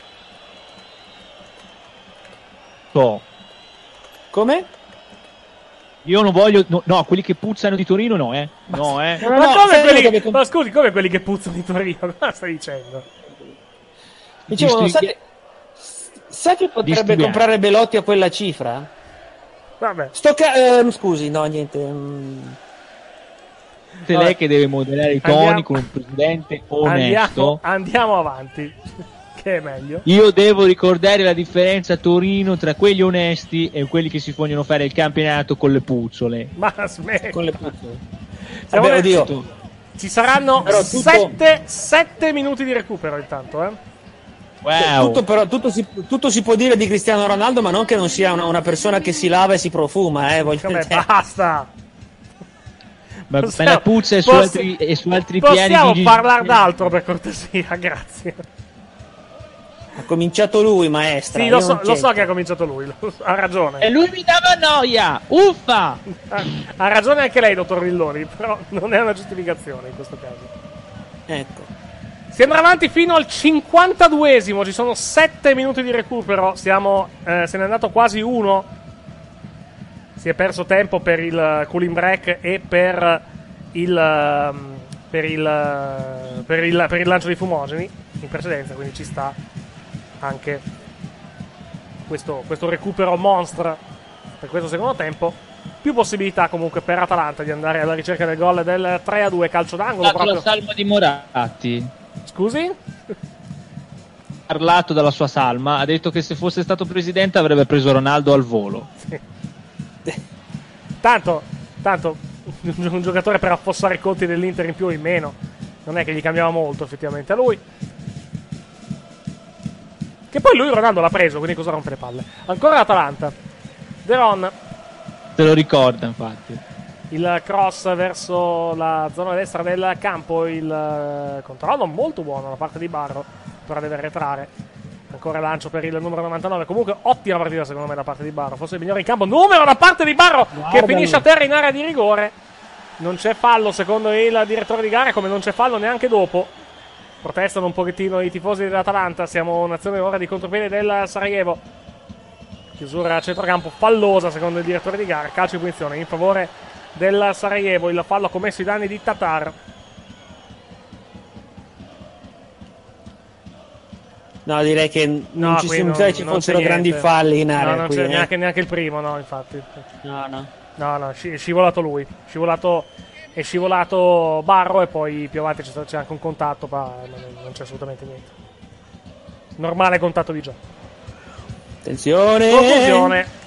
So. Come? Io non voglio, no, no, quelli che puzzano di Torino no, eh. No, eh. Ma, no, come sai quelli dove che... comp- ma scusi, come quelli che puzzano di Torino? Cosa stai dicendo? Dicevo, sa Distri- che, sa chi potrebbe Distribuiamo. comprare Belotti a quella cifra? Vabbè. Sto ca- ehm, scusi, no, niente. mm. È Vabbè. lei che deve moderare i toni Andiamo- con un presidente Andiamo, onesto. andiamo avanti. Che è meglio. Io devo ricordare la differenza a Torino tra quelli onesti e quelli che si vogliono fare il campionato con le puzzole. Ma smetti. Con le puzzole. Siamo Vabbè, nel- oddio. Ci saranno Però tutto- sette, sette minuti di recupero intanto, eh? Wow. Tutto, però, tutto, si, tutto si può dire di Cristiano Ronaldo, ma non che non sia una, una persona che si lava e si profuma, eh, voglio Vabbè, dire. basta. Ma, ma Possiamo- la puzza è su possi- altri, è su altri piani Possiamo di parlare d'altro per cortesia, grazie. Ha cominciato lui, maestra. Sì, lo io so, non lo so c'entro. che ha cominciato lui, lo- ha ragione. E lui mi dava noia! Uffa! Ha, ha ragione anche lei, dottor Villoni, però non è una giustificazione in questo caso. Ecco. Si andrà avanti fino al cinquantaduesimo, ci sono sette minuti di recupero, siamo, eh, se n'è andato quasi uno. Si è perso tempo per il cooling break e per il, ehm, per il, per il, per il lancio di fumogeni in precedenza, quindi ci sta anche questo, questo recupero monstra per questo secondo tempo. Più possibilità comunque per Atalanta di andare alla ricerca del gol del tre a due, calcio d'angolo La proprio. salma di Moratti. Scusi? Parlato dalla sua salma, ha detto che se fosse stato presidente avrebbe preso Ronaldo al volo. Tanto, tanto un giocatore per affossare i conti dell'Inter in più o in meno non è che gli cambiava molto effettivamente a lui. Che poi lui Ronaldo l'ha preso, quindi cosa rompe le palle. Ancora l'Atalanta. De Ron, Se lo ricorda, infatti. il cross verso la zona destra del campo, il eh, controllo molto buono da parte di Barro, però deve arretrare. Ancora lancio per il numero novantanove. Comunque ottima partita secondo me da parte di Barro, forse il migliore in campo. Numero da parte di Barro che finisce a terra in area di rigore. Non c'è fallo secondo il direttore di gara, come non c'è fallo neanche dopo. Protestano un pochettino i tifosi dell'Atalanta. Siamo un'azione ora di contropiede del Sarajevo. Chiusura a centrocampo fallosa secondo il direttore di gara. Calcio di punizione in favore del Sarajevo. Il fallo ha commesso i danni di Tatar. No, direi che non No, ci, qui non, non- sai, ci non fossero c'è grandi niente. falli in area. No, non qui, c'è eh. neanche, neanche il primo, no, infatti. No, no. No, no, sci- è scivolato lui. Scivolato, è scivolato Barro e poi più avanti c'è, stato- c'è anche un contatto, ma non, non c'è assolutamente niente. Normale contatto di gioco. Attenzione. Conclusione.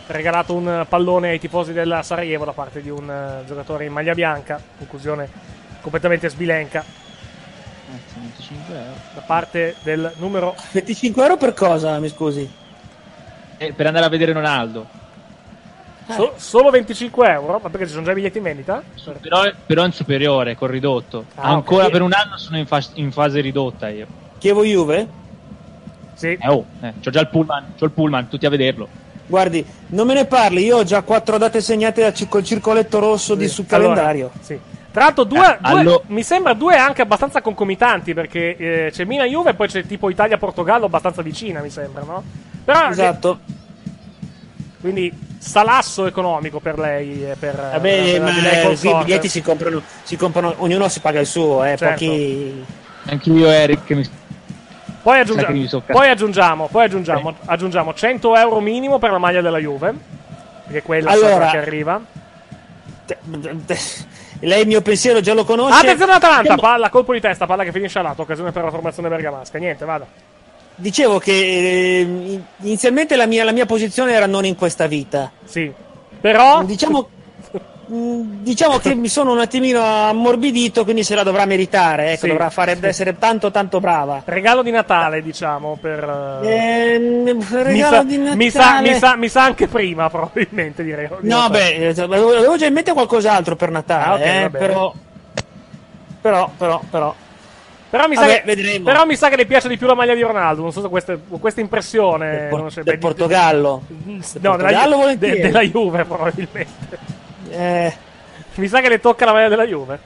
regalato un pallone ai tifosi del Sarajevo da parte di un uh, giocatore in maglia bianca, conclusione completamente sbilenca venticinque euro da parte del numero venticinque euro per cosa, mi scusi? Eh, per andare a vedere Ronaldo. So, solo venticinque euro? Ma perché ci sono già i biglietti in vendita? Però, però in superiore, con ridotto. Ah, Ancora okay. per un anno sono in, fas- in fase ridotta io. Chievo Juve? Sì. Eh, oh, eh, c'ho già il pullman, c'ho il pullman, tutti a vederlo. Guardi, non me ne parli, io ho già quattro date segnate da c- col circoletto rosso sì. di, sul allora, calendario. Sì. Tra l'altro due, Eh, due allo... mi sembra due anche abbastanza concomitanti, perché eh, c'è Milan-Juve e poi c'è tipo Italia-Portogallo abbastanza vicina, mi sembra, no? Però, esatto. Eh, quindi salasso economico per lei e per Vabbè, per, ma per lei col qui i Sorte. biglietti si comprano, si comprano, ognuno si paga il suo, eh, Certo. pochi... Anche io, Eric, mi... Poi, aggiungia- mi so poi aggiungiamo, poi aggiungiamo, eh. aggiungiamo cento euro minimo per la maglia della Juve, perché quella allora, che arriva. Te, te, lei il mio pensiero già lo conosce. Attenzione Atalanta, palla, colpo di testa, palla che finisce a lato, occasione per la formazione bergamasca. Niente, vada. Dicevo che eh, inizialmente la mia, la mia posizione era non in questa vita. Sì, però... Diciamo... Diciamo che mi sono un attimino ammorbidito, quindi se la dovrà meritare, ecco, sì, dovrà fare sì. essere tanto tanto brava. Regalo di Natale, diciamo, per eh, regalo mi sa, di Natale. Mi sa, mi, sa, mi sa anche prima, probabilmente, direi. No, beh, avevo già in mente qualcos'altro per Natale, ah, okay, eh, però però però però Però mi, Vabbè, sa che, però mi sa che le piace di più la maglia di Ronaldo. Non so se questa, questa impressione del, por- non so, del beh, Portogallo. Di, del no, Portogallo della, de, volentieri. della Juve probabilmente. Eh. Mi sa che le tocca la maglia della Juve.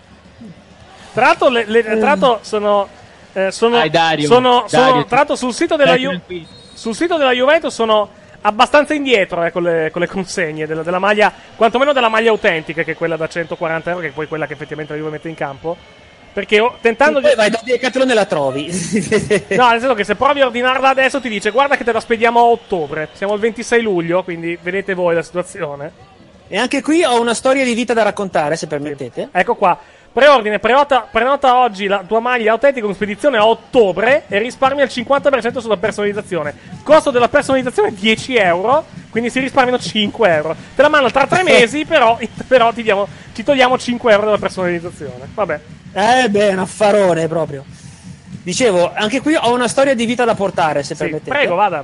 Tra l'altro, le, le, tra l'altro sono, eh, sono, Dai, Dario, sono, sono Dario, tra l'altro sul sito della Ju- sul sito della Juventus sono abbastanza indietro eh, con, le, con le consegne della, della maglia, quantomeno della maglia autentica, che è quella da centoquaranta euro, che è poi quella che effettivamente la Juve mette in campo. Perché oh, tentando e poi di... vai da Decathlon e la trovi. No, nel senso che se provi a ordinarla adesso ti dice guarda che te la spediamo a ottobre. Siamo il ventisei luglio, quindi vedete voi la situazione. E anche qui ho una storia di vita da raccontare, se permettete. Ecco qua. Preordine, prenota, prenota oggi la tua maglia autentica con spedizione a ottobre e risparmia il cinquanta per cento sulla personalizzazione. Costo della personalizzazione dieci euro, quindi si risparmiano cinque euro. Te la mando tra tre mesi, però, però ti, diamo, ti togliamo cinque euro dalla personalizzazione. Vabbè. Eh beh, è un affarone proprio. Dicevo, anche qui ho una storia di vita da portare, se sì, permettete. Prego, vada.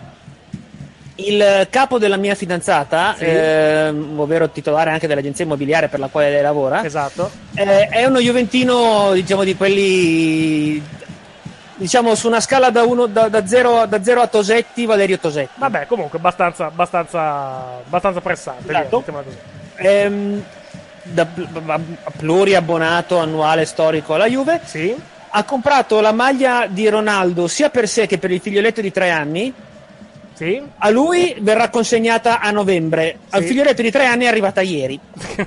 Il capo della mia fidanzata, sì. eh, ovvero titolare anche dell'agenzia immobiliare per la quale lei lavora, esatto. eh, è uno juventino, diciamo, di quelli, diciamo, su una scala da uno da, da zero da zero a Tosetti, Valerio Tosetti. Vabbè, comunque abbastanza abbastanza abbastanza pressante, esatto. Via, così. Ehm, da pluriabbonato annuale storico alla Juve, sì. Ha comprato la maglia di Ronaldo sia per sé che per il figlioletto di tre anni. Sì. A lui verrà consegnata a novembre, sì. Al figlioletto di tre anni è arrivata ieri.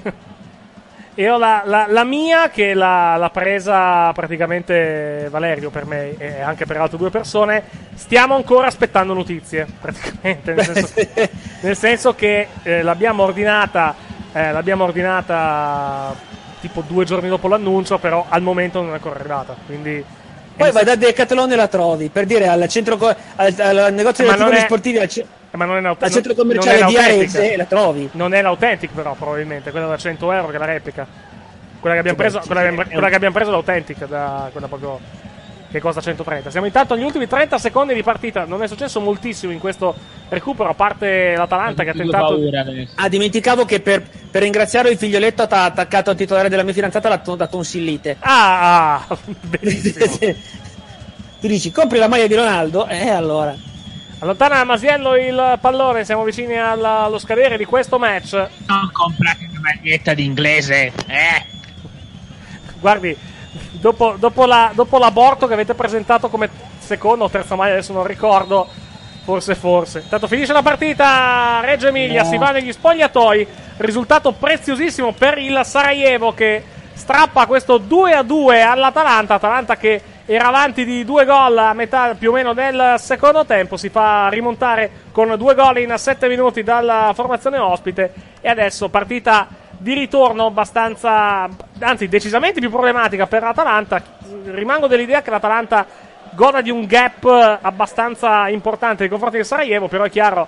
E ho la, la, la mia che l'ha, l'ha presa praticamente Valerio per me e anche per altre due persone. Stiamo ancora aspettando notizie, praticamente, nel senso, nel senso che eh, l'abbiamo ordinata eh, l'abbiamo ordinata tipo due giorni dopo l'annuncio, però al momento non è ancora arrivata, quindi poi vai da Decathlon e la trovi, per dire al centro co- al, al negozio di articoli sportivi al, ce- ma non è aut- al centro commerciale di Arese la trovi. Non è l'Authentic però probabilmente, quella da cento euro che è la replica. Quella che abbiamo preso, quella, che, quella che abbiamo preso l'Authentic, da quella proprio che costa centotrenta. Siamo intanto agli ultimi trenta secondi di partita. Non è successo moltissimo in questo recupero, a parte l'Atalanta che ha tentato. Ah, dimenticavo che per, per ringraziare il figlioletto ha attaccato al titolare della mia fidanzata la, la tonsillite. Ah, ah bellissimo. Tu dici, compri la maglia di Ronaldo? Eh, allora. Allontana Masiello il pallone, siamo vicini alla, allo scadere di questo match. Non comprate una maglietta di inglese, eh? Guardi, dopo, dopo, la, dopo l'aborto che avete presentato come seconda o terza maglia, adesso non ricordo, forse forse. Intanto finisce la partita, Reggio Emilia, no. Si va negli spogliatoi, risultato preziosissimo per il Sarajevo che strappa questo due a due all'Atalanta, Atalanta che era avanti di due gol a metà più o meno del secondo tempo, si fa rimontare con due gol in sette minuti dalla formazione ospite e adesso partita di ritorno abbastanza, anzi decisamente più problematica per l'Atalanta. Rimango dell'idea che l'Atalanta goda di un gap abbastanza importante nei confronti del Sarajevo, però è chiaro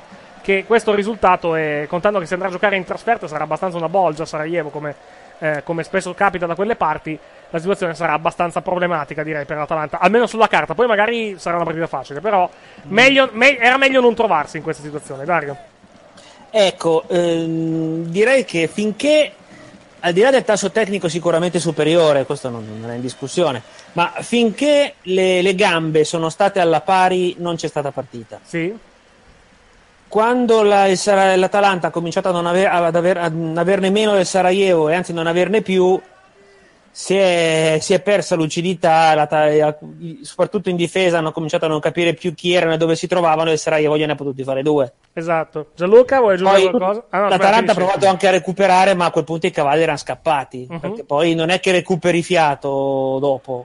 che questo risultato, è, contando che si andrà a giocare in trasferta, sarà abbastanza una bolgia a Sarajevo, come, eh, come spesso capita da quelle parti. La situazione sarà abbastanza problematica, direi, per l'Atalanta, almeno sulla carta. Poi magari sarà una partita facile, però meglio, me- era meglio non trovarsi in questa situazione. Dario? Ecco, ehm, direi che finché, al di là del tasso tecnico sicuramente superiore, questo non, non è in discussione, ma finché le, le gambe sono state alla pari non c'è stata partita. Sì. Quando la, il, l'Atalanta ha cominciato a non aver, ad, aver, ad averne meno del Sarajevo e anzi non averne più, si è, si è persa lucidità, la, soprattutto in difesa hanno cominciato a non capire più chi erano e dove si trovavano, e il Sarajevo gliene ha potuti fare due. Esatto. Gianluca, vuoi aggiungere Poi, qualcosa? Ah, no, l'Atalanta ha provato anche a recuperare, ma a quel punto i cavalli erano scappati, uh-huh. perché poi non è che recuperi fiato dopo.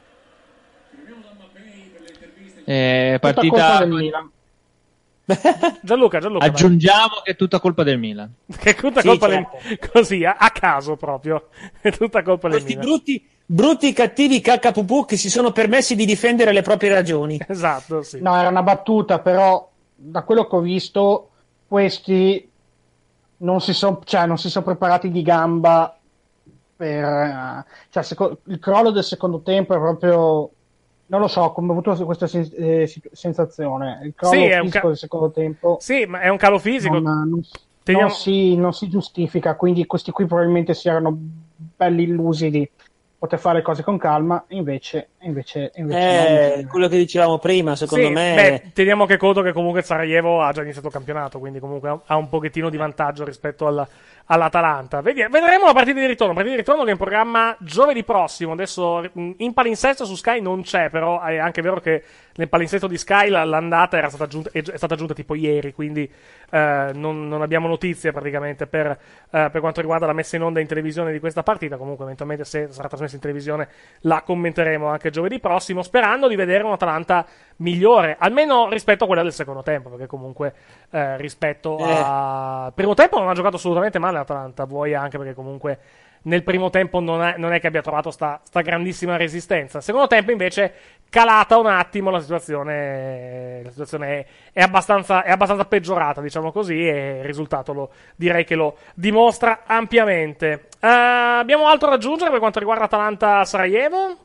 Eh, partita Gianluca, Gianluca aggiungiamo vai. Che è tutta colpa del Milan, che è tutta sì, colpa certo. del... così a, a caso proprio è tutta colpa questi del Milan. brutti brutti cattivi caccapupù che si sono permessi di difendere le proprie ragioni. Esatto, sì. No, era una battuta, però da quello che ho visto questi non si sono cioè non si sono preparati di gamba per cioè seco- il crollo del secondo tempo è proprio, non lo so, come ho avuto questa sen- eh, sensazione. Il crollo sì, fisico ca- del secondo tempo. Sì, ma è un calo fisico. Non, non, Teniamo... non, si, non si giustifica, quindi questi qui probabilmente si erano belli illusi di poter fare cose con calma, invece, invece, invece eh, non... quello che dicevamo prima, secondo sì, me. Beh, teniamo che conto che comunque Sarajevo ha già iniziato il campionato, quindi comunque ha un pochettino di vantaggio rispetto alla, all'Atalanta. Vedi, vedremo la partita di ritorno. La partita di ritorno che è in programma giovedì prossimo. Adesso in palinsesto su Sky non c'è, però è anche vero che nel palinsesto di Sky l'andata era stata aggiunta, è stata aggiunta tipo ieri, quindi eh, non, non abbiamo notizie praticamente per, eh, per quanto riguarda la messa in onda in televisione di questa partita. Comunque eventualmente se sarà trasmessa in televisione la commenteremo anche giovedì prossimo, sperando di vedere un'Atalanta migliore, almeno rispetto a quella del secondo tempo, perché comunque eh, rispetto eh. al primo tempo non ha giocato assolutamente male l'Atalanta, vuoi anche perché comunque nel primo tempo non è, non è che abbia trovato sta, sta grandissima resistenza. Secondo tempo invece calata un attimo la situazione, la situazione è, è, abbastanza, è abbastanza peggiorata, diciamo così, e il risultato lo, direi che lo dimostra ampiamente. Uh, abbiamo altro da aggiungere per quanto riguarda Atalanta-Sarajevo?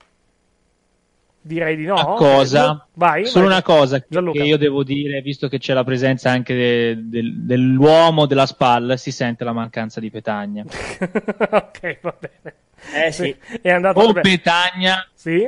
Direi di no. Una cosa, vai, solo vai. una cosa che Gianluca. io devo dire, visto che c'è la presenza anche de, de, dell'uomo della SPAL, si sente la mancanza di Petagna. Ok, va bene. Eh sì. È andato Con bene. Petagna sì?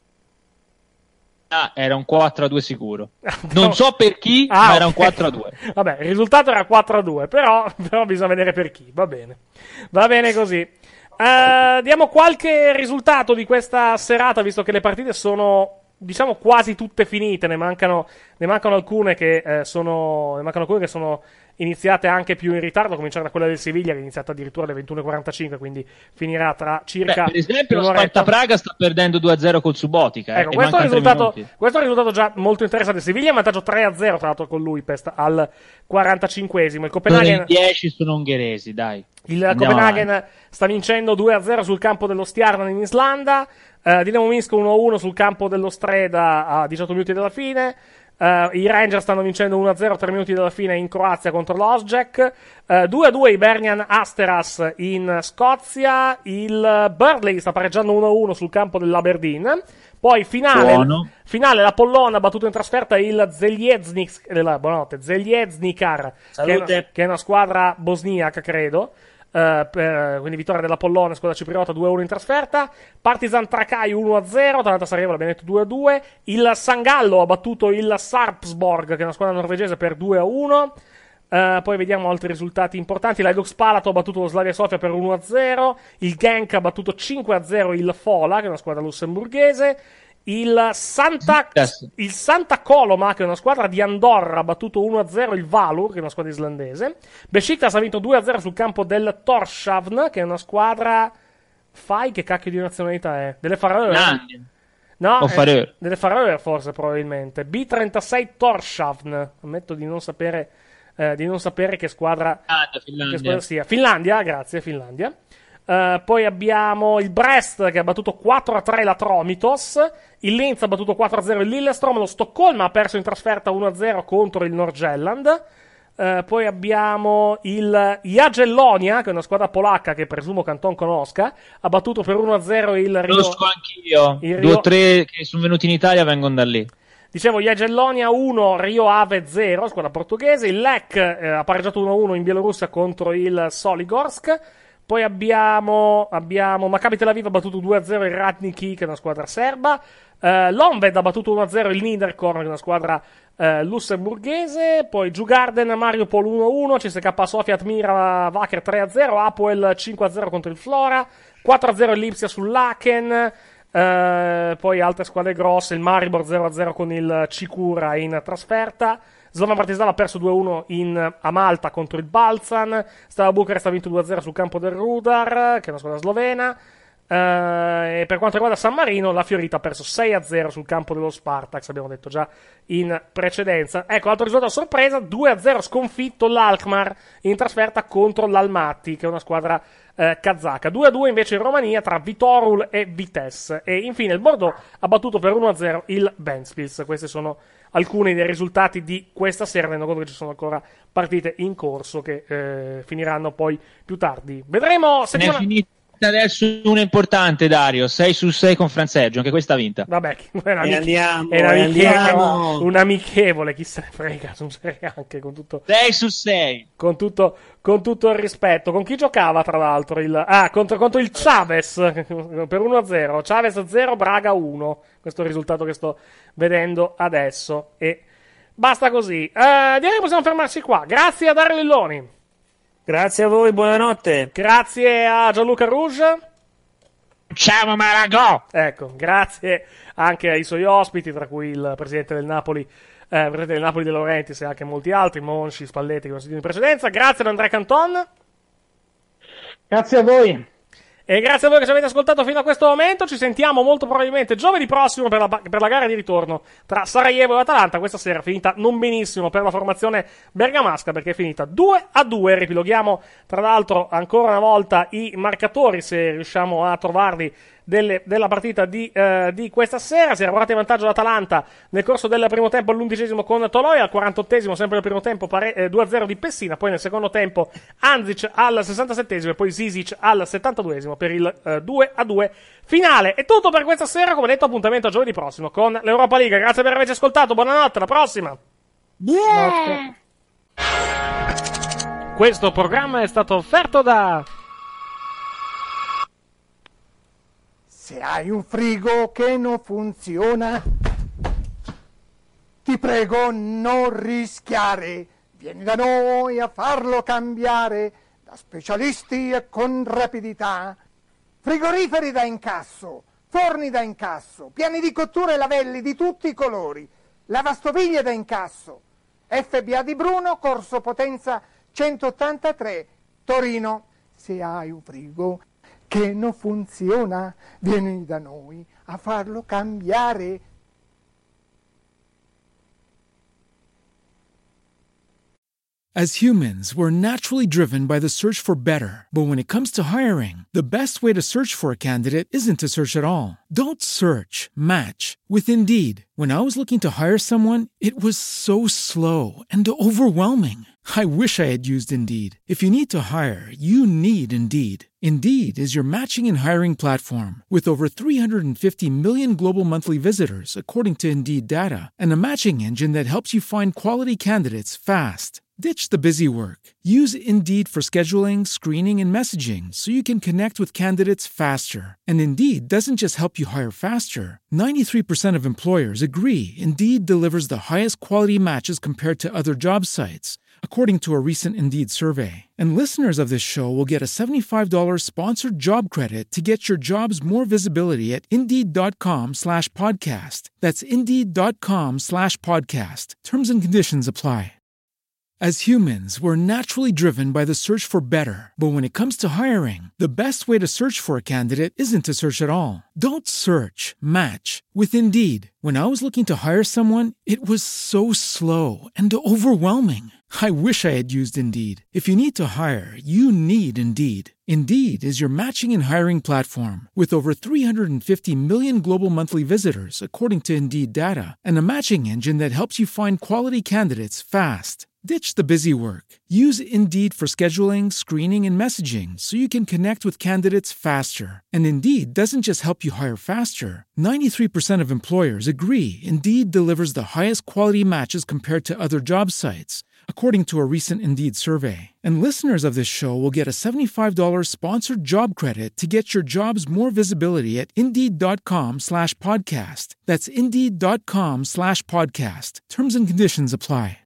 ah, era un quattro a due sicuro. Non so per chi, ah, ma era okay. un quattro a due. Vabbè, il risultato era quattro a due, però, però bisogna vedere per chi. Va bene. Va bene così. Uh, diamo qualche risultato di questa serata, visto che le partite sono, diciamo, quasi tutte finite. Ne mancano, ne mancano alcune che eh, sono, ne mancano alcune che sono iniziate anche più in ritardo, a cominciare da quella del Siviglia che è iniziata addirittura alle ventuno e quarantacinque, quindi finirà tra circa. Beh, per esempio, lo un'oretta. Sparta Praga sta perdendo due a zero col Subotica. Ecco, eh, questo, è un risultato, minuti. questo è un risultato già molto interessante. Siviglia in vantaggio tre a zero, tra l'altro, con l'Uipest al quarantacinquesimo. Il Copenaghen. I dieci sono ungheresi, dai. Il Andiamo Copenaghen avanti. sta vincendo due a zero sul campo dello Stjarnan in Islanda. Uh, Dinamo Minsk uno a uno sul campo dello Streda a diciotto minuti dalla fine. Uh, I Rangers stanno vincendo uno a zero tre minuti dalla fine in Croazia contro l'Osijek. Uh, due a due i Bernian Asteras in Scozia. Il Burnley sta pareggiando uno a uno sul campo dell'Aberdeen. Poi finale, finale la Pollona ha battuto in trasferta il Zelieznik, eh, buonanotte, Zelieznikar, che è, una, che è una squadra bosniaca, credo. Uh, per, quindi vittoria della Pollonia, squadra cipriota due a uno in trasferta. Partizan Trakai uno a zero, Atalanta Sarajevo l'abbiamo detto due a due. Il Sangallo ha battuto il Sarpsborg, che è una squadra norvegese, per due a uno. Uh, poi vediamo altri risultati importanti. L'Hajduk Spalato ha battuto lo Slavia Sofia per uno a zero. Il Genk ha battuto cinque a zero il Fola, che è una squadra lussemburghese. Il Santa, yes. il Santa Coloma, che è una squadra di Andorra, ha battuto uno a zero il Valur, che è una squadra islandese. Besiktas ha vinto due a zero sul campo del Tórshavn, che è una squadra. Fai che cacchio di nazionalità è? Delle Faroe? No, o eh, delle Faroe forse, probabilmente. B trentasei Tórshavn. Ammetto di non sapere, eh, di non sapere che squadra, ah, Finlandia. che squadra sia. Finlandia, grazie, Finlandia. Uh, poi abbiamo il Brest che ha battuto quattro a tre la Tromitos, il Linz ha battuto quattro a zero il Lillestrøm, lo Stoccolma ha perso in trasferta uno a zero contro il Nordsjælland, Uh, poi abbiamo il Jagiellonia, che è una squadra polacca che presumo Canton conosca, ha battuto per uno a zero il Rio. Conosco anch'io, il due Rio... o tre che sono venuti in Italia vengono da lì. Dicevo, Jagiellonia uno, Rio Ave zero, squadra portoghese. Il Lech eh, ha pareggiato uno a uno in Bielorussia contro il Soligorsk. Poi abbiamo, abbiamo Maccabi Tel Aviv ha battuto due a zero il Radniki, che è una squadra serba. Uh, L'Onved ha battuto uno a zero il Niederkorn, che è una squadra uh, lussemburghese. Poi Djurgården Mariupol uno a uno, C S K A Sofia Admira Wacker tre a zero, Apoel cinque a zero contro il Flora, quattro a zero il Lipsia sull'Aken. Uh, poi altre squadre grosse, il Maribor zero a zero con il Cicura in trasferta. Slovan Bratislava ha perso due a uno in, a Malta contro il Balzan. Stava Bucarest ha vinto due a zero sul campo del Rudar, che è una squadra slovena. Uh, e per quanto riguarda San Marino, la Fiorita ha perso sei a zero sul campo dello Spartax, abbiamo detto già in precedenza. Ecco, altro risultato a sorpresa, due a zero sconfitto l'Alkmaar in trasferta contro l'Almaty, che è una squadra uh, kazaka. due a due invece in Romania tra Vitorul e Vitesse. E infine il Bordeaux ha battuto per uno a zero il Ventspils. Questi sono alcuni dei risultati di questa sera, tenendo conto che ci sono ancora partite in corso che eh, finiranno poi più tardi. Vedremo se ne è finita adesso una importante, Dario, sei su sei con Franzeggio, anche questa ha vinta. Vabbè, è una e andiamo, è una e amichevole, andiamo. un amichevole, chi se ne frega, non anche con tutto sei su sei. Con tutto, con tutto il rispetto. Con chi giocava tra l'altro il ah, contro, contro il Chaves per uno a zero. Chaves zero, Braga uno. Questo è il risultato che sto vedendo adesso e basta così. Eh, direi che possiamo fermarci qua. Grazie a Dario Lilloni. Grazie a voi, buonanotte. Grazie a Gianluca Rouge. Ciao Maragò. Ecco, grazie anche ai suoi ospiti, tra cui il presidente del Napoli, eh, presidente del Napoli De Laurentiis e anche molti altri, Monci, Spalletti, che non si in precedenza. Grazie ad Andrea Canton. Grazie a voi. E grazie a voi che ci avete ascoltato fino a questo momento. Ci sentiamo molto probabilmente giovedì prossimo per la, per la gara di ritorno tra Sarajevo e Atalanta. Questa sera è finita non benissimo per la formazione bergamasca, perché è finita due a due. Ripiloghiamo tra l'altro ancora una volta i marcatori, se riusciamo a trovarli, delle, della partita di, eh, di questa sera. Si era portata in vantaggio l'Atalanta nel corso del primo tempo all'undicesimo con Toloi, al quarantottesimo sempre nel primo tempo pare, eh, due a zero di Pessina, poi nel secondo tempo Anzic al sessantasettesimo e poi Zisic al settantaduesimo per il eh, due a due finale. È tutto per questa sera, come detto appuntamento a giovedì prossimo con l'Europa League. Grazie per averci ascoltato, buonanotte, alla prossima. Yeah! Questo programma è stato offerto da... Se hai un frigo che non funziona, ti prego non rischiare, vieni da noi a farlo cambiare, da specialisti e con rapidità. Frigoriferi da incasso, forni da incasso, piani di cottura e lavelli di tutti i colori, lavastoviglie da incasso. F B A di Bruno, Corso Potenza centottantatré, Torino. Se hai un frigo che non funziona, vieni da noi a farlo cambiare. As humans, we're naturally driven by the search for better. But when it comes to hiring, the best way to search for a candidate isn't to search at all. Don't search, match with Indeed. When I was looking to hire someone, it was so slow and overwhelming. I wish I had used Indeed. If you need to hire, you need Indeed. Indeed is your matching and hiring platform with over three hundred fifty million global monthly visitors, according to Indeed data, and a matching engine that helps you find quality candidates fast. Ditch the busy work. Use Indeed for scheduling, screening, and messaging so you can connect with candidates faster. And Indeed doesn't just help you hire faster. ninety-three percent of employers agree Indeed delivers the highest quality matches compared to other job sites, according to a recent Indeed survey. And listeners of this show will get a seventy-five dollars sponsored job credit to get your jobs more visibility at Indeed.com slash podcast. That's Indeed.com slash podcast. Terms and conditions apply. As humans, we're naturally driven by the search for better. But when it comes to hiring, the best way to search for a candidate isn't to search at all. Don't search, match with Indeed. When I was looking to hire someone, it was so slow and overwhelming. I wish I had used Indeed. If you need to hire, you need Indeed. Indeed is your matching and hiring platform with over three hundred fifty million global monthly visitors, according to Indeed data, and a matching engine that helps you find quality candidates fast. Ditch the busy work. Use Indeed for scheduling, screening, and messaging so you can connect with candidates faster. And Indeed doesn't just help you hire faster. ninety-three percent of employers agree Indeed delivers the highest quality matches compared to other job sites, according to a recent Indeed survey. And listeners of this show will get a seventy-five dollars sponsored job credit to get your jobs more visibility at Indeed.com slash podcast. That's Indeed.com slash podcast. Terms and conditions apply.